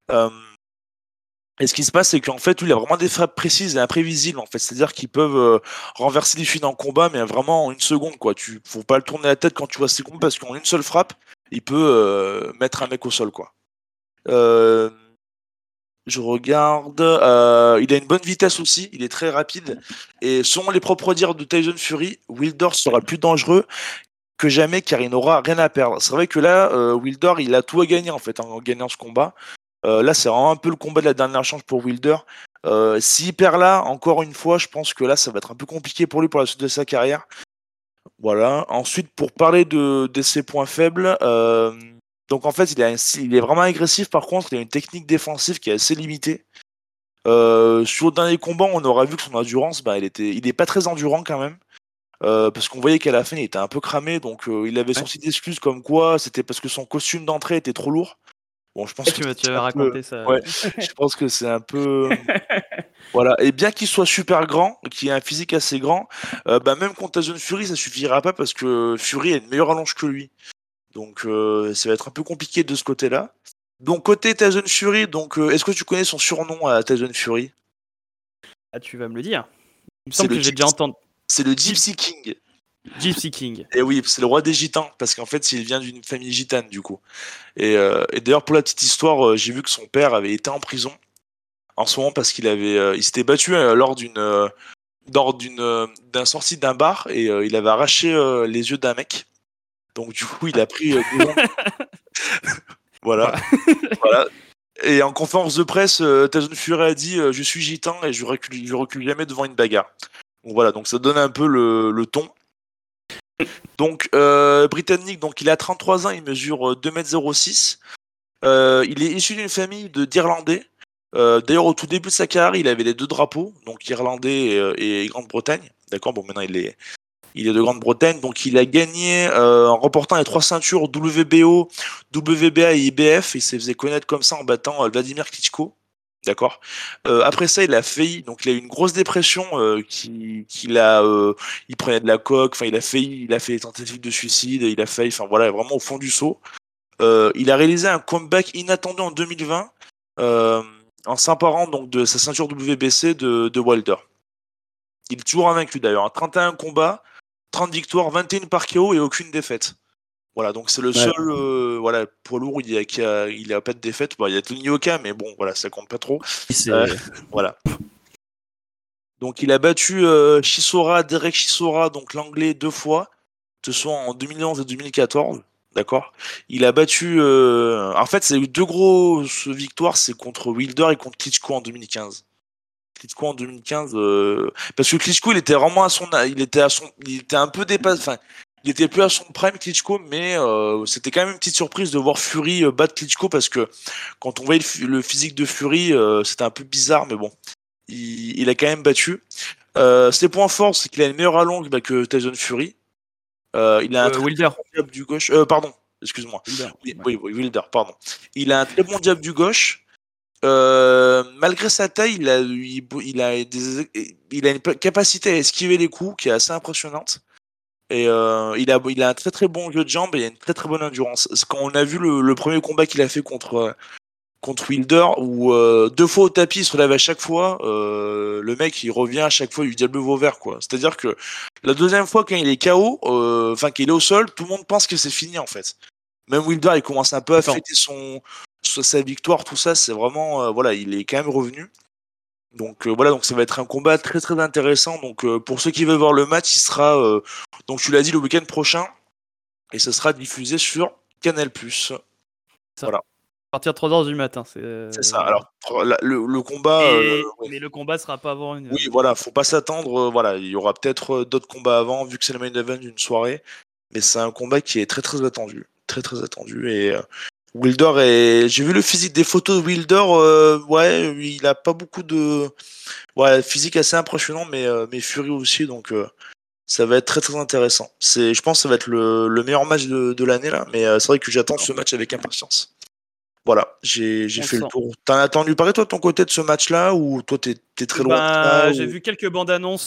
Et ce qui se passe, c'est qu'en fait, lui, il a vraiment des frappes précises et imprévisibles, en fait. C'est-à-dire qu'ils peuvent renverser les filles en combat, mais vraiment en une seconde, quoi. Faut pas le tourner la tête quand tu vois ses combats, parce qu'en une seule frappe, il peut mettre un mec au sol, quoi. Je regarde. Il a une bonne vitesse aussi. Il est très rapide. Et selon les propres dires de Tyson Fury, Wilder sera plus dangereux que jamais, car il n'aura rien à perdre. C'est vrai que là, Wilder, il a tout à gagner, en fait, en gagnant ce combat. Là, c'est vraiment un peu le combat de la dernière chance pour Wilder. S'il perd là, encore une fois, je pense que là, ça va être un peu compliqué pour lui pour la suite de sa carrière. Voilà. Ensuite, pour parler de ses points faibles, donc en fait, il est vraiment agressif. Par contre, il a une technique défensive qui est assez limitée. Sur le dernier combat, on aura vu que son endurance, il est pas très endurant quand même. Parce qu'on voyait qu'à la fin, il était un peu cramé. Donc, il avait sorti d'excuses comme quoi c'était parce que son costume d'entrée était trop lourd. Bon, je pense tu vas raconter ça. Ouais, je pense que c'est un peu. Voilà. Et bien qu'il soit super grand, qu'il ait un physique assez grand, même contre Tyson Fury, ça suffira pas parce que Fury a une meilleure allonge que lui. Donc, ça va être un peu compliqué de ce côté-là. Donc, côté Tyson Fury, est-ce que tu connais son surnom à Tyson Fury? Ah, tu vas me le dire. Il me semble que j'ai déjà entendu. C'est le Gypsy King. Gypsy King. Et oui, c'est le roi des gitans, parce qu'en fait, il vient d'une famille gitane, du coup. Et d'ailleurs, pour la petite histoire, j'ai vu que son père avait été en prison en ce moment parce il s'était battu lors d'un sortie d'un bar et il avait arraché les yeux d'un mec. Donc du coup, il a pris 2 ans. Voilà. Voilà. Et en conférence de presse, Tyson Fury a dit je suis gitan et je recule jamais devant une bagarre. Donc voilà, donc ça donne un peu le ton. Donc britannique, donc il a 33 ans, il mesure 2,06 m. Il est issu d'une famille d'Irlandais. D'ailleurs, au tout début de sa carrière, il avait les 2 drapeaux, donc Irlandais et Grande-Bretagne. D'accord, bon, maintenant il est de Grande-Bretagne, donc il a gagné en remportant les 3 ceintures WBO, WBA et IBF. Il s'est fait connaître comme ça en battant Vladimir Klitschko. D'accord. Après ça, il a failli, donc il a eu une grosse dépression, il prenait de la coke, enfin il a fait des tentatives de suicide, il a failli, enfin voilà, vraiment au fond du seau. Il a réalisé un comeback inattendu en 2020 en s'emparant donc de sa ceinture WBC de Wilder. Il est toujours invaincu d'ailleurs, 31 combats, 30 victoires, 21 par KO et aucune défaite. Voilà, donc c'est le seul poids lourd il a pas de défaite. Bon, il y a Tony Oka, mais bon, voilà, ça compte pas trop. Voilà. Donc il a battu Derek Chisora, donc l'anglais, 2 fois, ce soit en 2011 et 2014. D'accord. Il a battu. En fait, c'est 2 grosses victoires, c'est contre Wilder et contre Klitschko en 2015. Klitschko en 2015, parce que Klitschko, il était vraiment il était un peu dépassé. Enfin, il était plus à son prime, Klitschko, mais c'était quand même une petite surprise de voir Fury battre Klitschko, parce que quand on voyait le physique de Fury, c'était un peu bizarre, mais bon, il a quand même battu. Ses points forts, c'est qu'il a une meilleure allonge que Tyson Fury. Il a un très Wilder. bon jab du gauche. Pardon, excuse-moi. Wilder. Oui, Wilder, pardon. Il a un très bon jab du gauche. Malgré sa taille, il a une capacité à esquiver les coups qui est assez impressionnante. Et il a un très très bon jeu de jambes et il a une très très bonne endurance. Quand on a vu le premier combat qu'il a fait contre Wilder, où 2 fois au tapis, il se relève à chaque fois, le mec il revient à chaque fois du diable Vauvert, quoi. C'est-à-dire que la deuxième fois, quand il est KO, qu'il est au sol, tout le monde pense que c'est fini en fait. Même Wilder, il commence un peu à fêter sa victoire, tout ça, c'est vraiment il est quand même revenu. Donc donc ça va être un combat très très intéressant. Donc pour ceux qui veulent voir le match, il sera donc tu l'as dit, le week-end prochain, et ce sera diffusé sur Canal+. Voilà. À partir de 3h du matin. C'est ça. Alors le combat. Mais le combat sera pas avant une. Oui, voilà, faut pas s'attendre. Il y aura peut-être d'autres combats avant, vu que c'est le main event d'une soirée. Mais c'est un combat qui est très très attendu, très très attendu. Et Wilder j'ai vu le physique des photos de Wilder. Il a pas beaucoup de. Physique assez impressionnant, mais Fury aussi. Donc ça va être très très intéressant. Je pense que ça va être le meilleur match de l'année là. Mais c'est vrai que j'attends ce match avec impatience. Voilà, j'ai fait le tour. T'en as entendu parler, toi, de ton côté, de ce match-là, ou toi, t'es très loin de ça, J'ai vu quelques bandes annonces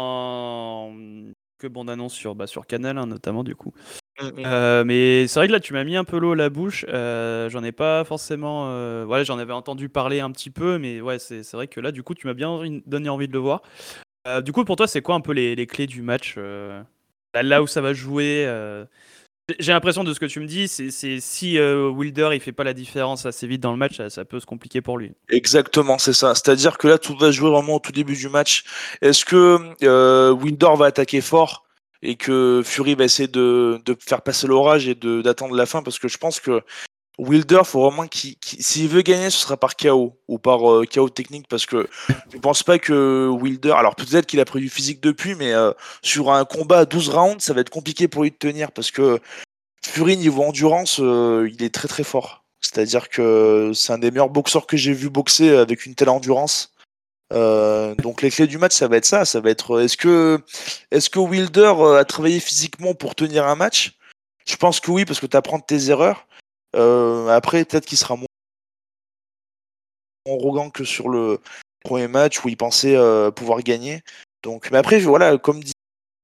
sur Canal, notamment, du coup. Mais c'est vrai que là, tu m'as mis un peu l'eau à la bouche. J'en ai pas forcément. J'en avais entendu parler un petit peu, mais c'est vrai que là, du coup, tu m'as bien donné envie de le voir. Du coup, pour toi, c'est quoi un peu les clés du match là où ça va jouer J'ai l'impression de ce que tu me dis, c'est si Wilder il fait pas la différence assez vite dans le match, ça peut se compliquer pour lui. Exactement, c'est ça. C'est-à-dire que là, tout va se jouer vraiment au tout début du match. Est-ce que Wilder va attaquer fort et que Fury va essayer de faire passer l'orage et d'attendre la fin? Parce que je pense que Wilder, faut vraiment s'il veut gagner, ce sera par KO ou par KO technique, parce que je pense pas que Wilder, alors peut-être qu'il a pris du physique depuis, mais sur un combat à 12 rounds, ça va être compliqué pour lui de tenir, parce que Fury, niveau endurance, il est très très fort. C'est-à-dire que c'est un des meilleurs boxeurs que j'ai vu boxer avec une telle endurance. Donc les clés du match, ça va être ça. Ça va être est-ce que Wilder a travaillé physiquement pour tenir un match? Je pense que oui, parce que tu apprends de tes erreurs. Après, peut-être qu'il sera moins arrogant que sur le premier match où il pensait pouvoir gagner. Donc, mais après, voilà, comme dit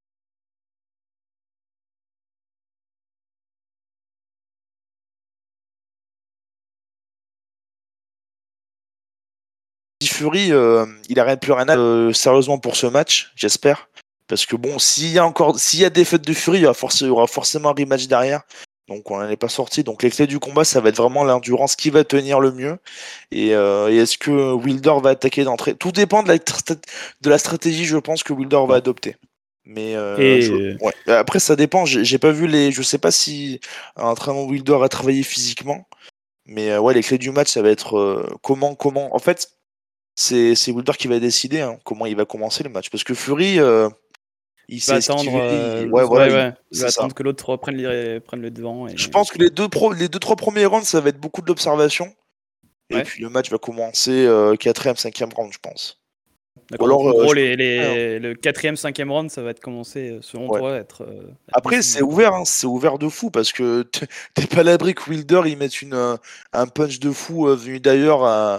Fury, il a plus rien à sérieusement pour ce match, j'espère. Parce que bon, s'il y a défaite de Fury, il y aura forcément un rematch derrière. Donc on n'en est pas sorti. Donc les clés du combat, ça va être vraiment l'endurance qui va tenir le mieux. Et est-ce que Wilder va attaquer d'entrée? Tout dépend de la stratégie, je pense, que Wilder va adopter. Mais après, ça dépend. J'ai pas vu je sais pas si entraînement Wilder a travaillé physiquement. Mais les clés du match, ça va être comment. En fait, c'est Wilder qui va décider comment il va commencer le match. Parce que Fury, il va sait attendre, il va attendre que l'autre prenne le devant. Je pense que les 2-3 premiers rounds, ça va être beaucoup de l'observation. Et puis le match va commencer 4e, 5e round, je pense. D'accord. Alors, en gros, le 4e, 5e round, ça va être commencé, selon toi, être après, c'est ouvert, c'est ouvert de fou, parce que t'es pas à l'abri que Wilder il mette un punch de fou venu d'ailleurs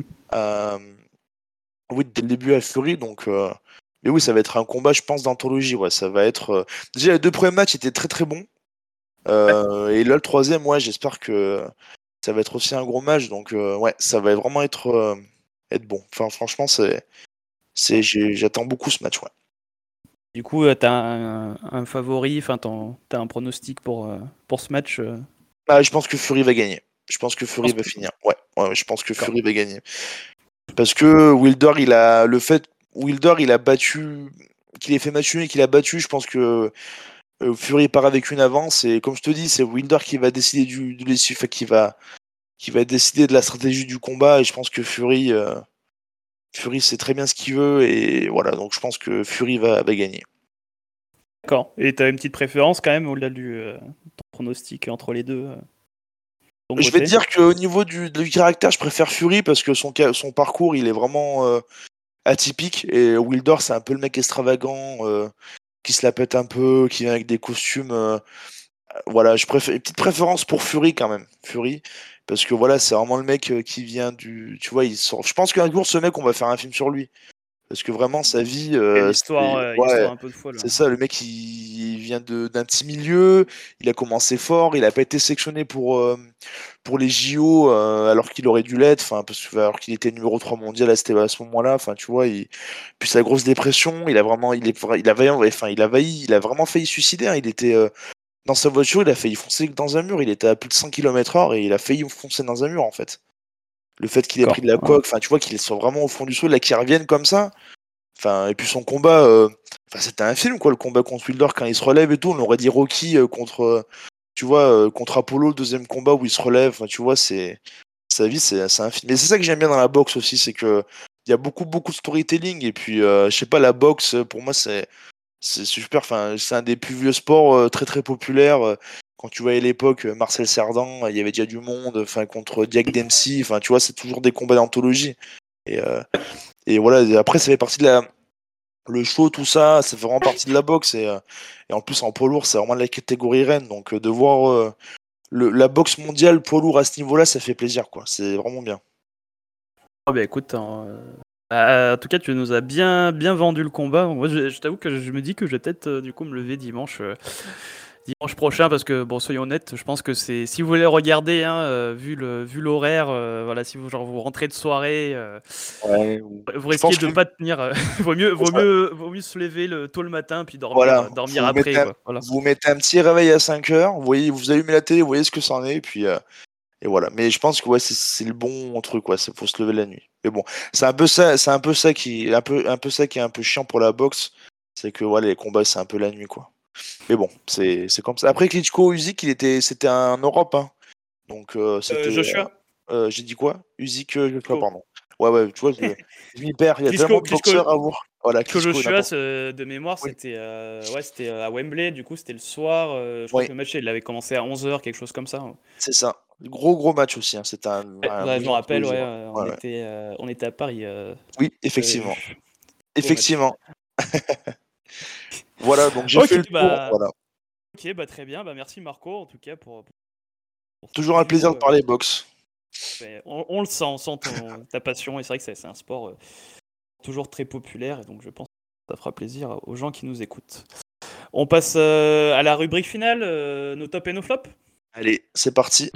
dès le début à Fury. Donc, mais oui, ça va être un combat, je pense, d'anthologie. Ça va être. Déjà, les 2 premiers matchs étaient très très bons. Et là, le 3e, j'espère que ça va être aussi un gros match. Donc, ça va vraiment être bon. Enfin, franchement, j'attends beaucoup ce match. Du coup, t'as un favori, enfin, t'as un pronostic pour ce match Ah, je pense que Fury va gagner. Je pense que Fury va finir. Ouais, je pense que Fury va gagner. Parce que Wilder, il a battu, qu'il ait fait match nul et qu'il a battu, je pense que Fury part avec une avance. Et comme je te dis, c'est Wilder qui va décider qui va décider de la stratégie du combat. Et je pense que Fury sait très bien ce qu'il veut. Et voilà, donc je pense que Fury va gagner. D'accord. Et t'as une petite préférence quand même au-delà ton pronostic entre les deux Je vais te dire qu'au niveau du caractère, je préfère Fury parce que son parcours, il est vraiment atypique. Et Wilder, c'est un peu le mec extravagant, qui se la pète un peu, qui vient avec des costumes. Voilà, je préfère une petite préférence pour Fury quand même. Fury, parce que voilà, c'est vraiment le mec qui vient du. Tu vois, je pense qu'un jour, ce mec, on va faire un film sur lui. Parce que vraiment, sa vie. une histoire un peu de folle. C'est ça, le mec, il vient d'un petit milieu, il a commencé fort, il n'a pas été sélectionné pour les JO alors qu'il aurait dû l'être, alors qu'il était numéro 3 mondial à ce moment-là, tu vois, puis sa grosse dépression, il a vraiment failli se suicider, hein. Il était dans sa voiture, il a failli foncer dans un mur, il était à plus de 100 km/h et il a failli foncer dans un mur en fait. Le fait qu'il ait pris de la coque, tu vois, qu'il soit vraiment au fond du saut, là, qu'il revienne comme ça. Et puis son combat, c'était un film, quoi, le combat contre Wilder quand il se relève et tout. On aurait dit Rocky contre Apollo, le deuxième combat où il se relève. Tu vois, sa vie, c'est un film. Et c'est ça que j'aime bien dans la boxe aussi, c'est que il y a beaucoup de storytelling. Et puis, je sais pas, la boxe, pour moi, c'est super. C'est un des plus vieux sports très très populaires. Quand tu voyais l'époque, Marcel Cerdan, il y avait déjà du monde. Contre Jack Dempsey. Tu vois, c'est toujours des combats d'anthologie. Et voilà, et après ça fait partie de le show, tout ça, ça fait vraiment partie de la boxe. Et en plus en poids lourd, c'est vraiment la catégorie reine. Donc de voir la boxe mondiale poids lourd à ce niveau-là, ça fait plaisir, quoi. C'est vraiment bien. Oh bah écoute, en tout cas tu nous as bien vendu le combat. Moi je t'avoue que je me dis que je vais peut-être du coup me lever dimanche prochain parce que bon, soyons honnêtes, je pense que si vous voulez regarder, hein, vu l'horaire, voilà, si vous rentrez de soirée, vous risquez de pas tenir. Vaut mieux se lever tôt le matin puis dormir après, quoi. Voilà. Vous mettez un petit réveil à 5h, vous allumez la télé, vous voyez ce que ça en est, et voilà. Mais je pense que c'est le bon truc, quoi. Faut se lever la nuit. Mais bon, c'est un peu ça qui est un peu chiant pour la boxe, c'est que voilà, les combats c'est un peu la nuit, quoi. Mais bon, c'est comme ça. Après Klitschko, Usyk, c'était en Europe, hein. Donc c'était. Joshua. J'ai dit quoi? Usyk, Joshua, pardon. Ouais, tu vois, je m'y perds. Il y a tellement de boxeurs à voir. Voilà, Klitschko, Joshua, de mémoire, c'était à Wembley. Du coup, c'était le soir. Je crois que le match, il avait commencé à 11h, quelque chose comme ça. C'est ça. Gros match aussi. Hein. C'était je me rappelle, on était à Paris. Oui, effectivement. Effectivement. Voilà, donc j'ai fait le tour. Voilà. Ok, très bien. Merci Marco, en tout cas, pour toujours un plaisir de parler boxe. On le sent, ta passion. Et c'est vrai que c'est un sport toujours très populaire. Et donc, je pense que ça fera plaisir aux gens qui nous écoutent. On passe à la rubrique finale, nos tops et nos flops. Allez, c'est parti.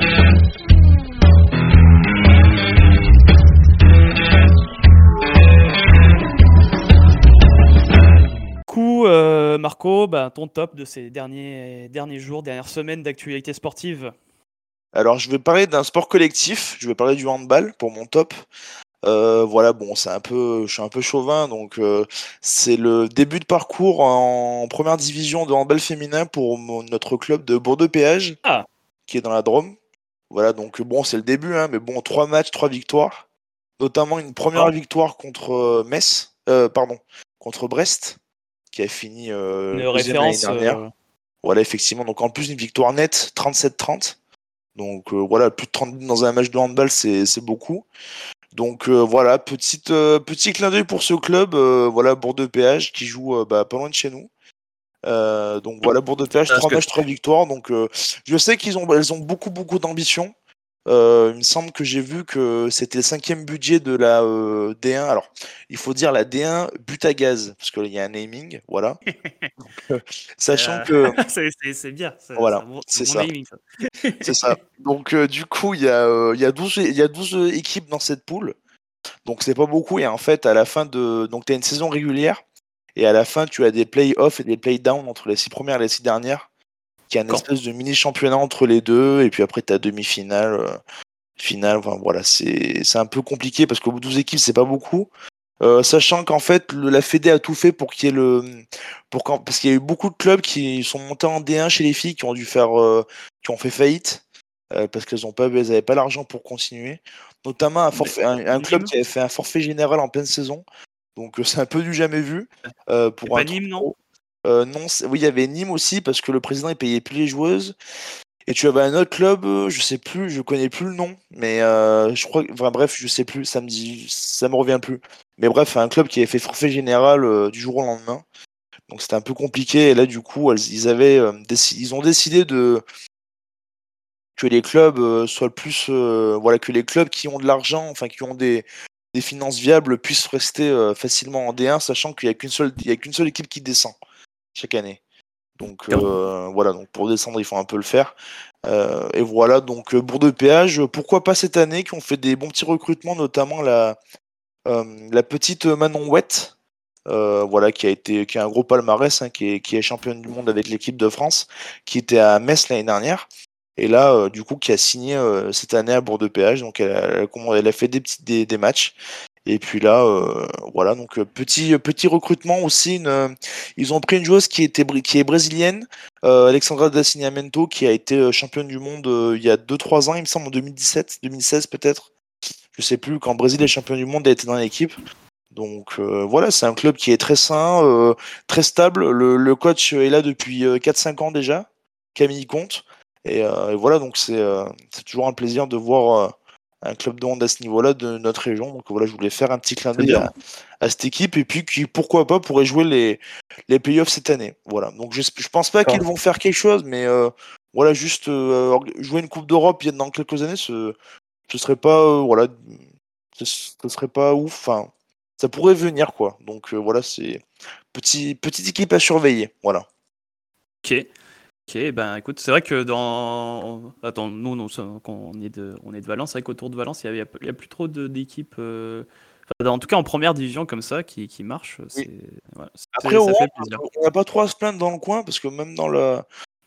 Marco, ton top de ces derniers jours, dernières semaines d'actualité sportive. Alors, je vais parler d'un sport collectif. Je vais parler du handball pour mon top. Voilà, bon, je suis un peu chauvin, donc c'est le début de parcours en première division de handball féminin pour notre club de Bordeaux-Péage, qui est dans la Drôme. Voilà, donc bon, c'est le début, hein, mais bon, 3 matchs, 3 victoires, notamment une première victoire contre contre Brest, qui a fini deuxième l'année dernière. Voilà, effectivement, donc en plus une victoire nette, 37-30. Donc voilà, plus de 30 buts dans un match de handball, c'est beaucoup. Donc voilà, petit clin d'œil pour ce club, voilà, Bordeaux-Péage qui joue pas loin de chez nous. Donc voilà, Bordeaux-Péage, 3 matchs, 3 victoires. Donc je sais elles ont beaucoup d'ambition. Il me semble que j'ai vu que c'était le 5e budget de la D1. Alors, il faut dire la D1 but à gaz, parce qu'il y a un naming, voilà. Donc, sachant que... c'est bien, voilà, c'est ça. Naming, ça. C'est ça. Donc du coup, il y a 12 équipes dans cette poule. Donc c'est pas beaucoup. Et en fait, à la fin donc tu as une saison régulière. Et à la fin, tu as des play-off et des play-down entre les 6 premières et les 6 dernières, qui est un espèce de mini-championnat entre les deux. Et puis après, tu as demi-finale, finale. Enfin, voilà, c'est un peu compliqué parce qu'au bout de 12 équipes, c'est pas beaucoup. Sachant qu'en fait, la Fédé a tout fait pour qu'il y ait parce qu'il y a eu beaucoup de clubs qui sont montés en D1 chez les filles qui ont qui ont fait faillite parce elles n'avaient pas l'argent pour continuer. Notamment un club qui avait fait un forfait général en pleine saison. Donc c'est un peu du jamais vu. Pour pas Nîmes, non? Non, oui, il y avait Nîmes aussi parce que le président il payait plus les joueuses. Et tu avais un autre club, je sais plus, je connais plus le nom, mais je crois, enfin bref, je sais plus, ça me revient plus. Mais bref, un club qui avait fait forfait général du jour au lendemain, donc c'était un peu compliqué. Et là, du coup, ils ont décidé que les clubs soient le plus, voilà, que les clubs qui ont de l'argent, enfin qui ont des finances viables, puissent rester facilement en D1, sachant qu'il y a qu'une seule équipe qui descend chaque année. Donc voilà, donc pour descendre, il faut un peu le faire. Et voilà, donc Bourg-de-Péage, pourquoi pas cette année, qui ont fait des bons petits recrutements, notamment la petite Manon Ouette, voilà, qui a un gros palmarès, hein, qui est championne du monde avec l'équipe de France, qui était à Metz l'année dernière. Et là, du coup, qui a signé cette année à Bourg-de-Péage. Donc elle a fait des matchs. Et puis là, voilà, donc petit recrutement aussi. Ils ont pris une joueuse qui est brésilienne, Alexandra Dacinamento, qui a été championne du monde il y a 2-3 ans, il me semble, en 2017, 2016 peut-être. Je sais plus, quand le Brésil est champion du monde, elle était dans l'équipe. Donc voilà, c'est un club qui est très sain, très stable. Le coach est là depuis 4-5 ans déjà, Camille Comte. Et voilà, donc c'est toujours un plaisir de voir un club de hand à ce niveau-là de notre région. Donc voilà, je voulais faire un petit clin d'œil à cette équipe et puis qui, pourquoi pas, pourrait jouer les playoffs cette année. Voilà, donc je pense pas qu'ils vont faire quelque chose, mais voilà, juste jouer une Coupe d'Europe dans quelques années, ce serait pas, voilà, ce serait pas ouf. Enfin, ça pourrait venir, quoi. Donc voilà, c'est petite équipe à surveiller. Voilà. Ok, ben écoute, c'est vrai que Attends, nous quand on est de Valence, c'est vrai qu'autour de Valence, il y a plus trop d'équipes. En tout cas, en première division comme ça, qui marchent. Oui. Voilà, Après, ça fait plaisir. on n'a pas trop à se plaindre dans le coin, parce que même dans le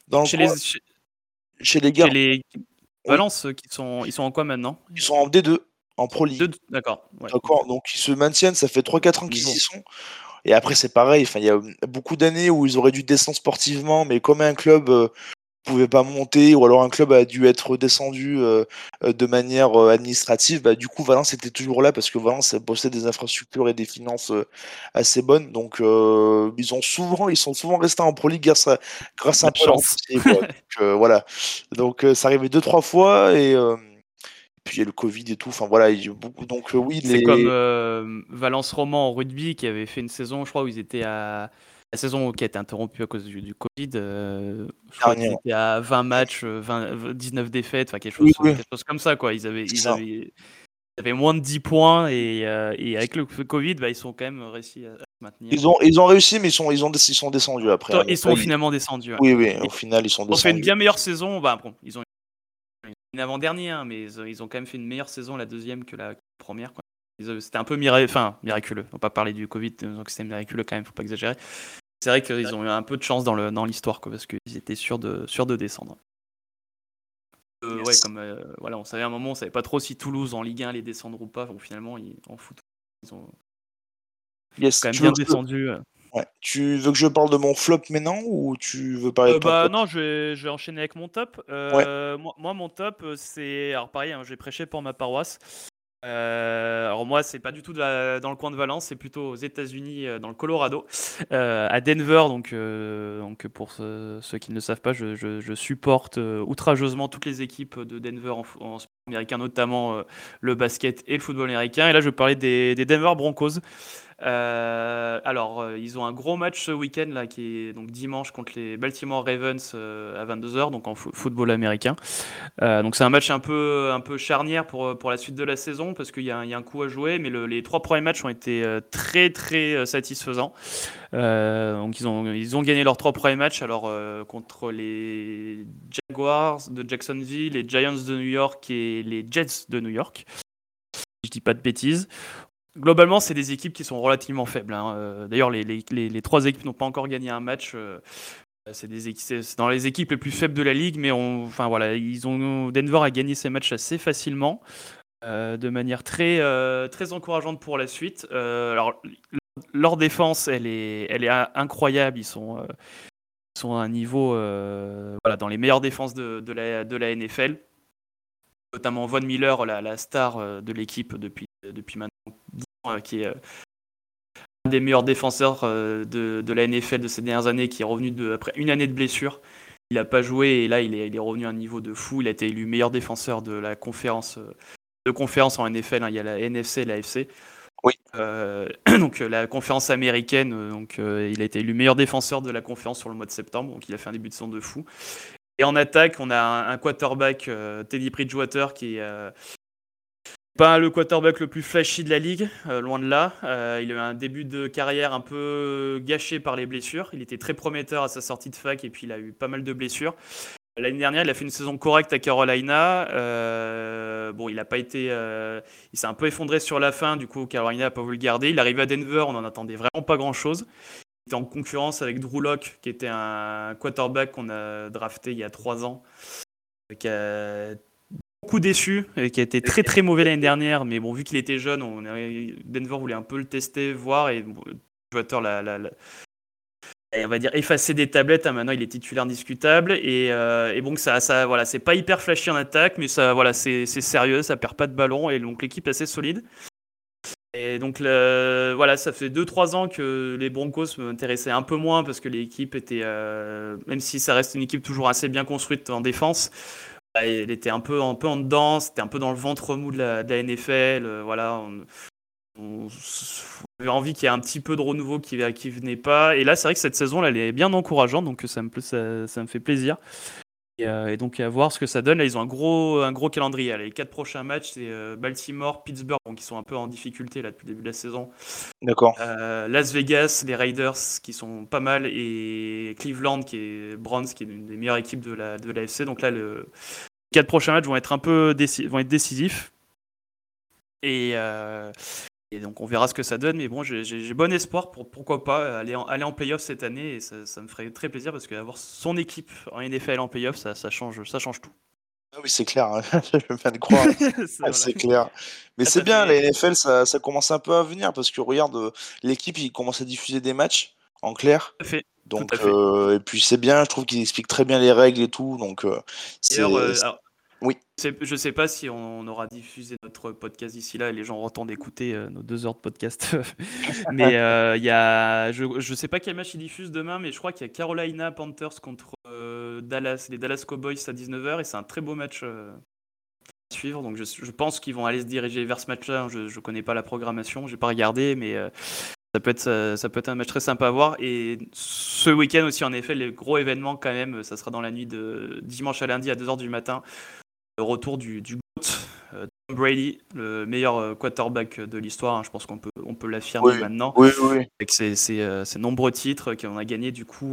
chez les gars. Chez les Valence, ils sont en quoi maintenant? Ils sont en D2, en Pro League. D'accord. Ouais. D'accord, donc ils se maintiennent, ça fait 3-4 ans qu'ils y sont. Et après, c'est pareil, il y a beaucoup d'années où ils auraient dû descendre sportivement, mais comme un club pouvait pas monter, ou alors un club a dû être descendu de manière administrative, bah, du coup, Valence était toujours là parce que Valence possède des infrastructures et des finances assez bonnes. Donc, ils sont souvent restés en Pro League grâce à un peu à leur dossier, quoi. Donc, voilà. Donc, ça arrivait 2-3 fois et. Puis il y a le Covid et tout, enfin voilà, il y a beaucoup. Donc oui, c'est comme Valence Roman en rugby qui avait fait une saison, je crois, où ils étaient à la saison qui a été interrompue à cause du Covid. Je crois qu'ils étaient à 20 matchs, 19 défaites, enfin quelque chose comme ça, quoi. Ils avaient moins de 10 points et avec le Covid, bah, ils sont quand même réussi à se maintenir. Ils ont réussi, mais ils sont descendus après. Ils sont finalement descendus. Ouais. Oui, au final, ils sont descendus. Ils ont fait une bien meilleure saison. Bah, bon, ils ont une avant-dernière, hein, mais ils ont quand même fait une meilleure saison la deuxième que la première, quoi. C'était un peu miraculeux. On va pas parler du Covid, donc c'était miraculeux quand même, faut pas exagérer. C'est vrai qu'ils ont eu un peu de chance dans l'histoire, quoi, parce qu'ils étaient sûrs de descendre. Ouais, comme voilà, on savait à un moment, on savait pas trop si Toulouse en Ligue 1 allait descendre ou pas. Bon, finalement, en foot, ils ont quand même bien descendu. Ouais. Tu veux que je parle de mon flop maintenant ou tu veux parler de ton top? Non, je vais enchaîner avec mon top. Moi, mon top, c'est. Alors, pareil, hein, j'ai prêché pour ma paroisse. Alors, moi, c'est pas du tout dans le coin de Valence, c'est plutôt aux États-Unis, dans le Colorado, à Denver. Donc pour ceux qui ne le savent pas, je supporte outrageusement toutes les équipes de Denver en sport américain, notamment le basket et le football américain. Et là, je parlais des Denver Broncos. Alors, ils ont un gros match ce week-end là, qui est donc dimanche contre les Baltimore Ravens à 22h, donc en football américain. Donc c'est un match un peu charnière pour la suite de la saison parce qu'il y a un coup à jouer, mais les 3 premiers matchs ont été très très satisfaisants. Donc ils ont gagné leurs 3 premiers matchs alors contre les Jaguars de Jacksonville, les Giants de New York et les Jets de New York. Je dis pas de bêtises. globalement, c'est des équipes qui sont relativement faibles. D'ailleurs, les 3 équipes n'ont pas encore gagné un match. C'est dans les équipes les plus faibles de la ligue, mais Denver a gagné ses matchs assez facilement, de manière très, très encourageante pour la suite. Alors, leur défense, elle est incroyable. Ils sont à un niveau dans les meilleures défenses de la NFL. Notamment Von Miller, la star de l'équipe depuis maintenant 10 ans, qui est un des meilleurs défenseurs de la NFL de ces dernières années, qui est revenu après une année de blessure. Il n'a pas joué et là il est revenu à un niveau de fou. Il a été élu meilleur défenseur de la conférence en NFL. Il y a la NFC et la AFC. Oui. Donc la conférence américaine, il a été élu meilleur défenseur de la conférence sur le mois de septembre. Donc il a fait un début de saison de fou. Et en attaque, on a un quarterback, Teddy Bridgewater, qui est pas le quarterback le plus flashy de la ligue, loin de là. Il a eu un début de carrière un peu gâché par les blessures. Il était très prometteur à sa sortie de fac et puis il a eu pas mal de blessures. L'année dernière, il a fait une saison correcte à Carolina. Il a pas été, il s'est un peu effondré sur la fin. Du coup, Carolina n'a pas voulu le garder. Il arrive à Denver, on n'en attendait vraiment pas grand-chose. Il était en concurrence avec Drew Lock, qui était un quarterback qu'on a drafté il y a 3 ans, qui a beaucoup déçu et qui a été très très mauvais l'année dernière. Mais bon, vu qu'il était jeune, Denver voulait un peu le tester, voir, et Bridgewater on va dire effacer des tablettes. Maintenant, il est titulaire indiscutable et bon, ça c'est pas hyper flashy en attaque, mais c'est sérieux, ça perd pas de ballon et donc l'équipe est assez solide. Et donc ça fait 2-3 ans que les Broncos m'intéressaient un peu moins parce que l'équipe était, même si ça reste une équipe toujours assez bien construite en défense, elle était un peu en dedans, c'était un peu dans le ventre mou de la NFL. On avait envie qu'il y ait un petit peu de renouveau qui venait pas. Et là, c'est vrai que cette saison, là, elle est bien encourageante, donc ça me fait plaisir. Et donc à voir ce que ça donne. Là, ils ont un gros calendrier. Les 4 prochains matchs, c'est Baltimore, Pittsburgh, donc ils sont un peu en difficulté là depuis le début de la saison. D'accord. Las Vegas, les Raiders qui sont pas mal, et Cleveland Browns qui est une des meilleures équipes de la FC. Donc là, les 4 prochains matchs vont être décisifs. Et donc on verra ce que ça donne, mais bon, j'ai bon espoir pour pourquoi pas aller en playoff cette année, et ça me ferait très plaisir parce qu'avoir son équipe en NFL en playoff, ça change tout. Ah oui, c'est clair, hein. Je viens de croire. C'est clair. Mais c'est bien, la NFL, ça commence un peu à venir parce que regarde, l'équipe, il commence à diffuser des matchs en clair. Tout à fait. Donc, et puis c'est bien, je trouve qu'il explique très bien les règles et tout. Donc, oui. Je sais pas si on aura diffusé notre podcast d'ici là et les gens entendent écouter nos 2 heures de podcast. Mais je sais pas quel match ils diffusent demain, mais je crois qu'il y a Carolina Panthers contre les Dallas Cowboys à 19h, et c'est un très beau match à suivre. Donc je pense qu'ils vont aller se diriger vers ce match-là. Je connais pas la programmation, j'ai pas regardé, mais ça peut être un match très sympa à voir. Et ce week-end aussi, en effet, le gros événement quand même, ça sera dans la nuit de dimanche à lundi à 2h du matin. Le retour du GOAT, Tom Brady, le meilleur quarterback de l'histoire, hein. Je pense qu'on peut l'affirmer maintenant. Oui. Avec ses nombreux titres qu'on a gagnés, du coup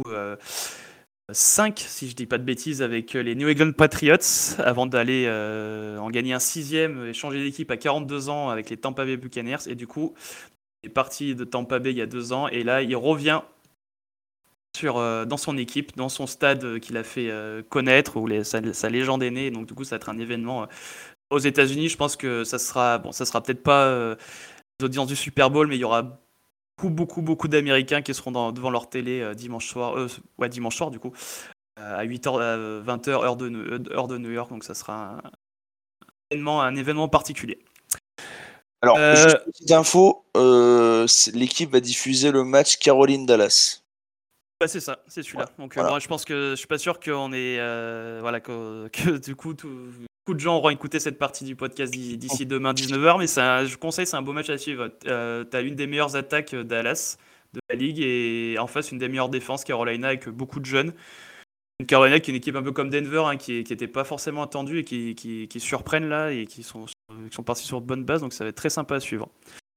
5, si je dis pas de bêtises, avec les New England Patriots, avant d'aller en gagner un 6e et changer d'équipe à 42 ans avec les Tampa Bay Buccaneers. Et du coup, il est parti de Tampa Bay il y a 2 ans, et là, il revient dans son équipe, dans son stade qu'il a fait connaître, où sa légende est née. Donc du coup, ça va être un événement aux États-Unis. Je pense que ça sera peut-être pas les audiences du Super Bowl, mais il y aura beaucoup d'Américains qui seront devant leur télé dimanche soir du coup, à 8h, à 20h heure de New York. Donc ça sera un événement particulier. Alors, juste une petite info, l'équipe va diffuser le match Caroline-Dallas. C'est ça, c'est celui-là. Donc moi, je pense que je suis pas sûr qu'on est que du coup beaucoup de gens auront écouté cette partie du podcast d'ici demain 19h, mais je conseille, c'est un beau match à suivre. T'as une des meilleures attaques Dallas de la ligue, et en face une des meilleures défenses, Carolina, avec beaucoup de jeunes. Une Carolina qui est une équipe un peu comme Denver, hein, qui était pas forcément attendue et qui surprennent là, et qui sont partis sur de bonnes bases, donc ça va être très sympa à suivre.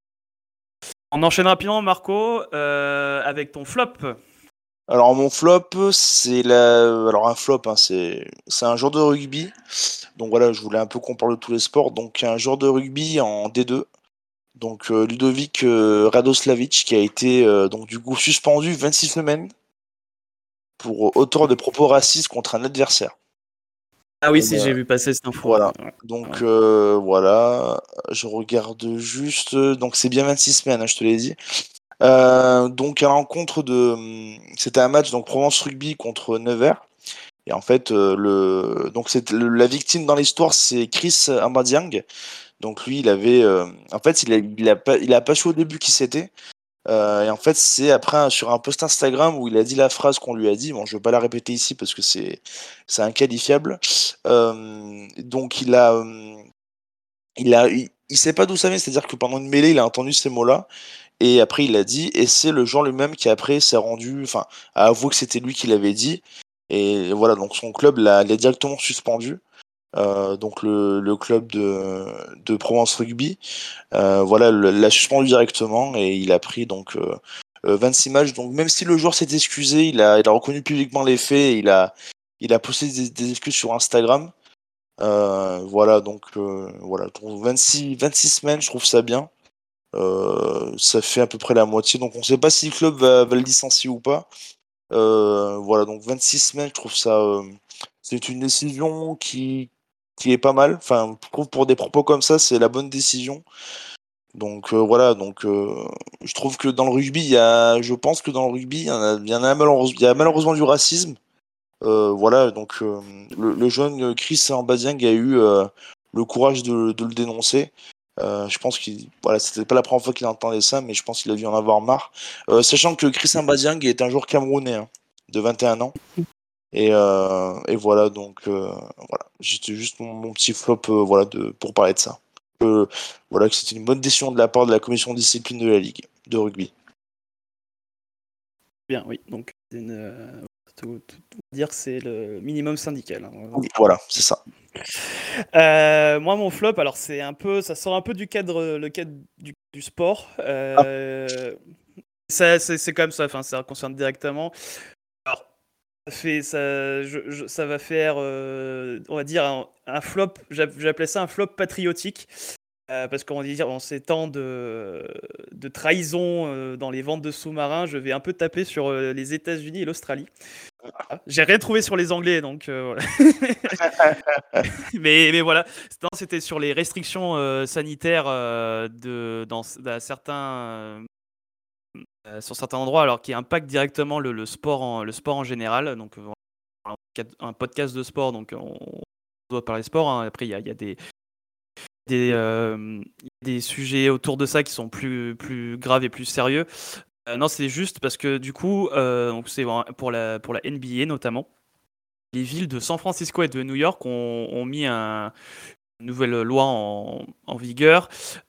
On enchaîne rapidement, Marco, avec ton flop. Alors mon flop, alors un flop, hein, c'est un joueur de rugby. Donc voilà, je voulais un peu qu'on parle de tous les sports. Donc un joueur de rugby en D2 Donc Ludovic Radoslavic qui a été donc du coup suspendu 26 semaines pour auteur de propos racistes contre un adversaire. Ah oui, si, j'ai vu passer cette info. Voilà. Ouais. Donc voilà, je regarde juste. Donc c'est bien 26 semaines, hein, je te l'ai dit. Donc à l'encontre de, c'était un match donc Provence Rugby contre Nevers. Et en fait, donc la victime dans l'histoire, c'est Chris Ambadiang. Donc lui, il avait, en fait, il a pas su au début qui c'était. Et en fait, c'est après sur un post Instagram où il a dit la phrase qu'on lui a dit. Bon, je vais pas la répéter ici parce que c'est inqualifiable. Donc il sait pas d'où ça vient. C'est-à-dire que pendant une mêlée, il a entendu ces mots-là. Et après, il l'a dit. Et c'est le joueur lui-même qui après s'est rendu, enfin, a avoué que c'était lui qui l'avait dit. Et voilà, donc son club l'a directement suspendu. Donc le club de Provence Rugby, voilà, l'a suspendu directement et il a pris donc 26 matchs. Donc même si le joueur s'est excusé, il a reconnu publiquement les faits, et il a posté des excuses sur Instagram. Voilà, donc voilà, 26 semaines, je trouve ça bien. Ça fait à peu près la moitié, donc on sait pas si le club va le licencier ou pas. Voilà, donc 26 semaines, je trouve ça. C'est une décision qui est pas mal. Enfin, je trouve pour des propos comme ça, c'est la bonne décision. Donc voilà, donc je trouve que dans le rugby, je pense que dans le rugby, il y a malheureusement du racisme. Voilà, donc le jeune Chris Ambadiang a eu le courage de le dénoncer. Je pense qu'il, voilà, c'était pas la première fois qu'il entendait ça, mais je pense qu'il a dû en avoir marre. Sachant que Chris Ambadiang est un joueur camerounais, hein, de 21 ans. Et voilà, donc voilà, c'était juste mon petit flop, voilà, pour parler de ça. Voilà, que c'était une bonne décision de la part de la commission de discipline de la Ligue de rugby. Bien, oui. Donc, tout dire, c'est le minimum syndical. Hein. Oui, voilà, c'est ça. Moi, mon flop, alors c'est un peu, ça sort un peu du cadre, le cadre du sport. C'est comme ça. Enfin, ça concerne directement. Alors, ça va faire, on va dire un flop. J'appelais ça un flop patriotique. Parce qu'on va dire, en ces temps de trahison dans les ventes de sous-marins, je vais un peu taper sur les États-Unis et l'Australie. Voilà. J'ai rien trouvé sur les Anglais, donc voilà. mais voilà, c'était sur les restrictions sanitaires sur certains endroits, alors qui impactent directement le sport en général. Donc, un podcast de sport, donc on doit parler sport. Hein. Après, il y a des sujets autour de ça qui sont plus graves et plus sérieux. Non, c'est juste parce que du coup, donc c'est pour la NBA notamment, les villes de San Francisco et de New York ont mis une nouvelle loi en vigueur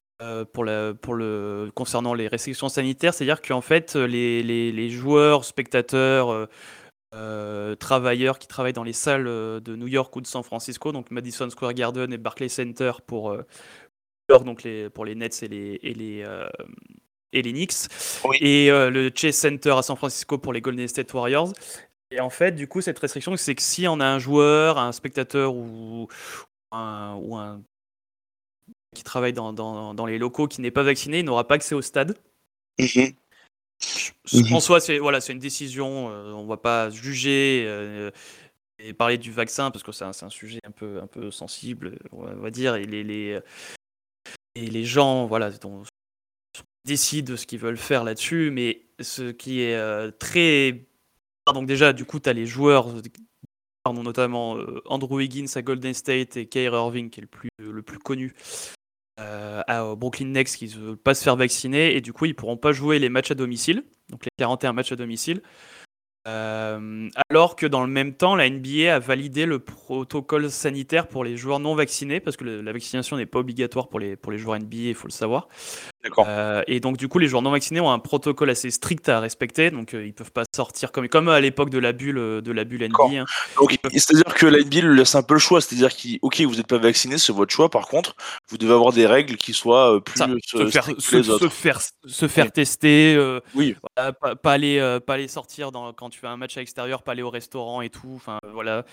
concernant les restrictions sanitaires. C'est-à-dire qu'en fait, les joueurs, spectateurs, travailleurs qui travaillent dans les salles de New York ou de San Francisco, donc Madison Square Garden et Barclays Center pour donc pour les Nets et les Knicks, Oui. et le Chase Center à San Francisco pour les Golden State Warriors. Et en fait, du coup, cette restriction, c'est que si on a un joueur, un spectateur ou un qui travaille dans les locaux qui n'est pas vacciné, il n'aura pas accès au stade. En soi, c'est une décision. On ne va pas juger et parler du vaccin parce que c'est un sujet un peu sensible, on va dire. Et les gens, voilà, décident ce qu'ils veulent faire là-dessus. Mais ce qui est très... Donc déjà, du coup, tu as les joueurs, notamment Andrew Higgins à Golden State et Kyrie Irving, qui est le plus connu, à Brooklyn Nets, qui ne veulent pas se faire vacciner. Et du coup, ils ne pourront pas jouer les matchs à domicile, donc les 41 matchs à domicile. Alors que dans le même temps, la NBA a validé le protocole sanitaire pour les joueurs non vaccinés, parce que la vaccination n'est pas obligatoire pour les joueurs NBA, il faut le savoir. D'accord. Et donc du coup, les joueurs non vaccinés ont un protocole assez strict à respecter, donc ils peuvent pas sortir comme à l'époque de la bulle NBA. Hein. Donc, c'est-à-dire que la NBA lui laisse un peu le choix, c'est-à-dire que vous n'êtes pas vacciné, c'est votre choix. Par contre, vous devez avoir des règles qui soient plus strictes que les autres. Se faire tester. Oui. Voilà, pas aller sortir quand tu fais un match à l'extérieur, pas aller au restaurant et tout. Enfin voilà,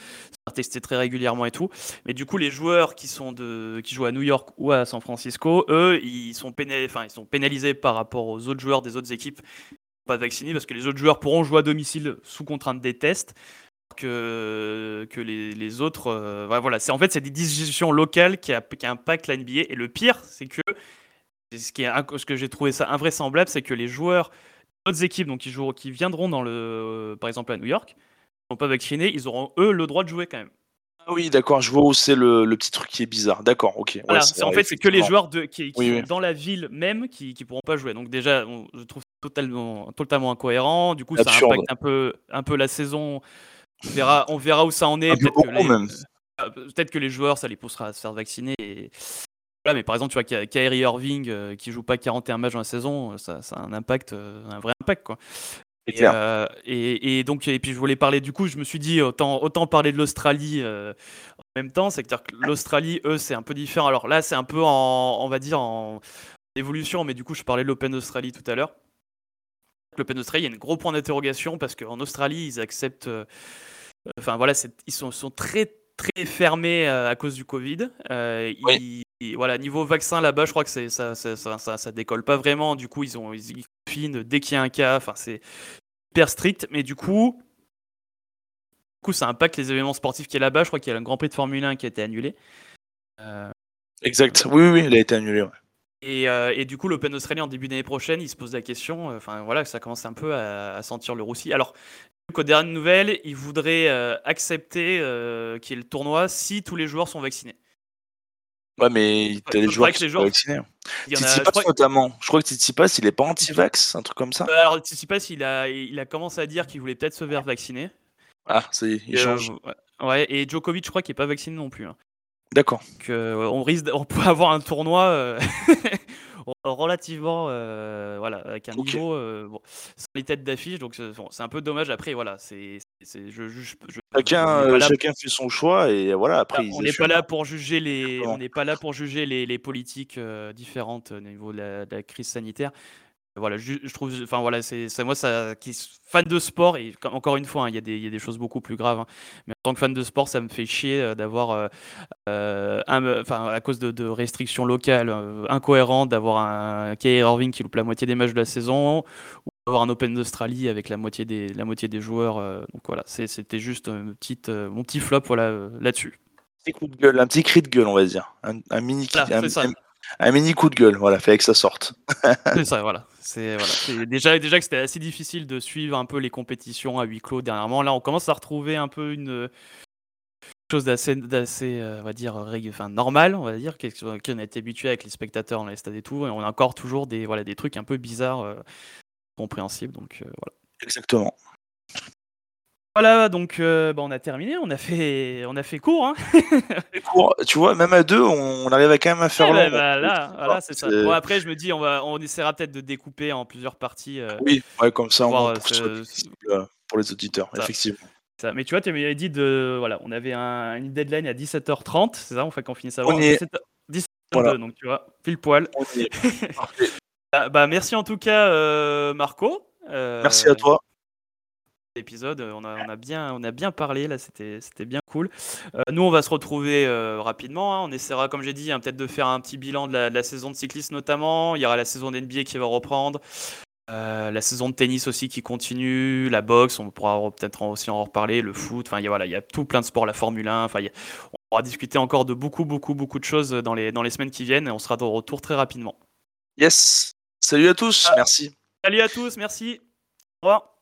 tester très régulièrement et tout. Mais du coup, les joueurs qui jouent à New York ou à San Francisco, eux, ils sont pénalisés par rapport aux autres joueurs des autres équipes pas vaccinés, parce que les autres joueurs pourront jouer à domicile sous contrainte des tests que les autres. Voilà. C'est des décisions locales qui impactent la NBA. Et le pire, c'est que ce que j'ai trouvé ça invraisemblable, c'est que les joueurs d'autres équipes, donc qui viendront par exemple à New York, ne sont pas vaccinés, ils auront eux le droit de jouer quand même. Ah oui, d'accord, je vois où c'est le petit truc qui est bizarre. D'accord, ok. Voilà, Ouais, c'est que les joueurs qui oui. sont dans la ville même qui pourront pas jouer. Donc déjà, je trouve ça totalement incohérent. Du coup, absurde. Ça impacte un peu la saison. On verra où ça en est. Peut-être que les joueurs, ça les poussera à se faire vacciner. Voilà, mais par exemple, tu vois, Kyrie Irving qui joue pas 41 matchs dans la saison, ça a un impact, un vrai impact, quoi. Et puis je voulais parler, du coup, je me suis dit autant parler de l'Australie en même temps. C'est-à-dire que l'Australie, eux, c'est un peu différent. Alors là, c'est un peu on va dire en évolution, mais du coup, je parlais de l'Open d'Australie tout à l'heure. L'Open d'Australie, il y a un gros point d'interrogation parce qu'en Australie, ils acceptent. Ils sont très très fermés à cause du Covid. Niveau vaccin là-bas, je crois que ça décolle pas vraiment. Du coup, ils confinent dès qu'il y a un cas. Enfin, c'est hyper strict, mais du coup, ça impacte les événements sportifs qui est là-bas. Je crois qu'il y a le Grand Prix de Formule 1 qui a été annulé. Exact. Oui, il a été annulé. Ouais. Et du coup, l'Open d'Australie en début d'année prochaine, il se pose la question. Ça commence un peu à sentir le roussi. Alors, aux dernières nouvelles, ils voudraient accepter qu'il y ait le tournoi si tous les joueurs sont vaccinés. Ouais, mais t'as des joueurs qui sont vaccinés. Tsitsipas notamment. Je crois que Tsitsipas, il est pas anti-vax, un truc comme ça. Alors Tsitsipas, il a commencé à dire qu'il voulait peut-être se faire vacciner. Ah, il change. Ouais, et Djokovic, je crois qu'il est pas vacciné non plus. Hein. D'accord. On peut avoir un tournoi relativement avec un niveau sans les têtes d'affiche, donc c'est un peu dommage. Après voilà, chacun fait son choix et voilà, après on n'est pas là pour juger les politiques différentes au niveau de la crise sanitaire. Voilà, je trouve, c'est moi qui suis fan de sport, et encore une fois, il y a des choses beaucoup plus graves. Hein, mais en tant que fan de sport, ça me fait chier d'avoir, à cause de restrictions locales incohérentes, d'avoir un Kyrie Irving qui loupe la moitié des matchs de la saison, ou d'avoir un Open d'Australie avec la moitié des joueurs. Donc voilà, c'était juste mon petit flop, là-dessus. Un petit cri de gueule, on va dire, un mini. Un mini coup de gueule, voilà, fallait que ça sorte. C'est ça, voilà. C'est déjà que c'était assez difficile de suivre un peu les compétitions à huis clos dernièrement. Là, on commence à retrouver un peu une chose d'assez on va dire, normal, on va dire, qu'on a été habitué avec les spectateurs dans les stades et tout. Et on a encore toujours des trucs un peu bizarres, compréhensibles. Donc voilà. Exactement. Voilà, donc on a terminé, on a fait court. Hein. Court, tu vois, même à deux, on arrive quand même à faire long. Voilà, c'est ça. Bon, après, je me dis, on essaiera peut-être de découper en plusieurs parties. Oui, comme ça, pour les auditeurs, effectivement. Ça. Mais tu vois, tu m'avais dit on avait une deadline à 17h30, c'est ça, on fait qu'on finisse avant. 17h22, voilà. Donc tu vois, pile poil. On y est. Merci en tout cas, Marco. Merci à toi. Épisode, on a bien parlé là, c'était bien cool. Nous, on va se retrouver rapidement. Hein. On essaiera, comme j'ai dit, peut-être de faire un petit bilan de la saison de cyclisme notamment. Il y aura la saison d'NBA qui va reprendre. La saison de tennis aussi qui continue, la boxe, on pourra peut-être aussi en reparler, le foot, il y a tout plein de sports, la Formule 1, on pourra discuter encore de beaucoup de choses dans les semaines qui viennent, et on sera de retour très rapidement. Yes, salut à tous, merci. Salut à tous, merci. Au revoir.